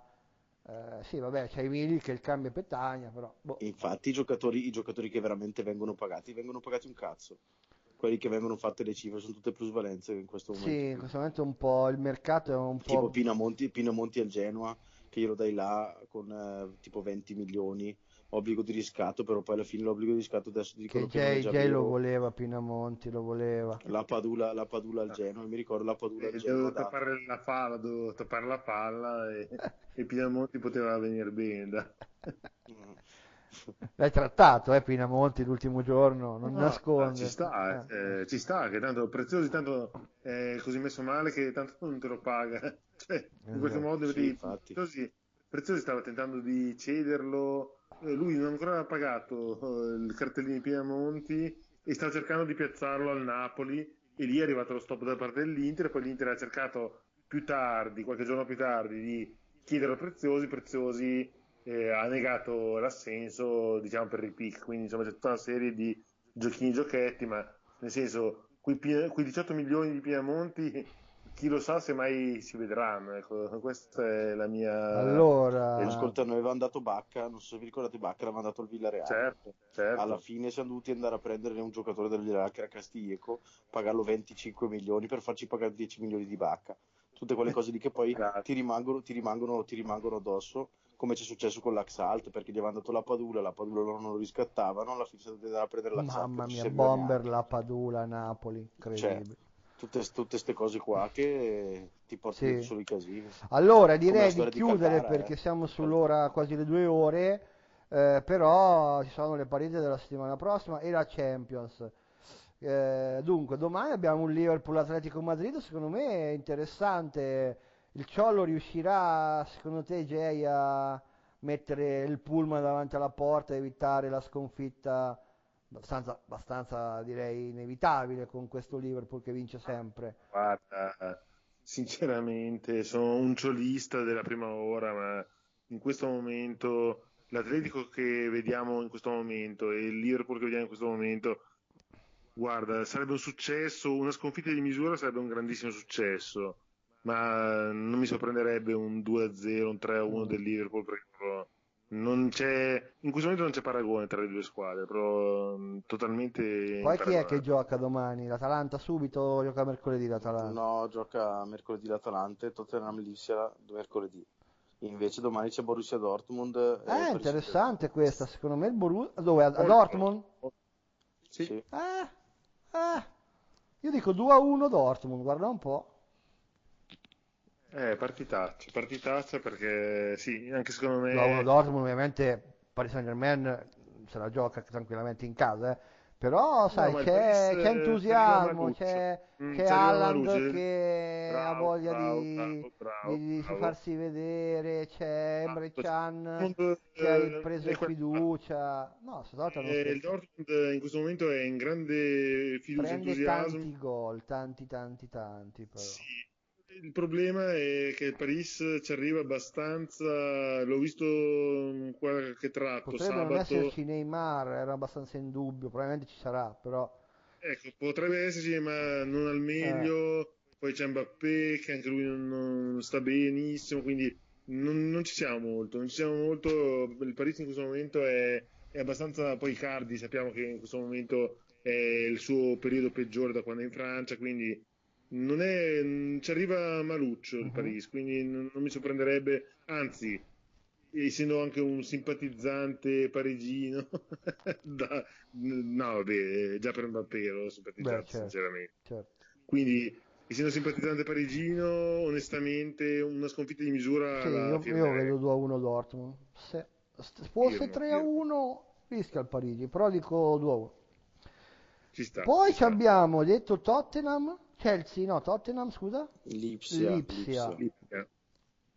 sì vabbè, c'hai Milik che il cambio è Petagna, però, boh. Infatti i giocatori che veramente vengono pagati un cazzo. Quelli che vengono fatte le cifre sono tutte plusvalenze in questo momento Sì, in qui. questo momento un po' il mercato è un Tipo po'. Pinamonti al Genoa, che glielo dai là con tipo 20 milioni, obbligo di riscatto, però poi alla fine l'obbligo di riscatto adesso ti Che dicono che non è già Jay lo vero. voleva, Pinamonti lo voleva. La Padula al Genoa, mi ricordo la Padula al Genoa Devo data. tappare la palla e Pinamonti poteva venire bene. Mm. L'hai trattato, Pinamonti l'ultimo giorno, non No, ci nasconde. sta, ci sta, che tanto Preziosi tanto è così messo male che tanto non te lo paga. Cioè, in qualche Esatto. modo Sì, vedi, infatti. Preziosi stava tentando di cederlo, lui non ancora aveva pagato il cartellino di Piemonti e stava cercando di piazzarlo al Napoli e lì è arrivato lo stop da parte dell'Inter, poi l'Inter ha cercato più tardi, qualche giorno più tardi, di chiederlo a Preziosi, Preziosi ha negato l'assenso, diciamo, per i pick, quindi insomma c'è tutta una serie di giochini, giochetti, ma nel senso, quei 18 milioni di Piemonti, chi lo sa se mai si vedranno, ecco, questa è la mia... Allora, Ascolta, noi avevamo dato Bacca, non so se vi ricordate Bacca, l'avevamo dato al Villareal. Certo, Alla certo, fine siamo dovuti andare a prendere un giocatore del Villareal che era Castiglieco, pagarlo 25 milioni per farci pagare 10 milioni di Bacca. Tutte quelle cose lì che poi grazie. ti rimangono addosso, come c'è successo con l'Axalt, perché gli avevano dato la Padula loro non lo riscattavano, alla fine siamo dovuti andare a prendere l'Axalt che mamma non ci mia, serviva Bomber, neanche. la Padula, Napoli, Cioè, incredibile. tutte queste cose qua che ti portano dietro Sì. solo i casini. Allora, Come la direi di storia di chiudere Caldara, perché siamo Caldara. sull'ora, quasi le 2 ore, però ci sono le partite della settimana prossima e la Champions. Dunque, domani abbiamo un Liverpool Atletico Madrid, secondo me è interessante. Il Ciollo riuscirà, secondo te, Jay, a mettere il pullman davanti alla porta e evitare la sconfitta abbastanza, direi inevitabile con questo Liverpool che vince sempre. Guarda, sinceramente sono un ciolista della prima ora, ma in questo momento l'Atletico che vediamo in questo momento e il Liverpool che vediamo in questo momento, guarda, sarebbe un successo, una sconfitta di misura sarebbe un grandissimo successo, ma non mi sorprenderebbe un 2-0, un 3-1 Mm. del Liverpool perché proprio non c'è, in questo momento non c'è paragone tra le due squadre, però totalmente Poi chi è che imparagonabile. gioca domani? L'Atalanta subito o gioca mercoledì l'Atalanta? No, gioca mercoledì l'Atalanta e Tottenham Lipsia mercoledì. Invece domani c'è Borussia Dortmund e Paris Saint-Germain. Interessante questa, secondo me il Borussia. Dove? A Molto. Dortmund? Sì. Sì. Eh, eh, io dico 2-1 Dortmund, guarda un po'. Partitaccia perché sì, anche secondo 2-1 me, Dortmund, ovviamente Paris Saint-Germain se la gioca tranquillamente in casa, eh. Però, no, sai, ma il Paris c'è ci arriva entusiasmo, Maluccio. c'è Ci arriva Haaland Maluccio. che ha Bravo, voglia bravo, bravo, bravo, di bravo. farsi vedere, c'è Emre Esatto. Can Dortmund, che ha ripreso è fiducia. No, stavolta non il scherzo. Dortmund in questo momento è in grande fiducia e Prende entusiasmo. tanti gol, tanti però. Sì, il problema è che il Paris ci arriva abbastanza, l'ho visto qualche tratto Potrebbe non sabato. esserci Neymar, era abbastanza in dubbio, probabilmente ci sarà, però Ecco, potrebbe esserci, ma non al eh, meglio. Poi c'è Mbappé che anche lui non sta benissimo, quindi non ci siamo molto. Non ci siamo molto. Il Parigi in questo momento è abbastanza. Poi Icardi sappiamo che in questo momento è il suo periodo peggiore da quando è in Francia, quindi ci arriva maluccio il mhm. Parigi, quindi non mi sorprenderebbe, anzi, essendo anche un simpatizzante parigino, no, vabbè, già per Mbappé ero Beh, simpatizzante, certo, sinceramente. certo. Quindi, essendo simpatizzante parigino, onestamente, una sconfitta di misura Sì, la io firmerei. vedo 2-1 Dortmund. Se fosse Firmo. 3-1 rischia il Parigi, però dico 2-1. Ci sta, Poi ci ci sta. abbiamo detto Tottenham, Chelsea, no, Tottenham, scusa, Lipsia, Lipsia. Lipsia.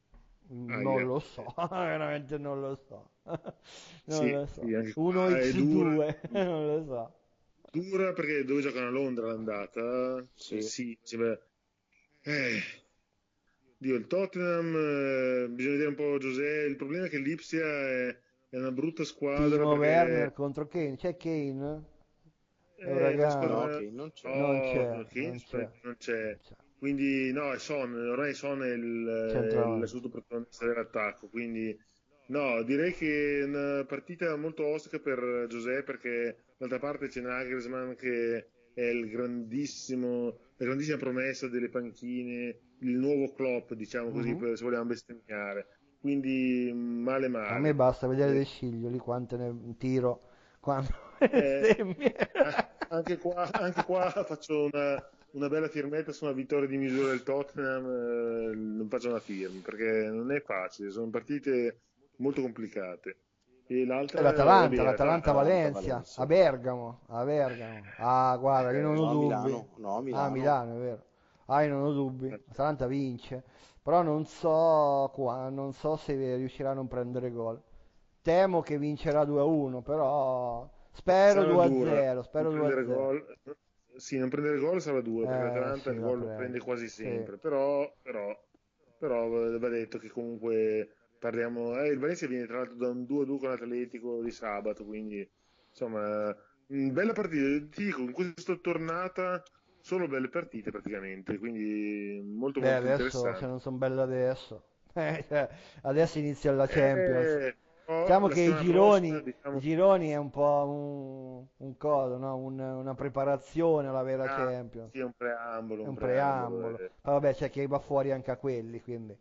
Non lo so, veramente non lo so. Non Sì, lo so. sì, anche Uno qua è dura. X2, non lo so. Dura perché dove giocano a Londra l'andata? Sì. Sì, sì, beh. Eh, Dio, il Tottenham, bisogna vedere un po' José. Il problema è che l'Ipsia è una brutta squadra Timo Werner perché contro Kane. C'è Kane? È è una No, squadra. che non c'è. Non No, c'è, Kane non c'è. non c'è. C'è. Quindi no, è Son, ormai Son è Centravanti. l'assoluto protagonista dell'attacco. Quindi no, direi che è una partita molto ostica per José perché d'altra parte c'è Nagelsmann che è la grandissima promessa delle panchine, il nuovo Klopp, diciamo così, Mhm. se vogliamo bestemmiare. Quindi male A me male. basta vedere Eh, De Sciglio, lì quante ne tiro quando Eh, bestemmie. anche qua faccio una bella firmetta su una vittoria di misura del Tottenham, non faccio una firma perché non è facile, sono partite molto complicate. E E l'altra, l'Atalanta, vabbè, l'Atalanta Atalanta, Valencia, a Valencia. Bergamo, a Bergamo. Ah, guarda, io non ho No, a dubbi. Milano. No, a Ah, a Milano. Milano, è vero. Ah, io non ho dubbi. L'Atalanta vince. Però non so qua, non so se riuscirà a non prendere gol. Temo che vincerà 2-1, però spero sarà dura, 2-0, non spero prendere 2-0. gol. Sì, non prendere gol sarà dura perché l'Atalanta Sì, il la gol lo prende prende. quasi Sì. sempre, però va detto che comunque parliamo, il Valencia viene tra l'altro da un 2-2 con l'Atletico di sabato, quindi insomma, bella partita, ti dico, in questa tornata solo belle partite praticamente, quindi molto Beh, molto adesso, se interessante. non sono bello adesso. Cioè, adesso inizia la Champions. Però Diciamo la che settimana prossima, i diciamo, gironi è un po' un coso, no? Una preparazione alla vera ah, Champions. sì, è un preambolo, È un un preambolo. preambolo. Poi vabbè, c'è chi va fuori anche a quelli, quindi.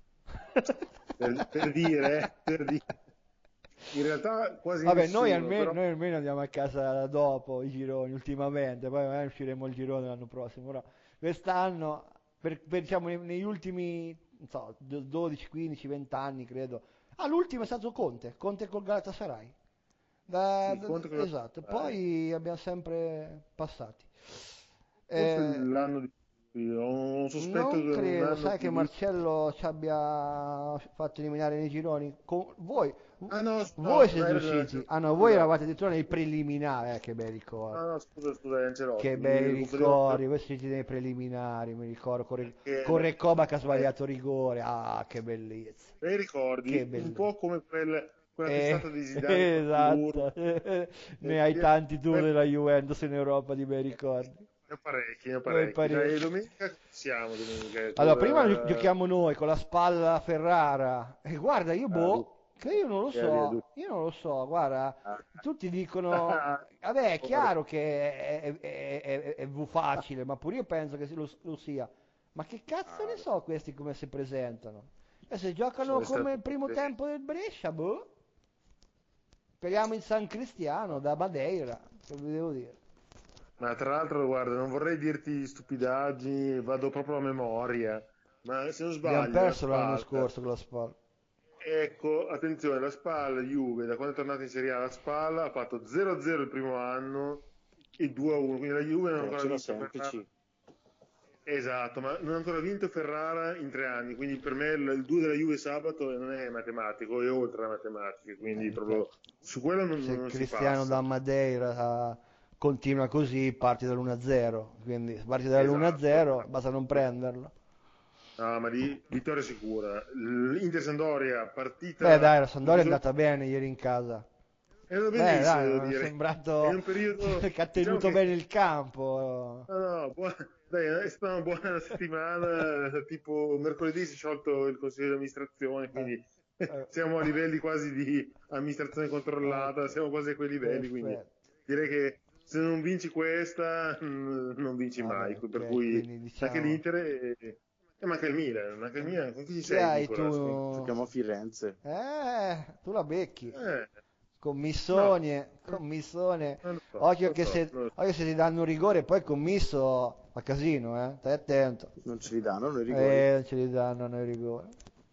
Per dire, per dire. In realtà quasi Vabbè, nessuno, però noi almeno andiamo a casa dopo i gironi, ultimamente, poi magari usciremo il girone l'anno prossimo. Però quest'anno, diciamo, negli ultimi, non so, 12, 15, 20 anni, credo. Ah, l'ultimo è stato Conte, Conte col Galatasaray. sì, conto che lo Esatto, fai. poi abbiamo sempre passati. Forse Eh, l'anno di più. Ho un sospetto non che un credo, anno sai che di lui. Marcello ci abbia fatto eliminare nei gironi? Ah no, Voi no, siete hai ragione, usciti? Ah no, voi scusa. eravate addirittura nei preliminari, che bei ricordi. No, no, scusa, Che Ancelotti, bei mi confondevo ricordi, voi siete nei preliminari, mi ricordo, perché con Recoba che ha eh, sbagliato rigore. Ah, che bellezza, bei che ricordi, un bellezza. po' come quella testata di Zidane contro il Esatto, Livorno. ne hai Pieno, tanti tu della Juventus in Europa di bei ricordi. ne ho Ne hai parecchi. Dai, parecchi. domenica siamo domenica. Allora, prima giochiamo noi con la spalla a Ferrara. E guarda, che Via. io non lo so, guarda, Ah. tutti dicono, vabbè, è chiaro che è facile, ma pure io penso che lo sia. Ma che cazzo ne so questi come si presentano? E se giocano Sono come il stato primo tempo del Brescia, boh, speriamo in San Cristiano, da Madeira, che vi devo dire. Ma tra l'altro, guarda, non vorrei dirti stupidaggini, vado proprio a memoria, ma se non Abbiamo sbaglio, la perso l'anno spalla, scorso con la spalla. ecco, attenzione, la spalla, Juve, da quando è tornata in Serie A, la spalla ha fatto 0-0 il primo anno e 2-1, quindi la Juve non ha Però ancora c'era vinto Ferrara. semplici. Esatto, ma non ha ancora vinto Ferrara in 3 anni, quindi per me il 2 della Juve sabato non è matematico, è oltre la matematica, quindi Cioè, proprio su quello se non si Cristiano passa. da Madeira continua così, parti dall'1-0, quindi se parti Esatto. dall'1-0 basta non prenderlo. No, ma di vittoria sicura. L'Inter Sampdoria, Beh, partita dai, la in cui Sampdoria è sono... andata bene ieri in casa. È andato Beh, benissimo, dai, devo mi è dire. È in sembrato un periodo, che ha diciamo tenuto che, bene il campo. no, no, dai, è stata una buona settimana, tipo mercoledì si è sciolto il consiglio di amministrazione, Eh, quindi eh, siamo a livelli quasi di amministrazione controllata, ok, siamo quasi a quei livelli, quindi perfetto. direi che se non vinci questa, non vinci mai, Vabbè, per ok, cui quindi anche diciamo... l'Inter e manca il Milan, con chi ci Chi sei, hai Nicolas? tu? Giochiamo a Firenze. Tu la becchi. Eh, no, Commissone, commissone. non lo so, Occhio non lo che so, se, non lo occhio se ti danno un rigore, poi commisso fa casino, eh? Stai attento. Non ce li danno nei rigori. Non ce li danno noi rigori.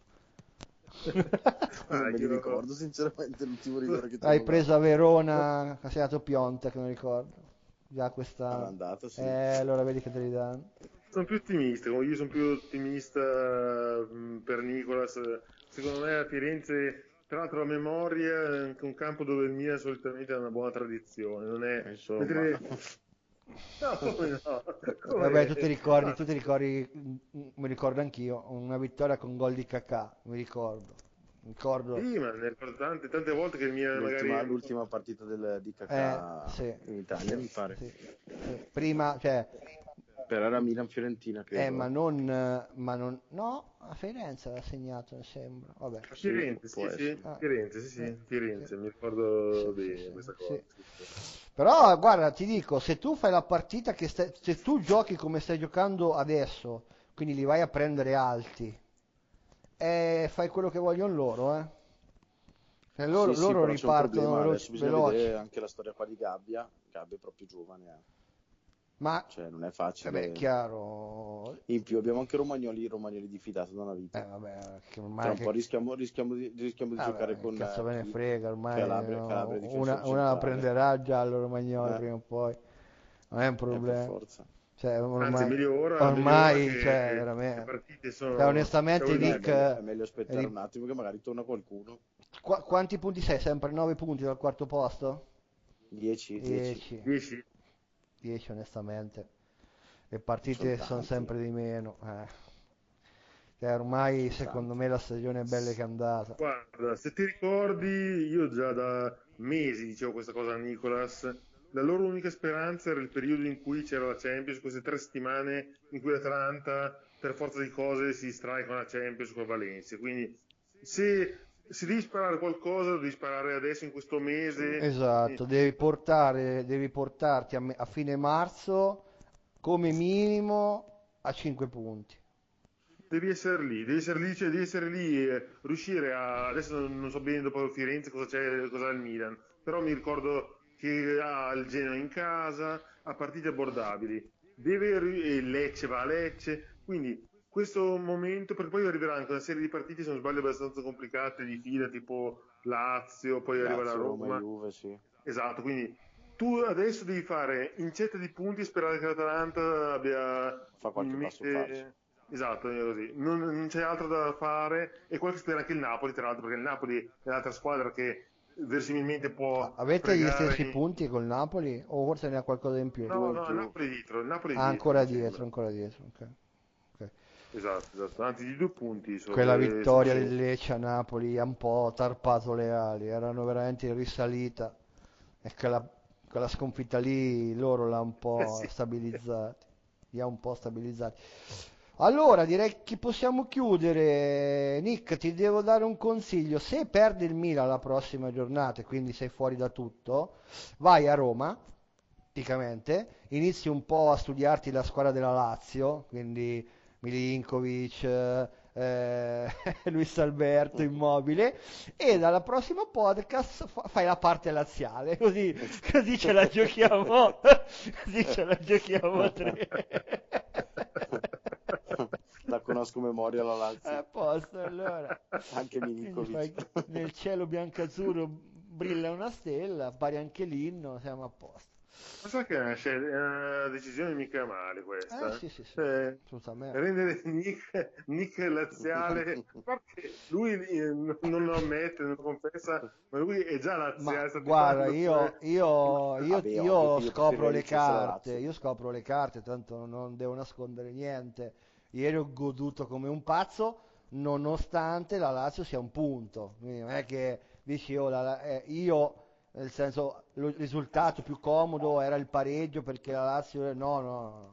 so. Non Ah, me li io ricordo, sinceramente, l'ultimo rigore che ci Hai hanno preso a dato. Verona, ha segnato Piontek, non ricordo. Già quest'anno. All'andata, sì. Allora vedi che te li danno. sono più ottimista, io sono più ottimista per Nicolas, secondo me a Firenze, tra l'altro la memoria è anche un campo dove il Milan solitamente ha una buona tradizione, non è... Insomma. No, come no? Vabbè, tu ti ricordi, mi ricordo anch'io, una vittoria con gol di Kakà, mi ricordo. Sì, ma ne ricordo tante volte che il Milan magari... L'ultima partita di Kakà sì, in Italia, mi pare. sì. Prima, cioè... Per era Milan-Fiorentina, credo. ma non... No, a Firenze l'ha segnato, mi sembra. Vabbè. Firenze, Firenze, mi ricordo bene questa cosa. Sì. Però, guarda, ti dico, se tu fai la partita se tu giochi come stai giocando adesso, quindi li vai a prendere alti, fai quello che vogliono loro, eh. Loro però ripartono adesso bisogna veloci. vedere anche la storia qua di Gabbia è proprio giovane, Ma cioè non è facile. vabbè, chiaro. In più abbiamo anche Romagnoli di fidato da una vita. Vabbè, che Tra ormai un po' rischiamo di giocare con cazzo me ne frega, ormai Calabria una la prenderà già il Romagnoli prima o poi. Non è un per problema. forza. Cioè, Anzi, ormai, che cioè, le veramente. partite sono... Cioè, onestamente, Nick, è meglio aspettare un attimo che magari torna qualcuno. Quanti punti sei? Sempre 9 punti dal quarto posto? 10. 10 onestamente. Le partite sono sempre di meno. Cioè, ormai secondo me la stagione è bella che è andata. Guarda, se ti ricordi, io già da mesi dicevo questa cosa a Nicolas. La loro unica speranza era il periodo in cui c'era la Champions, queste 3 settimane in cui l'Atalanta, per forza di cose, si distrae con la Champions, con Valencia. Quindi, se devi sparare qualcosa, lo devi sparare adesso, in questo mese. Esatto, devi portarti a fine marzo come minimo a 5 punti. Devi essere lì, riuscire a... Adesso non so bene dopo Firenze cosa ha il Milan, però mi ricordo che ha il Genoa in casa, ha partite abbordabili, e Lecce va a Lecce, quindi questo momento, perché poi arriverà anche una serie di partite, se non sbaglio, abbastanza complicate di fila, tipo Lazio, poi arriva la Roma. Juve, sì. Esatto, quindi tu adesso devi fare incetta di punti e sperare che l'Atalanta fa qualche passo falso. Esatto, è così. Non c'è altro da fare, e quello che spera anche il Napoli, tra l'altro, perché il Napoli è l'altra squadra che verosimilmente può... Avete gli stessi punti col Napoli o forse ne ha qualcosa in più? No, il Napoli è dietro. Ancora dietro, ok. Esatto, anzi di 2 punti. Quella vittoria del Lecce a Napoli ha un po' tarpato le ali, erano veramente in risalita e quella sconfitta lì loro l'ha un po' stabilizzati, li ha un po' stabilizzati. Allora direi che possiamo chiudere. Nick, ti devo dare un consiglio: se perdi il Milan la prossima giornata, quindi sei fuori da tutto, vai a Roma, praticamente, inizi un po' a studiarti la squadra della Lazio, quindi Milinkovic, Luis Alberto, Immobile, e dalla prossima podcast fai la parte laziale, così ce la giochiamo, così ce la giochiamo a 3. La conosco memoria la Lazio. A posto, allora. Anche Milinkovic. Nel cielo bianco-azzurro brilla una stella, appare anche l'inno, siamo a posto. Ma sa che è una decisione mica male questa. Sì, assolutamente. Rendere Nick laziale, perché lui non lo ammette, non lo confessa, ma lui è già laziale. Ma guarda, io scopro le carte, tanto non devo nascondere niente. Ieri ho goduto come un pazzo, nonostante la Lazio sia un punto. Quindi non è che dici, io... Nel senso, il risultato più comodo era il pareggio perché la Lazio... No.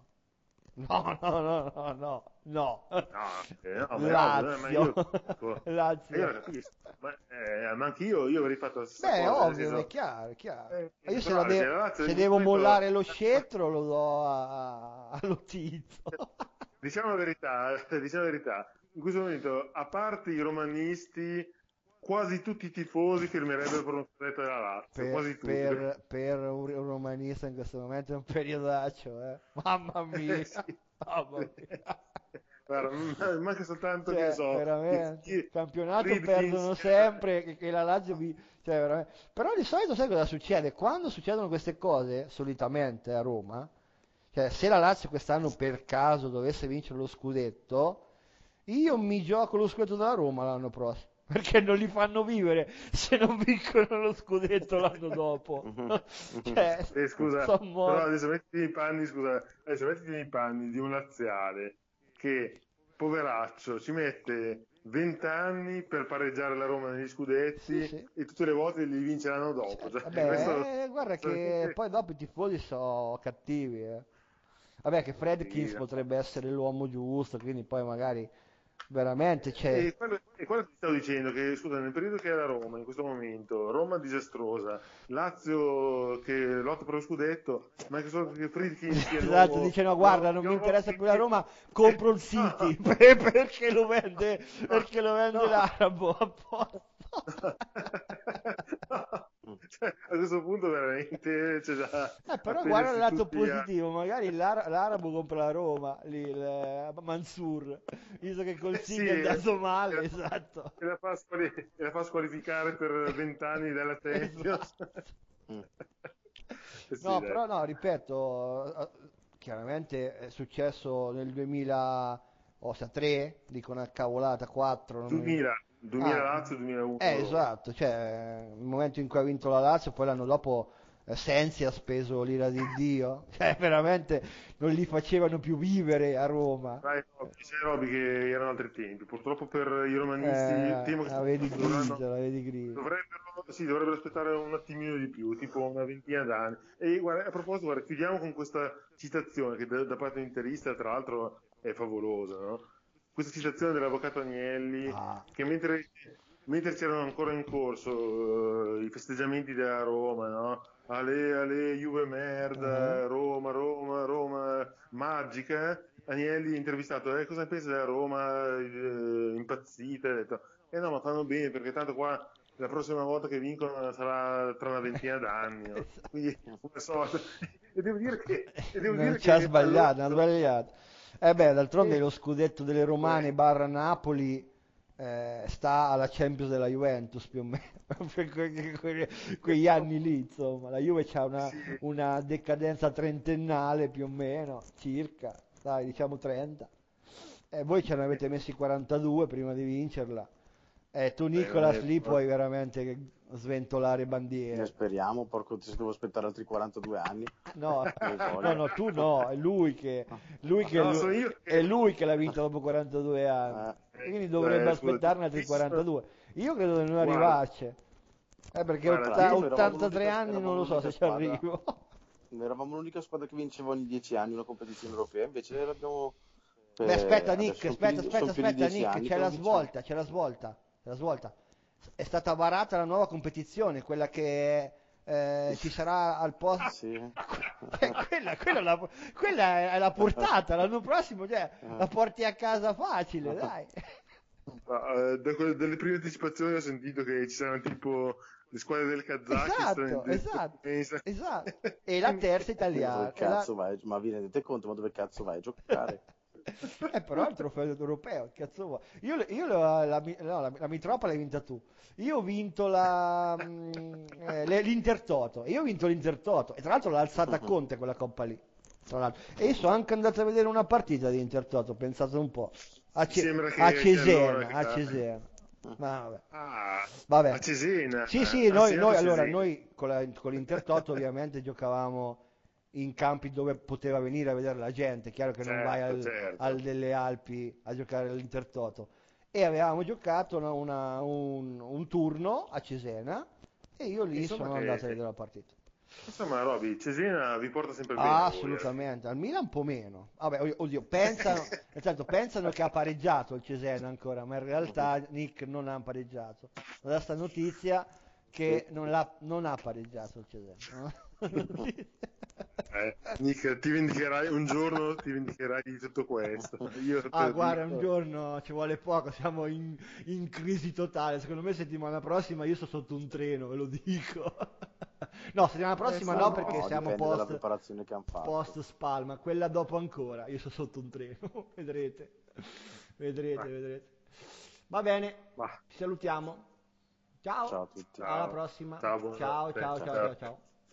Lazio. Ma anche io avrei fatto la stessa Beh, cosa. ovvio, è chiaro. Io se devo mollare lo scettro lo do allo Tizio. Diciamo la verità, in questo momento, a parte i romanisti, quasi tutti i tifosi firmerebbero per uno scudetto della Lazio, quasi tutti. Per un romanista in questo momento è un periodaccio, Mamma mia. Sì. Mamma mia. Guarda, manca soltanto cioè, che so, veramente, il campionato perdono sempre, che la Lazio cioè, veramente. Però di solito sai cosa succede? Quando succedono queste cose, solitamente a Roma, cioè se la Lazio quest'anno per caso dovesse vincere lo scudetto, io mi gioco lo scudetto della Roma l'anno prossimo. perché non li fanno vivere se non vincono lo scudetto l'anno dopo. Cioè, Scusa, sono però morti. adesso mettiti nei panni, scusa, adesso mettiti nei panni di un laziale che, poveraccio, ci mette 20 anni per pareggiare la Roma negli Sì, scudetti sì. e tutte le volte li vince l'anno dopo. Certo. Cioè, questo Vabbè, guarda che poi dopo i tifosi sono cattivi, eh. Vabbè, che Fredkins sì. potrebbe essere l'uomo giusto, quindi poi magari veramente c'è. E quello ti stavo dicendo che, scusa, nel periodo che è la Roma, in questo momento, Roma disastrosa, Lazio che lotta per lo scudetto, ma che Friedkin sia il Esatto, nuovo, dice no, guarda, nuovo, non mi nuovo interessa più la Friedkin. Roma, compro il No, City perché lo vende no, l'arabo apposta. no. Cioè, a questo punto veramente c'è da Però guarda il appellersi lato tutti a... positivo, magari l'arabo compra la Roma, lì, Mansur, visto che col Sì, City è andato male, esatto. e la fa squalificare per 20 anni dalla Champions. Esatto. Sì, No, dai. però no, ripeto, chiaramente è successo nel 2003, dico una cavolata, 4, non mi... 2000 Ah, Lazio, 2001 Roma. esatto, cioè il momento in cui ha vinto la Lazio, poi l'anno dopo Sensi ha speso l'ira di Dio, cioè veramente non li facevano più vivere a Roma. Sai, Roby, che erano altri tempi. Purtroppo per i romanisti, temo che La vedi grigia. dovrebbero aspettare un attimino di più, tipo una ventina d'anni. E guarda, a proposito, guarda, chiudiamo con questa citazione che da parte interista, tra l'altro, è favolosa, no? Questa citazione dell'avvocato Agnelli, Ah, che mentre c'erano ancora in corso i festeggiamenti della Roma, no? Ale, Juve mhm. merda, Roma, Roma, Roma magica. Agnelli intervistato, cosa pensi della Roma? Impazzita, ha detto, eh no, ma fanno bene perché tanto qua la prossima volta che vincono sarà tra una ventina d'anni, no? Quindi, come solito. E devo Non dire ci ha che allora... sbagliato, non ha sbagliato. E beh, d'altronde eh, lo scudetto delle romane beh, barra Napoli sta alla Champions della Juventus più o meno, per quegli anni lì, insomma. La Juve c'ha sì, una decadenza trentennale più o meno, circa, dai, diciamo 30. E voi ce ne avete messi 42 prima di vincerla. E tu, non Nicolas, è... lì puoi veramente sventolare bandiere. Speriamo, porco, se devo aspettare altri 42 anni, No, che no, voglia. no, tu no, è No, sono io è che... lui che l'ha vinta dopo 42 anni, e quindi dovrebbe Scusa, aspettarne altri giustissimo. 42. Io credo di non Guarda, arrivarci, perché guarda, Guarda, noi 83 anni non lo so se ci arrivo. eravamo l'unica squadra che vinceva ogni 10 anni una competizione europea, invece l'abbiamo, Beh, aspetta adesso Nick, sono più aspetta, son più di aspetta 10 Nick, anni che non vinciamo. c'è la svolta. È stata varata la nuova competizione, quella che ci sarà al posto. Sì. Quella è la portata, l'anno prossimo, cioè, la porti a casa facile, dai. Dalle prime anticipazioni ho sentito che ci saranno tipo le squadre del Kazakistan, Esatto, del esatto, Turkmenistan. esatto. E la terza Ma dove italiana. cazzo vai? Ma vi rendete conto? Ma dove cazzo vai a giocare? Però è il trofeo europeo, cazzo vuoi? No, la Mitropa l'hai vinta tu. Io ho vinto l'Intertoto. Io ho vinto l'Intertoto. E tra l'altro l'ha alzata Conte quella coppa lì. Tra l'altro. E io sono anche andato a vedere una partita di Intertoto, pensate un po'. Sembra A che allora Cesena, che a Cesena. Ma vabbè. Ah, a Vabbè. Cesena, Sì, sì, ha segnato a allora, Cesena. noi con l'Intertoto ovviamente giocavamo in campi dove poteva venire a vedere la gente. Chiaro che non vai Certo, al certo. delle Alpi a giocare all'Intertoto. E avevamo giocato un turno a Cesena e io lì Insomma, sono andato a vedere la partita. Roby, Cesena vi porta sempre bene Ah, a voi alla fine. assolutamente, al Milan un po' meno. Vabbè, oddio, nel senso, pensano che ha pareggiato il Cesena ancora, ma in realtà Nick non ha pareggiato. Da sta notizia che non ha pareggiato il Cesena. Nick, un giorno ti vendicherai di tutto questo. Io te Ah, lo guarda, un dico. giorno ci vuole poco, siamo in crisi totale. Secondo me settimana prossima io sto sotto un treno, ve lo dico. No, settimana prossima Sì. no, perché No, siamo dipende dalla preparazione che hanno fatto. post Spalma, quella dopo ancora. Io sto sotto un treno, vedrete. Ma, Vedrete. Va bene, ma, ci salutiamo. Ciao, Ciao a tutti. alla ciao. prossima. Ciao, Ciao, buonanotte. ciao, ciao, Ciao. ciao, ciao.